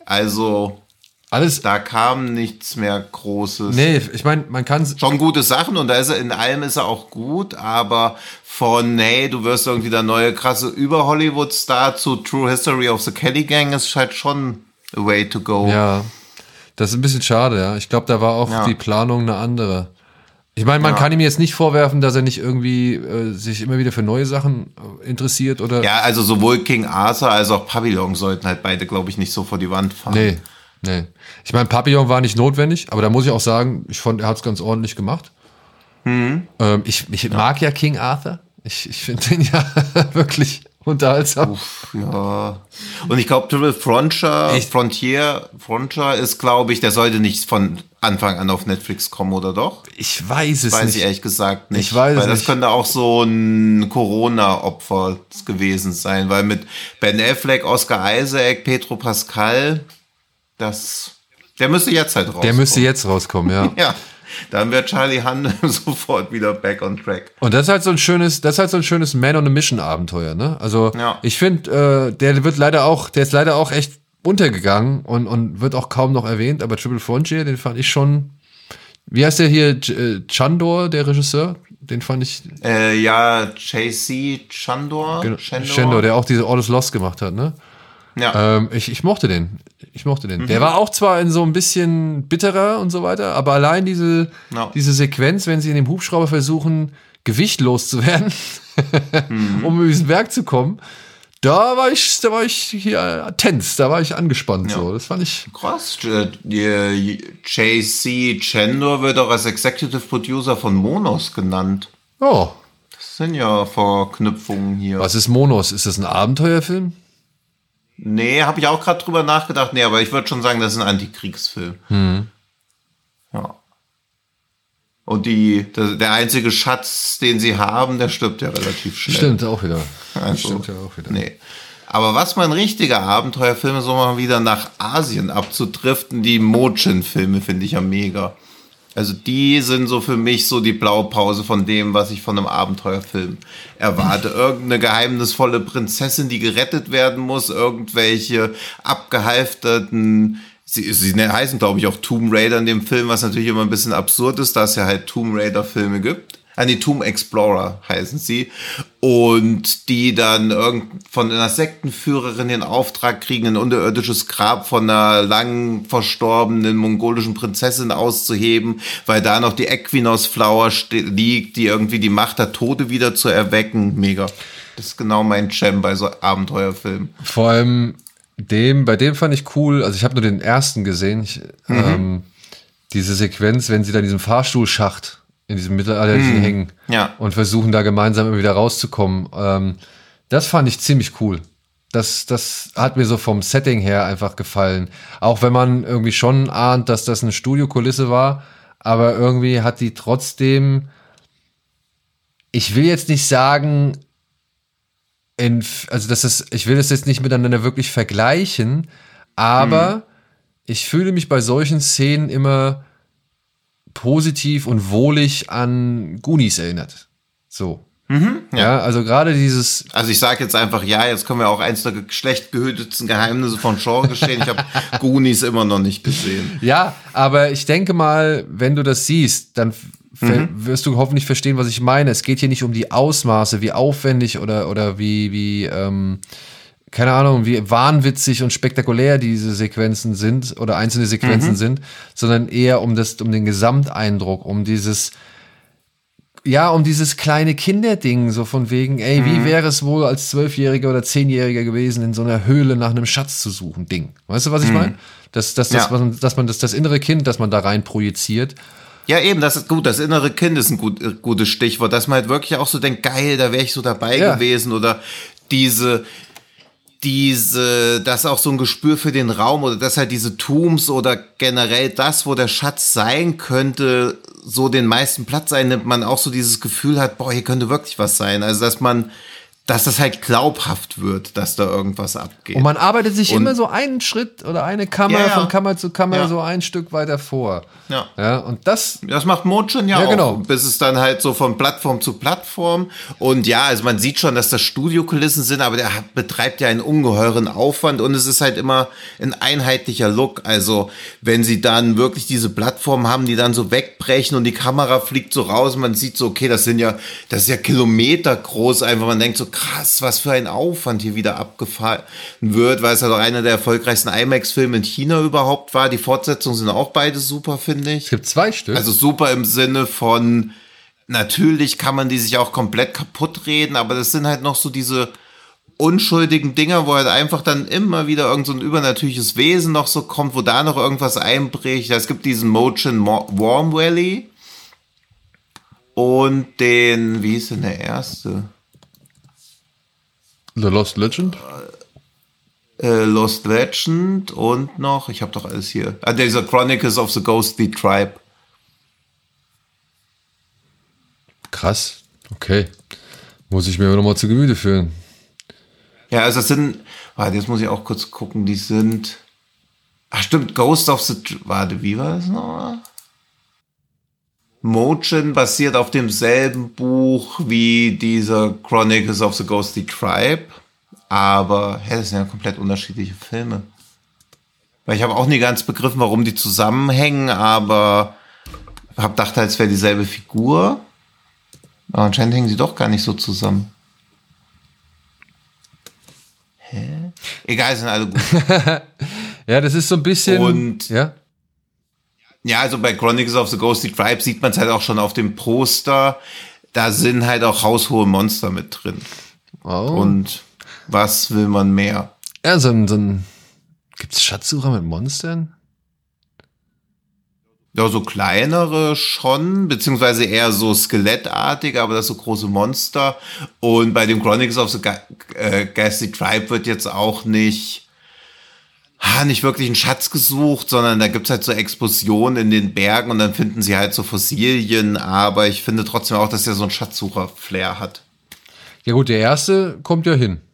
Also alles, da kam nichts mehr Großes. Nee, ich meine, man kann schon gute Sachen und da ist er, in allem ist er auch gut, aber von, nee, du wirst irgendwie der neue krasse Über-Hollywood-Star zu True History of the Kelly Gang ist halt schon a way to go. Ja, das ist ein bisschen schade, ja. Ich glaube, da war auch ja. die Planung eine andere. Ich meine, man ja. kann ihm jetzt nicht vorwerfen, dass er nicht irgendwie äh, sich immer wieder für neue Sachen äh, interessiert oder. Ja, also sowohl King Arthur als auch Babylon sollten halt beide, glaube ich, nicht so vor die Wand fahren. Nee. Nee. Ich meine, Papillon war nicht notwendig, aber da muss ich auch sagen, ich fand, er hat es ganz ordentlich gemacht. Mhm. Ähm, ich ich ja. mag ja King Arthur. Ich, ich finde den ja wirklich unterhaltsam. Uff, ja. Und ich glaube, Triple Frontier, Echt? Frontier, Frontier ist, glaube ich, der sollte nicht von Anfang an auf Netflix kommen, oder doch? Ich weiß es weiß nicht. Weiß ich ehrlich gesagt nicht. Ich weiß weil es das nicht. Könnte auch so ein Corona-Opfer gewesen sein, weil mit Ben Affleck, Oscar Isaac, Pedro Pascal, das, der müsste jetzt halt rauskommen. Der müsste jetzt rauskommen, ja. Ja, dann wird Charlie Hunnam sofort wieder back on track. Und das ist halt so ein schönes, das ist halt so ein schönes Man on a Mission Abenteuer, ne? Also ja. ich finde, äh, der wird leider auch, der ist leider auch echt untergegangen und und wird auch kaum noch erwähnt. Aber Triple Frontier, den fand ich schon. Wie heißt der hier? Chandor, der Regisseur? Den fand ich. Äh, ja, J C Chandor. Genau, Chandor, der auch diese All is Lost gemacht hat, ne? Ja. Ähm, ich, ich mochte den. Ich mochte den. Mhm. Der war auch zwar in so ein bisschen bitterer und so weiter, aber allein diese, no. diese Sequenz, wenn sie in dem Hubschrauber versuchen, Gewicht loszuwerden, mhm. um über diesen Berg zu kommen, da war ich, da war ich hier tense, da war ich angespannt. Ja. So. Das fand ich. Krass. J C Chandor wird auch als Executive Producer von Monos genannt. Oh. Das sind ja Verknüpfungen hier. Was ist Monos? Ist das ein Abenteuerfilm? Nee, habe ich auch gerade drüber nachgedacht. Nee, aber ich würde schon sagen, das ist ein Antikriegsfilm. Hm. Ja. Und die, der, der einzige Schatz, den sie haben, der stirbt ja relativ schnell. Stimmt auch wieder. Also, Stimmt ja auch wieder. Nee. Aber was mal ein richtiger Abenteuerfilm ist, um mal wieder nach Asien abzudriften, die Mochin-Filme finde ich ja mega. Also die sind so für mich so die Blaupause von dem, was ich von einem Abenteuerfilm erwarte. Irgendeine geheimnisvolle Prinzessin, die gerettet werden muss, irgendwelche abgehalfterten sie, sie heißen, glaube ich, auch Tomb Raider in dem Film, was natürlich immer ein bisschen absurd ist, da es ja halt Tomb Raider-Filme gibt. Ah, nee, Tomb Explorer heißen sie. Und die dann irgend von einer Sektenführerin den Auftrag kriegen, ein unterirdisches Grab von einer lang verstorbenen mongolischen Prinzessin auszuheben, weil da noch die Equinox Flower liegt, die irgendwie die Macht hat, Tote wieder zu erwecken. Mega. Das ist genau mein Jam bei so Abenteuerfilmen. Vor allem dem, bei dem fand ich cool, also ich habe nur den ersten gesehen, ich, mhm. ähm, diese Sequenz, wenn sie da in diesem Fahrstuhlschacht in diesem mittelalterlichen mm, hängen ja. und versuchen da gemeinsam immer wieder rauszukommen. Ähm, das fand ich ziemlich cool. Das, das hat mir so vom Setting her einfach gefallen. Auch wenn man irgendwie schon ahnt, dass das eine Studiokulisse war, aber irgendwie hat die trotzdem, ich will jetzt nicht sagen, in, also das ist, ich will das jetzt nicht miteinander wirklich vergleichen, aber mm. ich fühle mich bei solchen Szenen immer positiv und wohlig an Goonies erinnert. So. Mhm, ja. ja, also gerade dieses... Also ich sage jetzt einfach, ja, jetzt kommen wir auch eins der schlecht gehütetsten Geheimnisse von Genre geschehen. Ich habe Goonies immer noch nicht gesehen. Ja, aber ich denke mal, wenn du das siehst, dann mhm. wirst du hoffentlich verstehen, was ich meine. Es geht hier nicht um die Ausmaße, wie aufwendig oder, oder wie, wie ähm, keine Ahnung, wie wahnwitzig und spektakulär diese Sequenzen sind oder einzelne Sequenzen mhm. sind, sondern eher um das, um den Gesamteindruck, um dieses, ja, um dieses kleine Kinderding, so von wegen, ey, mhm. wie wäre es wohl als Zwölfjähriger oder Zehnjähriger gewesen, in so einer Höhle nach einem Schatz zu suchen, Ding. Weißt du, was ich mhm. meine? Dass, dass, dass, ja. man, dass man das, das innere Kind, das man da rein projiziert. Ja, eben, das ist gut. Das innere Kind ist ein gut, gutes Stichwort, dass man halt wirklich auch so denkt, geil, da wäre ich so dabei ja. gewesen oder diese, diese, das auch so ein Gespür für den Raum oder dass halt diese Tombs oder generell das, wo der Schatz sein könnte, so den meisten Platz einnimmt, man auch so dieses Gefühl hat, boah, hier könnte wirklich was sein. Also, dass man, dass das halt glaubhaft wird, dass da irgendwas abgeht. Und man arbeitet sich und immer so einen Schritt oder eine Kammer ja, ja. von Kammer zu Kammer ja. so ein Stück weiter vor. Ja. Ja, und das. Das macht Motion ja, ja auch. Genau. Bis es dann halt so von Plattform zu Plattform. Und ja, also man sieht schon, dass das Studiokulissen sind, aber der betreibt ja einen ungeheuren Aufwand und es ist halt immer ein einheitlicher Look. Also, wenn sie dann wirklich diese Plattform haben, die dann so wegbrechen und die Kamera fliegt so raus und man sieht so, okay, das sind ja, das ist ja Kilometer groß einfach. Man denkt so, krass, was für ein Aufwand hier wieder abgefahren wird, weil es ja doch einer der erfolgreichsten IMAX-Filme in China überhaupt war. Die Fortsetzungen sind auch beide super, finde ich. Es gibt zwei Stück. Also super im Sinne von, natürlich kann man die sich auch komplett kaputt reden, aber das sind halt noch so diese unschuldigen Dinger, wo halt einfach dann immer wieder irgend so ein übernatürliches Wesen noch so kommt, wo da noch irgendwas einbricht. Es gibt diesen Motion Warm Valley und den, wie hieß denn der erste? The Lost Legend? Äh, Lost Legend und noch, ich habe doch alles hier. Ah, dieser Chronicles of the Ghostly Tribe. Krass, okay. Muss ich mir noch mal zu Gemüte führen. Ja, also das sind, warte, jetzt muss ich auch kurz gucken, die sind, ach stimmt, Ghost of the, warte, wie war das noch? Motion basiert auf demselben Buch wie dieser Chronicles of the Ghostly Tribe, aber hä, das sind ja komplett unterschiedliche Filme. Weil ich habe auch nie ganz begriffen, warum die zusammenhängen, aber habe gedacht, als wäre dieselbe Figur. Aber anscheinend hängen sie doch gar nicht so zusammen. Hä? Egal, sind alle gut. Ja, das ist so ein bisschen... Und ja. Ja, also bei Chronicles of the Ghostly Tribe sieht man es halt auch schon auf dem Poster. Da sind halt auch haushohe Monster mit drin. Oh. Und was will man mehr? Ja, so ein, so ein gibt's Schatzsucher mit Monstern? Ja, so kleinere schon, beziehungsweise eher so skelettartige, aber das so große Monster. Und bei dem Chronicles of the äh, Ghostly Tribe wird jetzt auch nicht Ha, nicht wirklich einen Schatz gesucht, sondern da gibt's halt so Explosionen in den Bergen und dann finden sie halt so Fossilien, aber ich finde trotzdem auch, dass er so einen Schatzsucher-Flair hat. Ja gut, der erste kommt ja hin.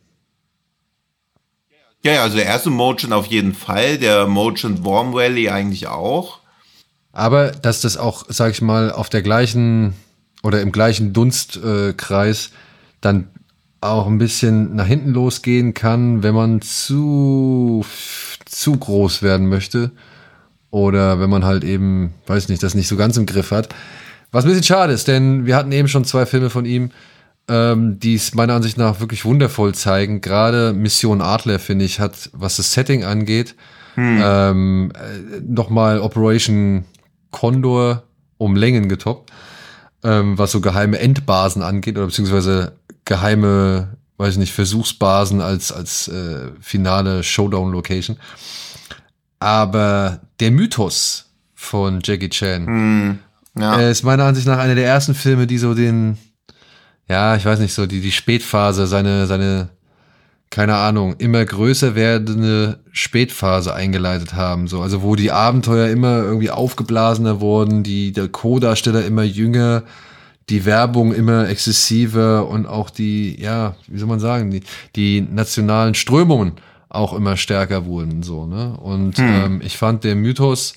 Ja, ja, also der erste Motion auf jeden Fall, der Motion Warm Valley eigentlich auch. Aber dass das auch, sag ich mal, auf der gleichen oder im gleichen Dunstkreis äh, dann auch ein bisschen nach hinten losgehen kann, wenn man zu zu groß werden möchte. Oder wenn man halt eben, weiß nicht, das nicht so ganz im Griff hat. Was ein bisschen schade ist, denn wir hatten eben schon zwei Filme von ihm, ähm, die es meiner Ansicht nach wirklich wundervoll zeigen. Gerade Mission Adler, finde ich, hat, was das Setting angeht, hm. ähm, äh, nochmal Operation Condor um Längen getoppt, ähm, was so geheime Endbasen angeht, oder beziehungsweise geheime, weiß ich nicht, Versuchsbasen als, als äh, finale Showdown-Location. Aber der Mythos von Jackie Chan hm. ja. äh, ist meiner Ansicht nach einer der ersten Filme, die so den, ja, ich weiß nicht, so die, die Spätphase, seine, seine, keine Ahnung, immer größer werdende Spätphase eingeleitet haben. So, also wo die Abenteuer immer irgendwie aufgeblasener wurden, die der Co-Darsteller immer jünger, die Werbung immer exzessiver und auch die, ja, wie soll man sagen, die, die nationalen Strömungen auch immer stärker wurden, so, ne? Und hm. ähm, ich fand der Mythos,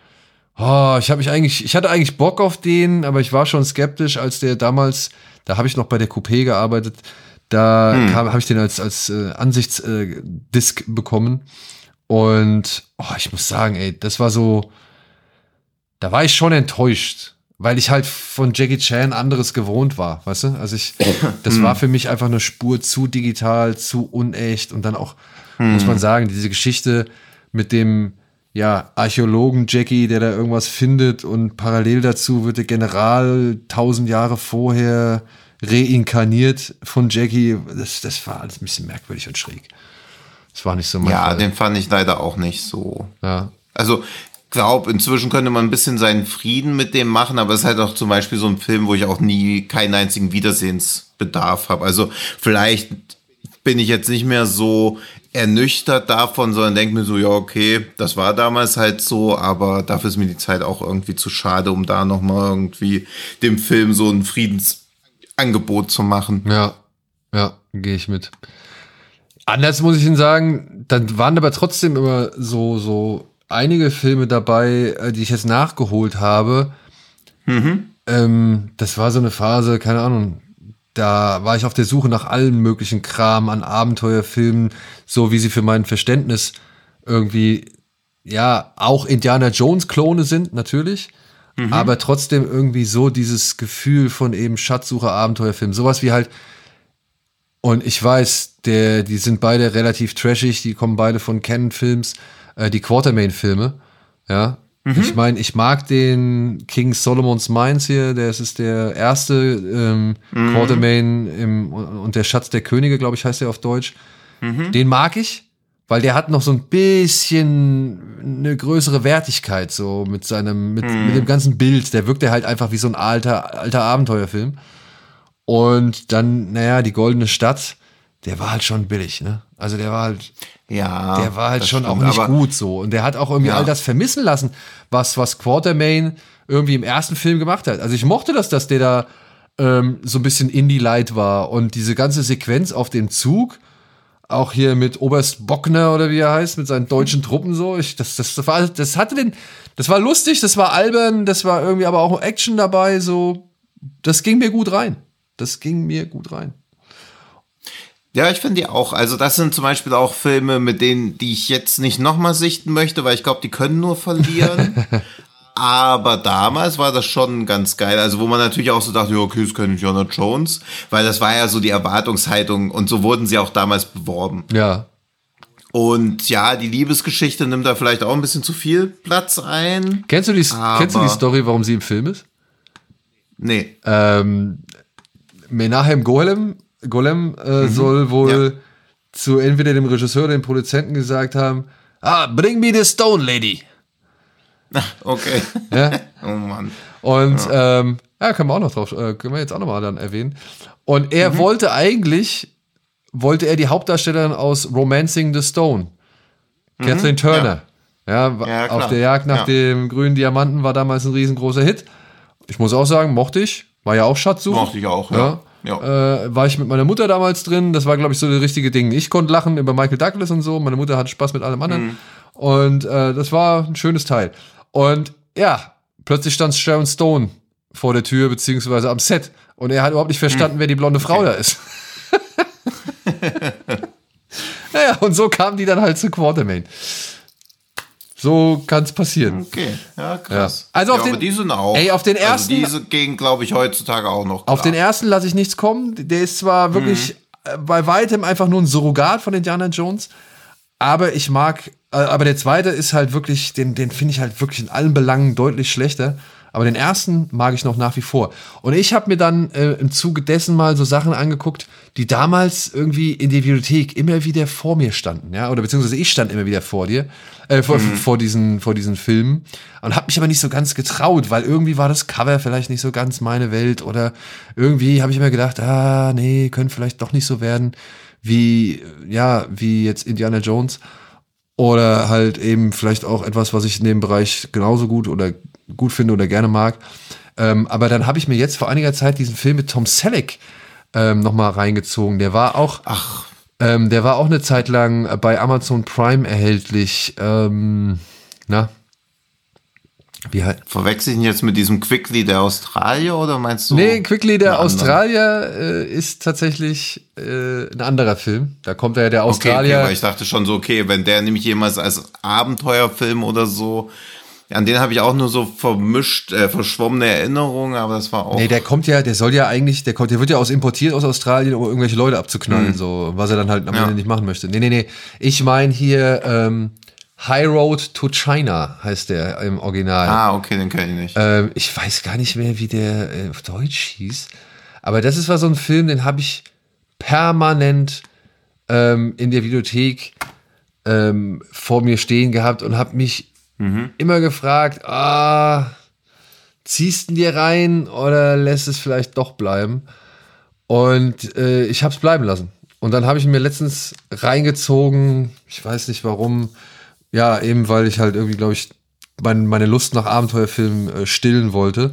oh, ich habe mich eigentlich, ich hatte eigentlich Bock auf den, aber ich war schon skeptisch, als der damals, da habe ich noch bei der Coupé gearbeitet, da hm. habe ich den als als äh, Ansichtsdisk äh, bekommen und oh, ich muss sagen, ey, das war so, da war ich schon enttäuscht, weil ich halt von Jackie Chan anderes gewohnt war, weißt du? Also ich, das hm. war für mich einfach eine Spur zu digital, zu unecht und dann auch, hm. muss man sagen, diese Geschichte mit dem, ja, Archäologen Jackie, der da irgendwas findet und parallel dazu wird der General tausend Jahre vorher reinkarniert von Jackie. Das, das war alles ein bisschen merkwürdig und schräg. Das war nicht so mein Ja, Fall. Den fand ich leider auch nicht so. Ja. Also, glaube, inzwischen könnte man ein bisschen seinen Frieden mit dem machen, aber es ist halt auch zum Beispiel so ein Film, wo ich auch nie keinen einzigen Wiedersehensbedarf habe. Also, vielleicht bin ich jetzt nicht mehr so ernüchtert davon, sondern denke mir so, ja, okay, das war damals halt so, aber dafür ist mir die Zeit auch irgendwie zu schade, um da nochmal irgendwie dem Film so ein Friedensangebot zu machen. Ja, ja, gehe ich mit. Anders muss ich Ihnen sagen, dann waren aber trotzdem immer so, so einige Filme dabei, die ich jetzt nachgeholt habe. Mhm. Ähm, das war so eine Phase, keine Ahnung, da war ich auf der Suche nach allen möglichen Kram an Abenteuerfilmen, so wie sie für mein Verständnis irgendwie, ja, auch Indiana Jones-Klone sind, natürlich, mhm. aber trotzdem irgendwie so dieses Gefühl von eben Schatzsucher, Abenteuerfilm, sowas wie halt, und ich weiß, der, die sind beide relativ trashig, die kommen beide von Canon Films, äh, die Quatermain-Filme, ja. Mhm. Ich meine, ich mag den King Solomon's Mines hier, der ist der erste ähm, mhm. Quatermain im, und der Schatz der Könige, glaube ich, heißt der auf Deutsch. Mhm. Den mag ich, weil der hat noch so ein bisschen eine größere Wertigkeit, so mit seinem, mit, mhm. mit dem ganzen Bild. Der wirkt ja halt einfach wie so ein alter, alter Abenteuerfilm. Und dann, naja, die Goldene Stadt, der war halt schon billig, ne? Also der war halt, ja, der war halt schon stimmt, auch nicht gut so. Und der hat auch irgendwie ja. all das vermissen lassen, was, was Quatermain irgendwie im ersten Film gemacht hat. Also ich mochte das, dass der da ähm, so ein bisschen Indie-Light war und diese ganze Sequenz auf dem Zug, auch hier mit Oberst Bockner oder wie er heißt, mit seinen deutschen Truppen so. Ich, das, das, das war, das hatte den, das war lustig, das war albern, das war irgendwie aber auch Action dabei, so. Das ging mir gut rein. Das ging mir gut rein. Ja, ich finde die auch. Also das sind zum Beispiel auch Filme, mit denen, die ich jetzt nicht nochmal sichten möchte, weil ich glaube, die können nur verlieren. Aber damals war das schon ganz geil. Also wo man natürlich auch so dachte, ja, okay, das können Indiana Jones. Weil das war ja so die Erwartungshaltung und so wurden sie auch damals beworben. Ja. Und ja, die Liebesgeschichte nimmt da vielleicht auch ein bisschen zu viel Platz ein. Kennst du die, kennst du die Story, warum sie im Film ist? Nee. Ähm, Menahem Golem Golem äh, mhm. soll wohl ja. zu entweder dem Regisseur oder dem Produzenten gesagt haben, ah, bring me the Stone Lady. Okay. Ja? Oh Mann. Und ja. ähm, ja, können wir auch noch drauf, äh, können wir jetzt auch nochmal dann erwähnen. Und er mhm. wollte eigentlich, wollte er die Hauptdarstellerin aus Romancing the Stone, mhm. Kathleen Turner. Ja, ja, ja auf der Jagd nach ja. dem grünen Diamanten war damals ein riesengroßer Hit. Ich muss auch sagen, mochte ich. War ja auch Schatzsuche. Mochte ich auch, ja. ja. Ja. Äh, war ich mit meiner Mutter damals drin. Das war, glaube ich, so das richtige Ding. Ich konnte lachen über Michael Douglas und so. Meine Mutter hatte Spaß mit allem anderen. Mhm. Und äh, das war ein schönes Teil. Und ja, plötzlich stand Sharon Stone vor der Tür, beziehungsweise am Set. Und er hat überhaupt nicht verstanden, mhm. wer die blonde Frau okay. da ist. Naja, und so kam die dann halt zu Quatermain. So kann es passieren. Okay, ja, krass. Ja. Also auf ja, den, aber die sind auch. Ey, auf den ersten, also diese gehen, glaube ich, heutzutage auch noch klar. Auf den ersten lasse ich nichts kommen. Der ist zwar wirklich mhm. bei weitem einfach nur ein Surrogat von Indiana Jones, aber ich mag, aber der zweite ist halt wirklich, den, den finde ich halt wirklich in allen Belangen deutlich schlechter. Aber den ersten mag ich noch nach wie vor. Und ich habe mir dann äh, im Zuge dessen mal so Sachen angeguckt, die damals irgendwie in der Bibliothek immer wieder vor mir standen, ja, oder beziehungsweise ich stand immer wieder vor dir, äh, vor, mhm. vor diesen, vor diesen Filmen und habe mich aber nicht so ganz getraut, weil irgendwie war das Cover vielleicht nicht so ganz meine Welt oder irgendwie habe ich immer gedacht, ah, nee, könnte vielleicht doch nicht so werden wie, ja, wie jetzt Indiana Jones oder halt eben vielleicht auch etwas, was ich in dem Bereich genauso gut oder gut finde oder gerne mag. Ähm, aber dann habe ich mir jetzt vor einiger Zeit diesen Film mit Tom Selleck ähm, nochmal reingezogen. Der war auch, Ach. Ähm, der war auch eine Zeit lang bei Amazon Prime erhältlich. Ähm, na? Wie halt? Verwechsel ich ihn jetzt mit diesem Quickly der Australier oder meinst du? Nee, Quickly der Australier äh, ist tatsächlich äh, ein anderer Film. Da kommt ja der Australier. Okay, okay, weil ich dachte schon so, okay, wenn der nämlich jemals als Abenteuerfilm oder so, an den habe ich auch nur so vermischt, äh, verschwommene Erinnerungen, aber das war auch. Nee, der kommt ja, der soll ja eigentlich, der kommt, der wird ja aus importiert aus Australien, um irgendwelche Leute abzuknallen, mhm. so, was er dann halt am ja. Ende nicht machen möchte. Nee, nee, nee. Ich meine hier, ähm, High Road to China heißt der im Original. Ah, okay, den kenne ich nicht. Ähm, ich weiß gar nicht mehr, wie der äh, auf Deutsch hieß. Aber das ist war so ein Film, den habe ich permanent ähm, in der Videothek ähm, vor mir stehen gehabt und habe mich Mhm. immer gefragt, ah, ziehst du dir rein oder lässt es vielleicht doch bleiben? Und äh, ich habe es bleiben lassen. Und dann habe ich mir letztens reingezogen, ich weiß nicht warum, ja, eben weil ich halt irgendwie, glaube ich, mein, meine Lust nach Abenteuerfilmen äh, stillen wollte.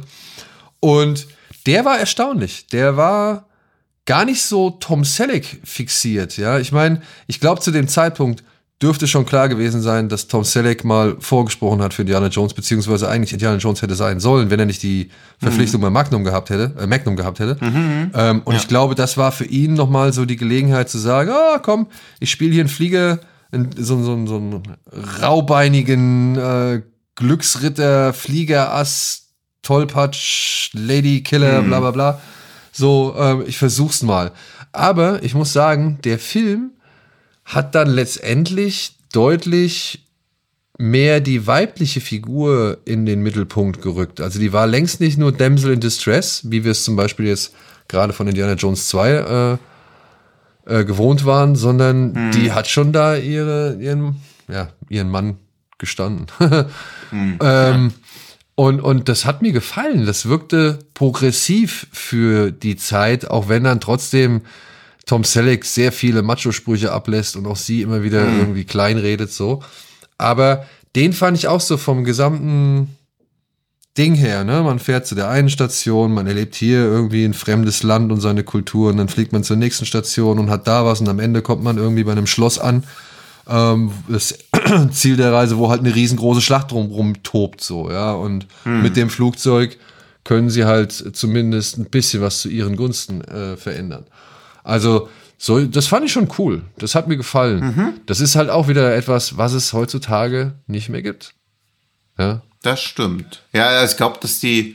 Und der war erstaunlich. Der war gar nicht so Tom Selleck fixiert. Ja, ich meine, ich glaube zu dem Zeitpunkt dürfte schon klar gewesen sein, dass Tom Selleck mal vorgesprochen hat für Indiana Jones, beziehungsweise eigentlich Indiana Jones hätte sein sollen, wenn er nicht die Verpflichtung mhm. bei Magnum gehabt hätte, äh, Magnum gehabt hätte. Mhm. Ähm, und ja. ich glaube, das war für ihn nochmal so die Gelegenheit zu sagen, ah, komm, ich spiele hier einen Flieger, in, so, so, so einen raubeinigen äh, Glücksritter, Fliegerass, Tollpatsch, Ladykiller, mhm. bla bla bla. So, ähm, ich versuch's mal. Aber ich muss sagen, der Film hat dann letztendlich deutlich mehr die weibliche Figur in den Mittelpunkt gerückt. Also die war längst nicht nur Damsel in Distress, wie wir es zum Beispiel jetzt gerade von Indiana Jones zwei äh, äh, gewohnt waren, sondern hm. die hat schon da ihre, ihren, ja, ihren Mann gestanden. hm. ähm, und, und das hat mir gefallen. Das wirkte progressiv für die Zeit, auch wenn dann trotzdem Tom Selleck sehr viele Macho-Sprüche ablässt und auch sie immer wieder mhm. irgendwie kleinredet, so. Aber den fand ich auch so vom gesamten Ding her, ne? Man fährt zu der einen Station, man erlebt hier irgendwie ein fremdes Land und seine Kultur und dann fliegt man zur nächsten Station und hat da was und am Ende kommt man irgendwie bei einem Schloss an. Ähm, das Ziel der Reise, wo halt eine riesengroße Schlacht drumherum tobt, so, ja. Und mhm. mit dem Flugzeug können sie halt zumindest ein bisschen was zu ihren Gunsten äh, verändern. Also, so, das fand ich schon cool. Das hat mir gefallen. Mhm. Das ist halt auch wieder etwas, was es heutzutage nicht mehr gibt. Ja. Das stimmt. Ja, ich glaube, dass die,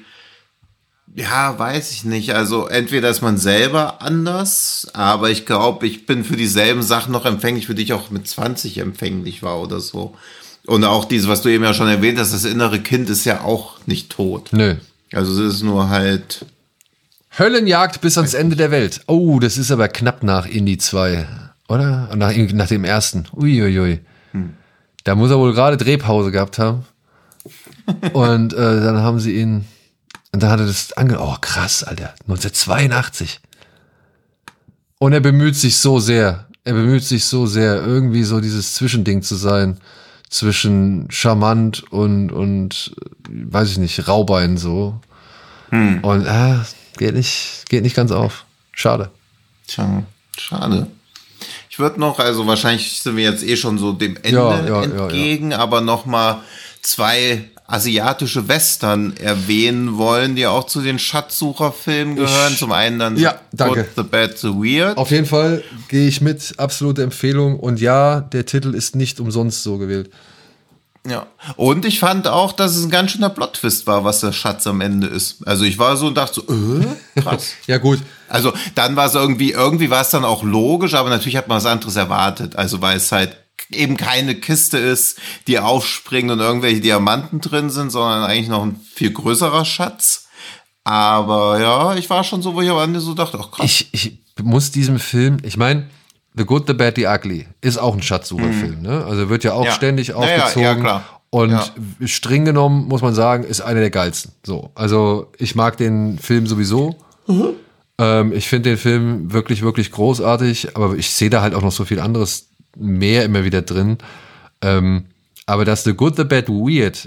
ja, weiß ich nicht. Also, entweder ist man selber anders, aber ich glaube, ich bin für dieselben Sachen noch empfänglich, für die ich auch mit zwanzig empfänglich war oder so. Und auch dieses, was du eben ja schon erwähnt hast, das innere Kind ist ja auch nicht tot. Nö. Also, es ist nur halt Höllenjagd bis ans Ende der Welt. Oh, das ist aber knapp nach Indy zwei, oder? Nach, nach dem ersten. Uiuiui. Hm. Da muss er wohl gerade Drehpause gehabt haben. Und äh, dann haben sie ihn, und dann hat er das ange... Oh, krass, Alter. neunzehnhundertzweiundachtzig. Und er bemüht sich so sehr, er bemüht sich so sehr, irgendwie so dieses Zwischending zu sein, zwischen charmant und, und weiß ich nicht, Raubein so. Hm. Und, äh, Geht nicht, geht nicht ganz auf. Schade. Tja, schade. Ich würde noch, also wahrscheinlich sind wir jetzt eh schon so dem Ende ja, ja, entgegen, ja, ja. aber noch mal zwei asiatische Western erwähnen wollen, die auch zu den Schatzsucherfilmen gehören. Ich, Zum einen dann ja, danke. Good, the Bad, the Weird. Auf jeden Fall gehe ich mit, absolute Empfehlung. Und ja, der Titel ist nicht umsonst so gewählt. Ja, und ich fand auch, dass es ein ganz schöner Plot-Twist war, was der Schatz am Ende ist. Also ich war so und dachte so, äh, krass. Ja, gut. Also dann war es irgendwie, irgendwie war es dann auch logisch, aber natürlich hat man was anderes erwartet. Also weil es halt eben keine Kiste ist, die aufspringt und irgendwelche Diamanten drin sind, sondern eigentlich noch ein viel größerer Schatz. Aber ja, ich war schon so, wo ich am Ende so dachte, ach krass. Ich, ich muss diesem Film, ich meine, The Good, The Bad, The Ugly ist auch ein Schatzsucherfilm, mhm. ne? Also wird ja auch ja. ständig aufgezogen. Ja, ja, klar. Und ja. streng genommen, muss man sagen, ist einer der geilsten. So, also ich mag den Film sowieso. Mhm. Ähm, ich finde den Film wirklich, wirklich großartig, aber ich sehe da halt auch noch so viel anderes mehr immer wieder drin. Ähm, aber dass The Good, The Bad, Weird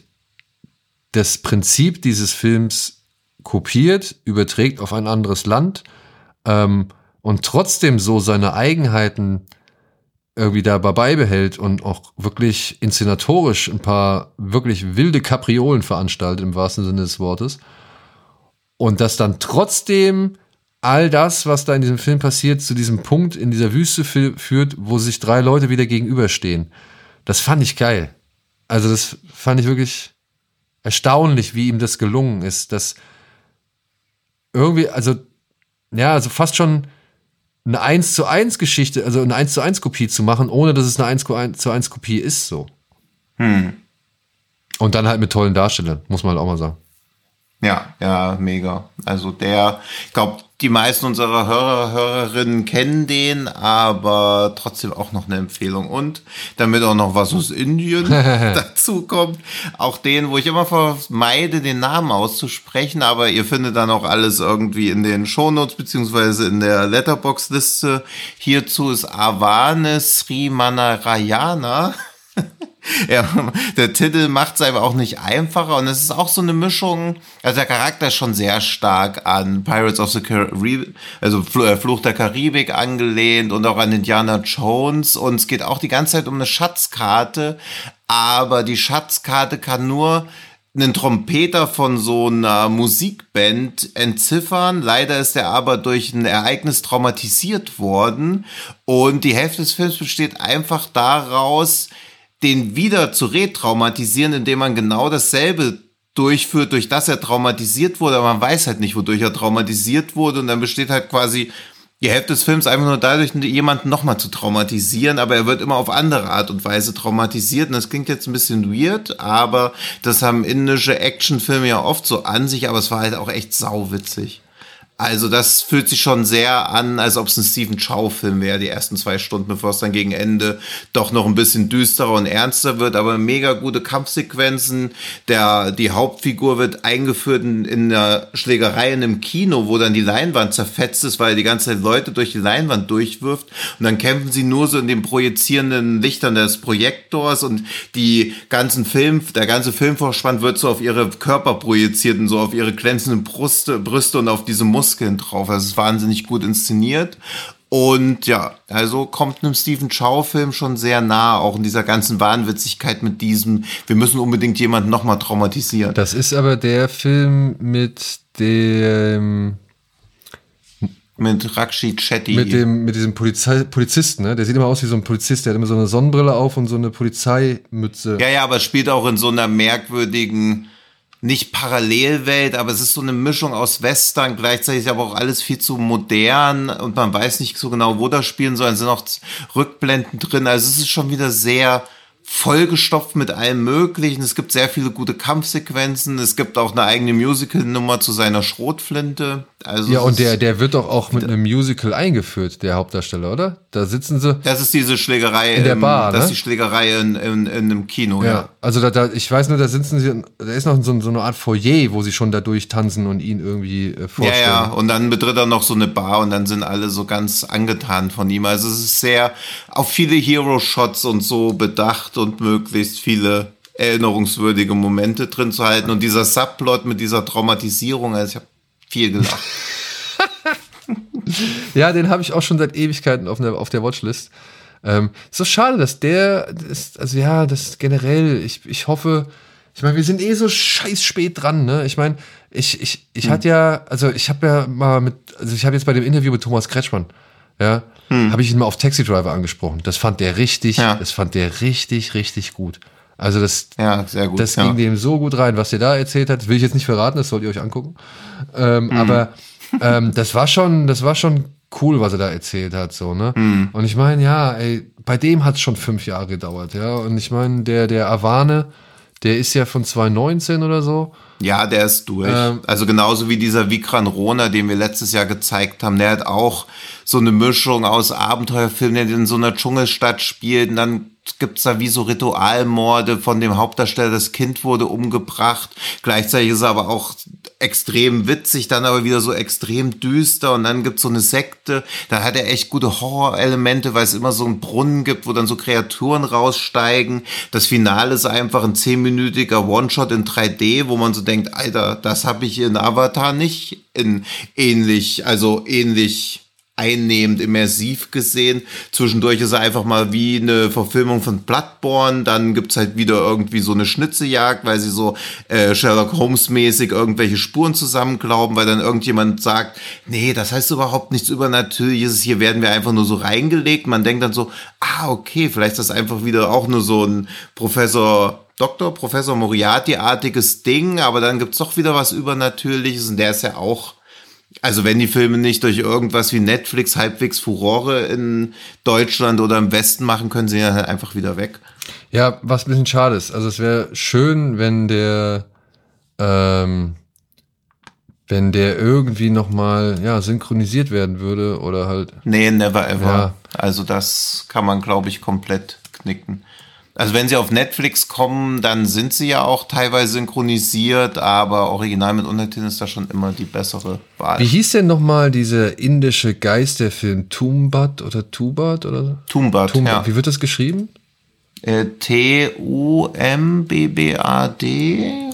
das Prinzip dieses Films kopiert, überträgt auf ein anderes Land, ähm, und trotzdem so seine Eigenheiten irgendwie dabei beibehält und auch wirklich inszenatorisch ein paar wirklich wilde Kapriolen veranstaltet, im wahrsten Sinne des Wortes. Und dass dann trotzdem all das, was da in diesem Film passiert, zu diesem Punkt in dieser Wüste f- führt, wo sich drei Leute wieder gegenüberstehen. Das fand ich geil. Also das fand ich wirklich erstaunlich, wie ihm das gelungen ist. Dass irgendwie, also, ja, also fast schon eine eins zu eins Geschichte, also eine eins zu eins Kopie zu machen, ohne dass es eine eins zu eins Kopie ist, so. Hm. Und dann halt mit tollen Darstellern, muss man halt auch mal sagen. Ja, ja, mega. Also der, ich glaube, die meisten unserer Hörer, Hörerinnen kennen den, aber trotzdem auch noch eine Empfehlung. Und damit auch noch was aus Indien dazu kommt, auch den, wo ich immer vermeide, den Namen auszusprechen, aber ihr findet dann auch alles irgendwie in den Shownotes beziehungsweise in der Letterboxd-Liste. Hierzu ist Avane Srimanarayana. Ja, der Titel macht es einfach auch nicht einfacher und es ist auch so eine Mischung, also der Charakter ist schon sehr stark an Pirates of the Caribbean, also Fluch der Karibik angelehnt und auch an Indiana Jones und es geht auch die ganze Zeit um eine Schatzkarte, aber die Schatzkarte kann nur einen Trompeter von so einer Musikband entziffern. Leider ist er aber durch ein Ereignis traumatisiert worden und die Hälfte des Films besteht einfach daraus, den wieder zu retraumatisieren, indem man genau dasselbe durchführt, durch das er traumatisiert wurde, aber man weiß halt nicht, wodurch er traumatisiert wurde und dann besteht halt quasi die Hälfte des Films einfach nur dadurch, jemanden nochmal zu traumatisieren, aber er wird immer auf andere Art und Weise traumatisiert und das klingt jetzt ein bisschen weird, aber das haben indische Actionfilme ja oft so an sich, aber es war halt auch echt sauwitzig. Also das fühlt sich schon sehr an, als ob es ein Stephen Chow-Film wäre, die ersten zwei Stunden, bevor es dann gegen Ende doch noch ein bisschen düsterer und ernster wird, aber mega gute Kampfsequenzen. Der, die Hauptfigur wird eingeführt in, in einer Schlägerei in einem Kino, wo dann die Leinwand zerfetzt ist, weil er die ganze Zeit Leute durch die Leinwand durchwirft und dann kämpfen sie nur so in den projizierenden Lichtern des Projektors und die ganzen Film, der ganze Filmvorspann wird so auf ihre Körper projiziert und so auf ihre glänzenden Brüste, Brüste und auf diese Muskeln drauf. Also es ist wahnsinnig gut inszeniert. Und ja, also kommt einem Stephen Chow-Film schon sehr nah, auch in dieser ganzen Wahnwitzigkeit mit diesem, wir müssen unbedingt jemanden nochmal traumatisieren. Das ist aber der Film mit dem mit Rakshit Shetty. Mit dem, mit diesem Polizei, Polizisten, ne? Der sieht immer aus wie so ein Polizist, der hat immer so eine Sonnenbrille auf und so eine Polizeimütze. Ja, ja, aber es spielt auch in so einer merkwürdigen, nicht Parallelwelt, aber es ist so eine Mischung aus Western, gleichzeitig aber auch alles viel zu modern und man weiß nicht so genau, wo das spielen soll. Es sind auch Rückblenden drin, also es ist schon wieder sehr vollgestopft mit allem Möglichen. Es gibt sehr viele gute Kampfsequenzen. Es gibt auch eine eigene Musical-Nummer zu seiner Schrotflinte. Also ja, und der, der wird doch auch mit einem Musical eingeführt, der Hauptdarsteller, oder? Da sitzen sie. Das ist diese Schlägerei in der im, Bar, das ne? ist die Schlägerei in, in, in einem Kino, ja. ja. Also da, da, ich weiß nur, da sitzen sie, da ist noch so, so eine Art Foyer, wo sie schon da durchtanzen und ihn irgendwie äh, vorstellen. Ja, ja, und dann betritt er noch so eine Bar und dann sind alle so ganz angetan von ihm. Also es ist sehr auf viele Hero-Shots und so bedacht und möglichst viele erinnerungswürdige Momente drin zu halten. Und dieser Subplot mit dieser Traumatisierung, also ich habe viel gelacht. Ja, den habe ich auch schon seit Ewigkeiten auf der, auf der Watchlist. Ähm, ist so schade, dass der, ist, also ja, das generell, ich, ich hoffe, ich meine, wir sind eh so scheiß spät dran, ne? Ich meine, ich, ich, ich hm. hatte ja, also ich habe ja mal mit, also ich habe jetzt bei dem Interview mit Thomas Kretschmann, ja, hm. habe ich ihn mal auf Taxi Driver angesprochen. Das fand der richtig, ja. das fand der richtig, richtig gut. Also das, ja, sehr gut, das ja. ging dem so gut rein, was ihr da erzählt hat. Will ich jetzt nicht verraten, das sollt ihr euch angucken. Ähm, mhm. Aber ähm, das war schon, das war schon cool, was er da erzählt hat, so, ne? Mhm. Und ich meine, ja, ey, bei dem hat es schon fünf Jahre gedauert, ja. Und ich meine, der, der Avane, der ist ja von zwanzig neunzehn oder so. Ja, der ist durch. Ähm, also genauso wie dieser Vikran Rona, den wir letztes Jahr gezeigt haben, der hat auch so eine Mischung aus Abenteuerfilm, der in so einer Dschungelstadt spielt, und dann gibt's da wie so Ritualmorde von dem Hauptdarsteller, das Kind wurde umgebracht. Gleichzeitig ist er aber auch extrem witzig, dann aber wieder so extrem düster, und dann gibt's so eine Sekte, da hat er echt gute Horrorelemente, weil es immer so einen Brunnen gibt, wo dann so Kreaturen raussteigen. Das Finale ist einfach ein zehnminütiger One-Shot in drei D, wo man so denkt, Alter, das habe ich in Avatar nicht in ähnlich, also ähnlich einnehmend, immersiv gesehen. Zwischendurch ist er einfach mal wie eine Verfilmung von Bloodborne, dann gibt's halt wieder irgendwie so eine Schnitzejagd, weil sie so äh, Sherlock Holmes-mäßig irgendwelche Spuren zusammenklauben, weil dann irgendjemand sagt, nee, das heißt überhaupt nichts Übernatürliches, hier werden wir einfach nur so reingelegt. Man denkt dann so, ah, okay, vielleicht ist das einfach wieder auch nur so ein Professor Doktor, Professor Moriarty-artiges Ding, aber dann gibt's doch wieder was Übernatürliches, und der ist ja auch, also wenn die Filme nicht durch irgendwas wie Netflix halbwegs Furore in Deutschland oder im Westen machen, können sie ja halt einfach wieder weg. Ja, was ein bisschen schade ist. Also es wäre schön, wenn der ähm, wenn der irgendwie nochmal ja, synchronisiert werden würde oder halt. Nee, never ever. Ja. Also das kann man, glaube ich, komplett knicken. Also wenn sie auf Netflix kommen, dann sind sie ja auch teilweise synchronisiert, aber original mit Untertiteln ist da schon immer die bessere Wahl. Wie hieß denn nochmal dieser indische Geisterfilm? Tumbat oder Tubat oder so? Tumbat, Tumbat, ja. Wie wird das geschrieben? Äh, T U M B B A D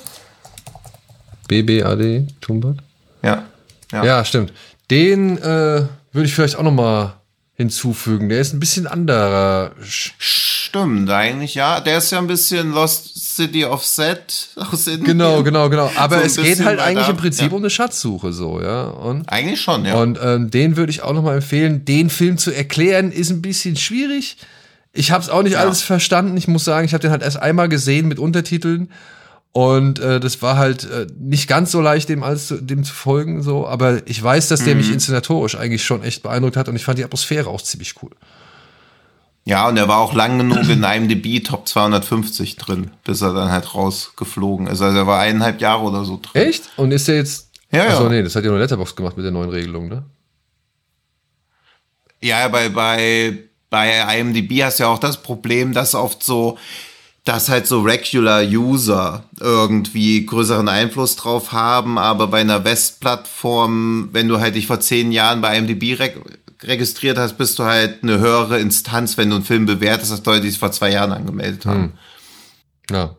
B B A D, Tumbat? Ja. Ja, ja stimmt. Den äh, würde ich vielleicht auch nochmal hinzufügen. Der ist ein bisschen anderer. Stimmt, eigentlich, ja. Der ist ja ein bisschen Lost City of Set aus Indien. Genau, genau, genau. Aber so es geht halt eigentlich im Prinzip ja. um eine Schatzsuche, so, ja. Und, eigentlich schon, ja. Und ähm, den würde ich auch nochmal empfehlen. Den Film zu erklären, ist ein bisschen schwierig. Ich habe es auch nicht ja. alles verstanden. Ich muss sagen, ich habe den halt erst einmal gesehen mit Untertiteln. Und äh, das war halt äh, nicht ganz so leicht, dem alles zu, dem zu folgen, so. Aber ich weiß, dass der mhm. mich inszenatorisch eigentlich schon echt beeindruckt hat, und ich fand die Atmosphäre auch ziemlich cool. Ja, und er war auch lang genug in I M D B Top zweihundertfünfzig drin, bis er dann halt rausgeflogen ist. Also er war eineinhalb Jahre oder so drin. Echt? Und ist der jetzt? Ja, Achso, ja. nee, das hat ja nur Letterboxd gemacht mit der neuen Regelung, ne? Ja, bei bei bei I M D B hast du ja auch das Problem, dass oft so dass halt so Regular User irgendwie größeren Einfluss drauf haben, aber bei einer West-Plattform, wenn du halt dich vor zehn Jahren bei I M D B re- registriert hast, bist du halt eine höhere Instanz, wenn du einen Film bewertest, als Leute, die sich vor zwei Jahren angemeldet haben. Hm. Ja.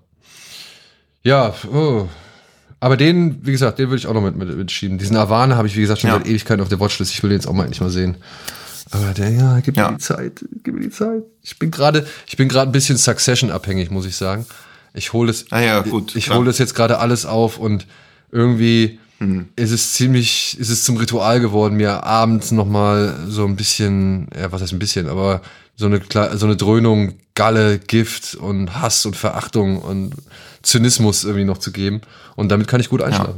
Ja, oh. Aber den, wie gesagt, den würde ich auch noch mit, mit, mitschieben. Diesen Avane habe ich, wie gesagt, schon ja. seit Ewigkeiten auf der Watchlist. Ich will den jetzt auch mal endlich mal sehen. Aber der, ja, gib mir ja. die Zeit, gib mir die Zeit. Ich bin gerade, ich bin gerade ein bisschen Succession abhängig, muss ich sagen. Ich hole es, ah ja, gut, ich hole das jetzt gerade alles auf, und irgendwie hm. ist es ziemlich, ist es zum Ritual geworden, mir abends nochmal so ein bisschen, ja, was heißt ein bisschen, aber so eine, so eine Dröhnung Galle, Gift und Hass und Verachtung und Zynismus irgendwie noch zu geben. Und damit kann ich gut einschlafen.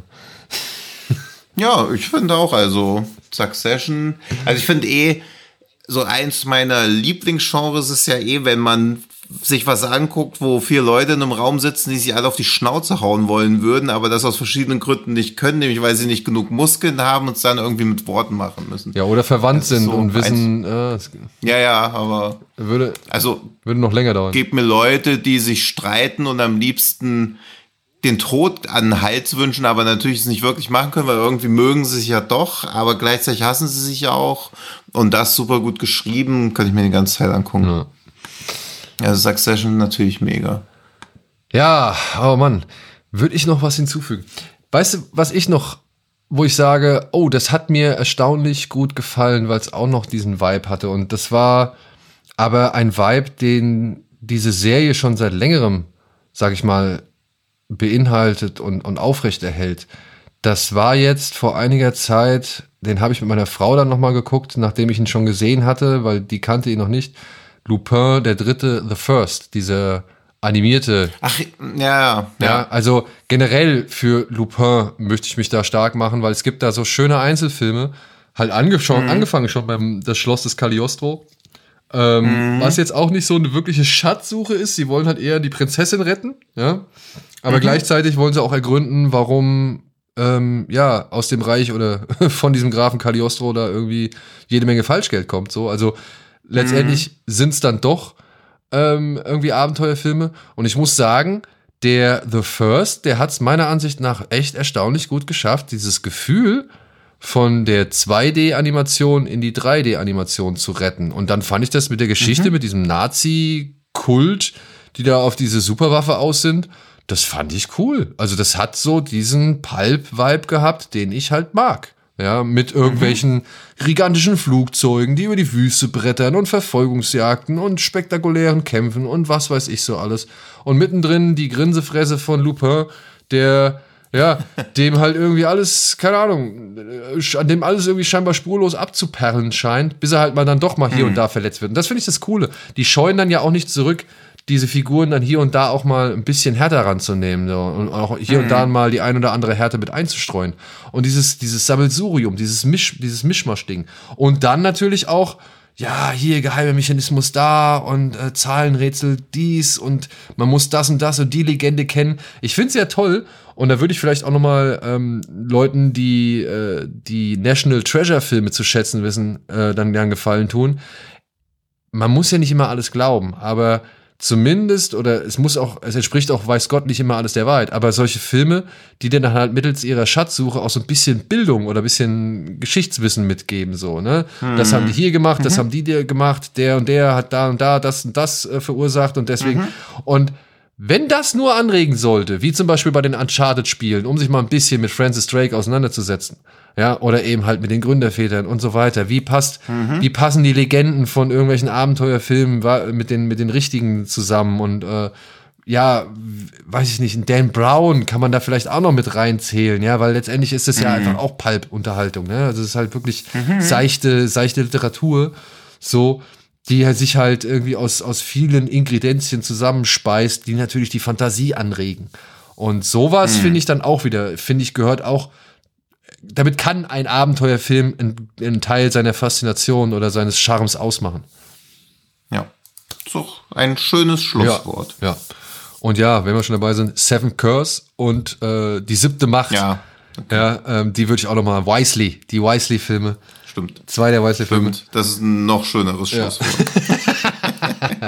Ja, ja, ich finde auch, also Succession, also ich finde eh, so eins meiner Lieblingsgenres ist ja eh, wenn man sich was anguckt, wo vier Leute in einem Raum sitzen, die sich alle auf die Schnauze hauen wollen würden, aber das aus verschiedenen Gründen nicht können, nämlich weil sie nicht genug Muskeln haben und es dann irgendwie mit Worten machen müssen. Ja, oder verwandt sind so und wissen, äh, ja, ja, aber würde, also würde noch länger dauern. Gebt mir Leute, die sich streiten und am liebsten den Tod an den Hals wünschen, aber natürlich es nicht wirklich machen können, weil irgendwie mögen sie sich ja doch, aber gleichzeitig hassen sie sich ja auch, und das super gut geschrieben, kann ich mir die ganze Zeit angucken. Ja. Also Succession natürlich mega. Ja, oh Mann, würde ich noch was hinzufügen. Weißt du, was ich noch, wo ich sage, oh, das hat mir erstaunlich gut gefallen, weil es auch noch diesen Vibe hatte, und das war aber ein Vibe, den diese Serie schon seit längerem, sag ich mal, beinhaltet und, und aufrechterhält. Das war jetzt vor einiger Zeit, den habe ich mit meiner Frau dann nochmal geguckt, nachdem ich ihn schon gesehen hatte, weil die kannte ihn noch nicht. Lupin, der dritte, The First, diese animierte. Ach, ja, ja. Ja, also generell für Lupin möchte ich mich da stark machen, weil es gibt da so schöne Einzelfilme, halt ange schon, mhm. angefangen schon beim Das Schloss des Cagliostro, ähm, mhm. was jetzt auch nicht so eine wirkliche Schatzsuche ist. Sie wollen halt eher die Prinzessin retten, ja, aber mhm. gleichzeitig wollen sie auch ergründen, warum ähm, ja aus dem Reich oder von diesem Grafen Cagliostro da irgendwie jede Menge Falschgeld kommt. So, also letztendlich mhm. sind es dann doch ähm, irgendwie Abenteuerfilme. Und ich muss sagen, der The First, der hat es meiner Ansicht nach echt erstaunlich gut geschafft, dieses Gefühl von der zwei D-Animation in die drei D-Animation zu retten. Und dann fand ich das mit der Geschichte, mhm. mit diesem Nazi-Kult, die da auf diese Superwaffe aus sind, das fand ich cool. Also das hat so diesen Pulp-Vibe gehabt, den ich halt mag. Ja, mit irgendwelchen mhm. gigantischen Flugzeugen, die über die Wüste brettern und Verfolgungsjagden und spektakulären Kämpfen und was weiß ich so alles. Und mittendrin die Grinsefresse von Lupin, der, ja, dem halt irgendwie alles, keine Ahnung, an dem alles irgendwie scheinbar spurlos abzuperlen scheint, bis er halt mal dann doch mal hier mhm. und da verletzt wird. Und das finde ich das Coole. Die scheuen dann ja auch nicht zurück, diese Figuren dann hier und da auch mal ein bisschen härter ranzunehmen, so, und auch hier mhm. und da mal die ein oder andere Härte mit einzustreuen. Und dieses, dieses Sammelsurium, dieses Misch, dieses Mischmasch-Ding. Und dann natürlich auch, ja, hier geheimer Mechanismus da und äh, Zahlenrätsel dies und man muss das und das und die Legende kennen. Ich finde es ja toll und da würde ich vielleicht auch noch mal ähm, Leuten, die äh, die National Treasure Filme zu schätzen wissen, äh, dann gern Gefallen tun. Man muss ja nicht immer alles glauben, aber zumindest, oder es muss auch, es entspricht auch, weiß Gott, nicht immer alles der Wahrheit, aber solche Filme, die dir dann halt mittels ihrer Schatzsuche auch so ein bisschen Bildung oder ein bisschen Geschichtswissen mitgeben, so, ne? Mhm. Das haben die hier gemacht, mhm. das haben die dir gemacht, der und der hat da und da das und das äh, verursacht und deswegen, mhm. und wenn das nur anregen sollte, wie zum Beispiel bei den Uncharted-Spielen, um sich mal ein bisschen mit Francis Drake auseinanderzusetzen, ja, oder eben halt mit den Gründervätern und so weiter. Wie passt, mhm. wie passen die Legenden von irgendwelchen Abenteuerfilmen mit den, mit den richtigen zusammen? Und äh, ja, weiß ich nicht, Dan Brown kann man da vielleicht auch noch mit reinzählen, ja, weil letztendlich ist das mhm. ja einfach auch Pulp-Unterhaltung, ne? Also es ist halt wirklich mhm. seichte, seichte Literatur, so, die sich halt irgendwie aus, aus vielen Ingredienzien zusammenspeist, die natürlich die Fantasie anregen. Und sowas mhm. finde ich dann auch wieder, finde ich, gehört auch, damit kann ein Abenteuerfilm einen Teil seiner Faszination oder seines Charmes ausmachen. Ja, das ist doch ein schönes Schlusswort. Ja, ja. Und ja, wenn wir schon dabei sind, Seven Curse und äh, die siebte Macht. Ja, okay. Ja, ähm, die würde ich auch noch mal, Wisely, die Wisely-Filme. Stimmt. Zwei der Wisely-Filme. Stimmt, das ist ein noch schöneres Schlusswort. Ja.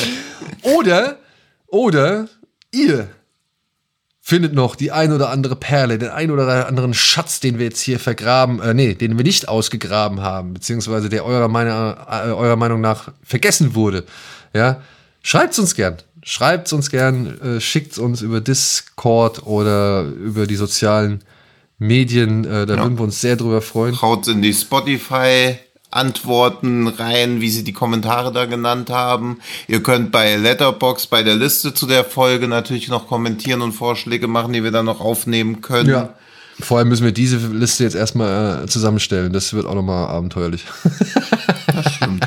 oder, oder ihr findet noch die ein oder andere Perle, den ein oder anderen Schatz, den wir jetzt hier vergraben, äh, nee, den wir nicht ausgegraben haben, beziehungsweise der eurer, Meinung, äh, eurer Meinung nach vergessen wurde. Ja, schreibt's uns gern. Schreibt's uns gern, äh, schickt's uns über Discord oder über die sozialen Medien, äh, da ja. würden wir uns sehr drüber freuen. Haut in die Spotify Antworten rein, wie sie die Kommentare da genannt haben. Ihr könnt bei Letterboxd bei der Liste zu der Folge natürlich noch kommentieren und Vorschläge machen, die wir dann noch aufnehmen können. Ja. Vor allem müssen wir diese Liste jetzt erstmal äh, zusammenstellen. Das wird auch nochmal abenteuerlich. Das stimmt.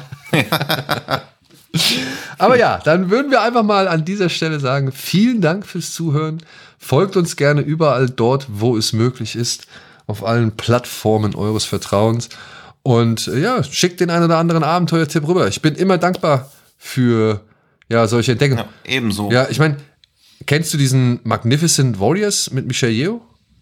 Aber ja, dann würden wir einfach mal an dieser Stelle sagen, vielen Dank fürs Zuhören. Folgt uns gerne überall dort, wo es möglich ist, auf allen Plattformen eures Vertrauens. Und ja, schickt den einen oder anderen Abenteuertipp rüber. Ich bin immer dankbar für ja, solche Entdeckungen. Ja, ebenso. Ja, ich meine, kennst du diesen Magnificent Warriors mit Michelle Yeoh?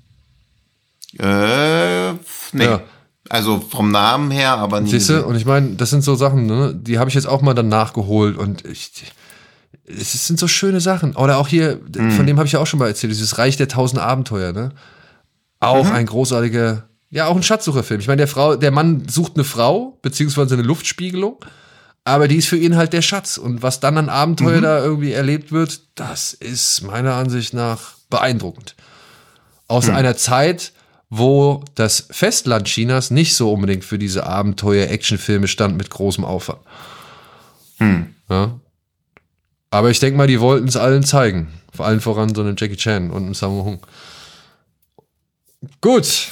Äh, nee. Ja. Also vom Namen her, aber nicht. Siehste, und ich meine, das sind so Sachen, ne, die habe ich jetzt auch mal dann nachgeholt und ich, es sind so schöne Sachen. Oder auch hier, mhm. von dem habe ich ja auch schon mal erzählt, dieses Reich der tausend Abenteuer, ne? Auch mhm. ein großartiger, ja, auch ein Schatzsucherfilm. Ich meine, der Frau, der Mann sucht eine Frau, beziehungsweise eine Luftspiegelung, aber die ist für ihn halt der Schatz. Und was dann an Abenteuer mhm. da irgendwie erlebt wird, das ist meiner Ansicht nach beeindruckend. Aus mhm. einer Zeit, wo das Festland Chinas nicht so unbedingt für diese Abenteuer-Actionfilme stand mit großem Aufwand. Mhm. Ja. Aber ich denke mal, die wollten es allen zeigen. Vor allem voran so einen Jackie Chan und einen Sammo Hung. Gut.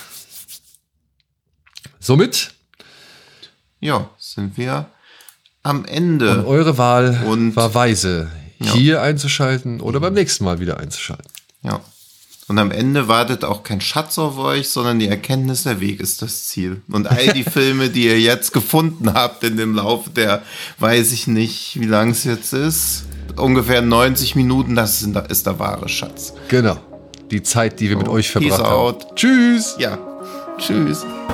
Somit ja, sind wir am Ende. Und eure Wahl und war weise. Ja. hier einzuschalten oder beim nächsten Mal wieder einzuschalten. Ja. Und am Ende wartet auch kein Schatz auf euch, sondern die Erkenntnis, der Weg ist das Ziel. Und all die Filme, die ihr jetzt gefunden habt in dem Laufe der, weiß ich nicht, wie lang es jetzt ist, ungefähr neunzig Minuten, das ist, ist der wahre Schatz. Genau. Die Zeit, die wir mit So, euch verbracht peace haben. out. Tschüss. Ja. Tschüss.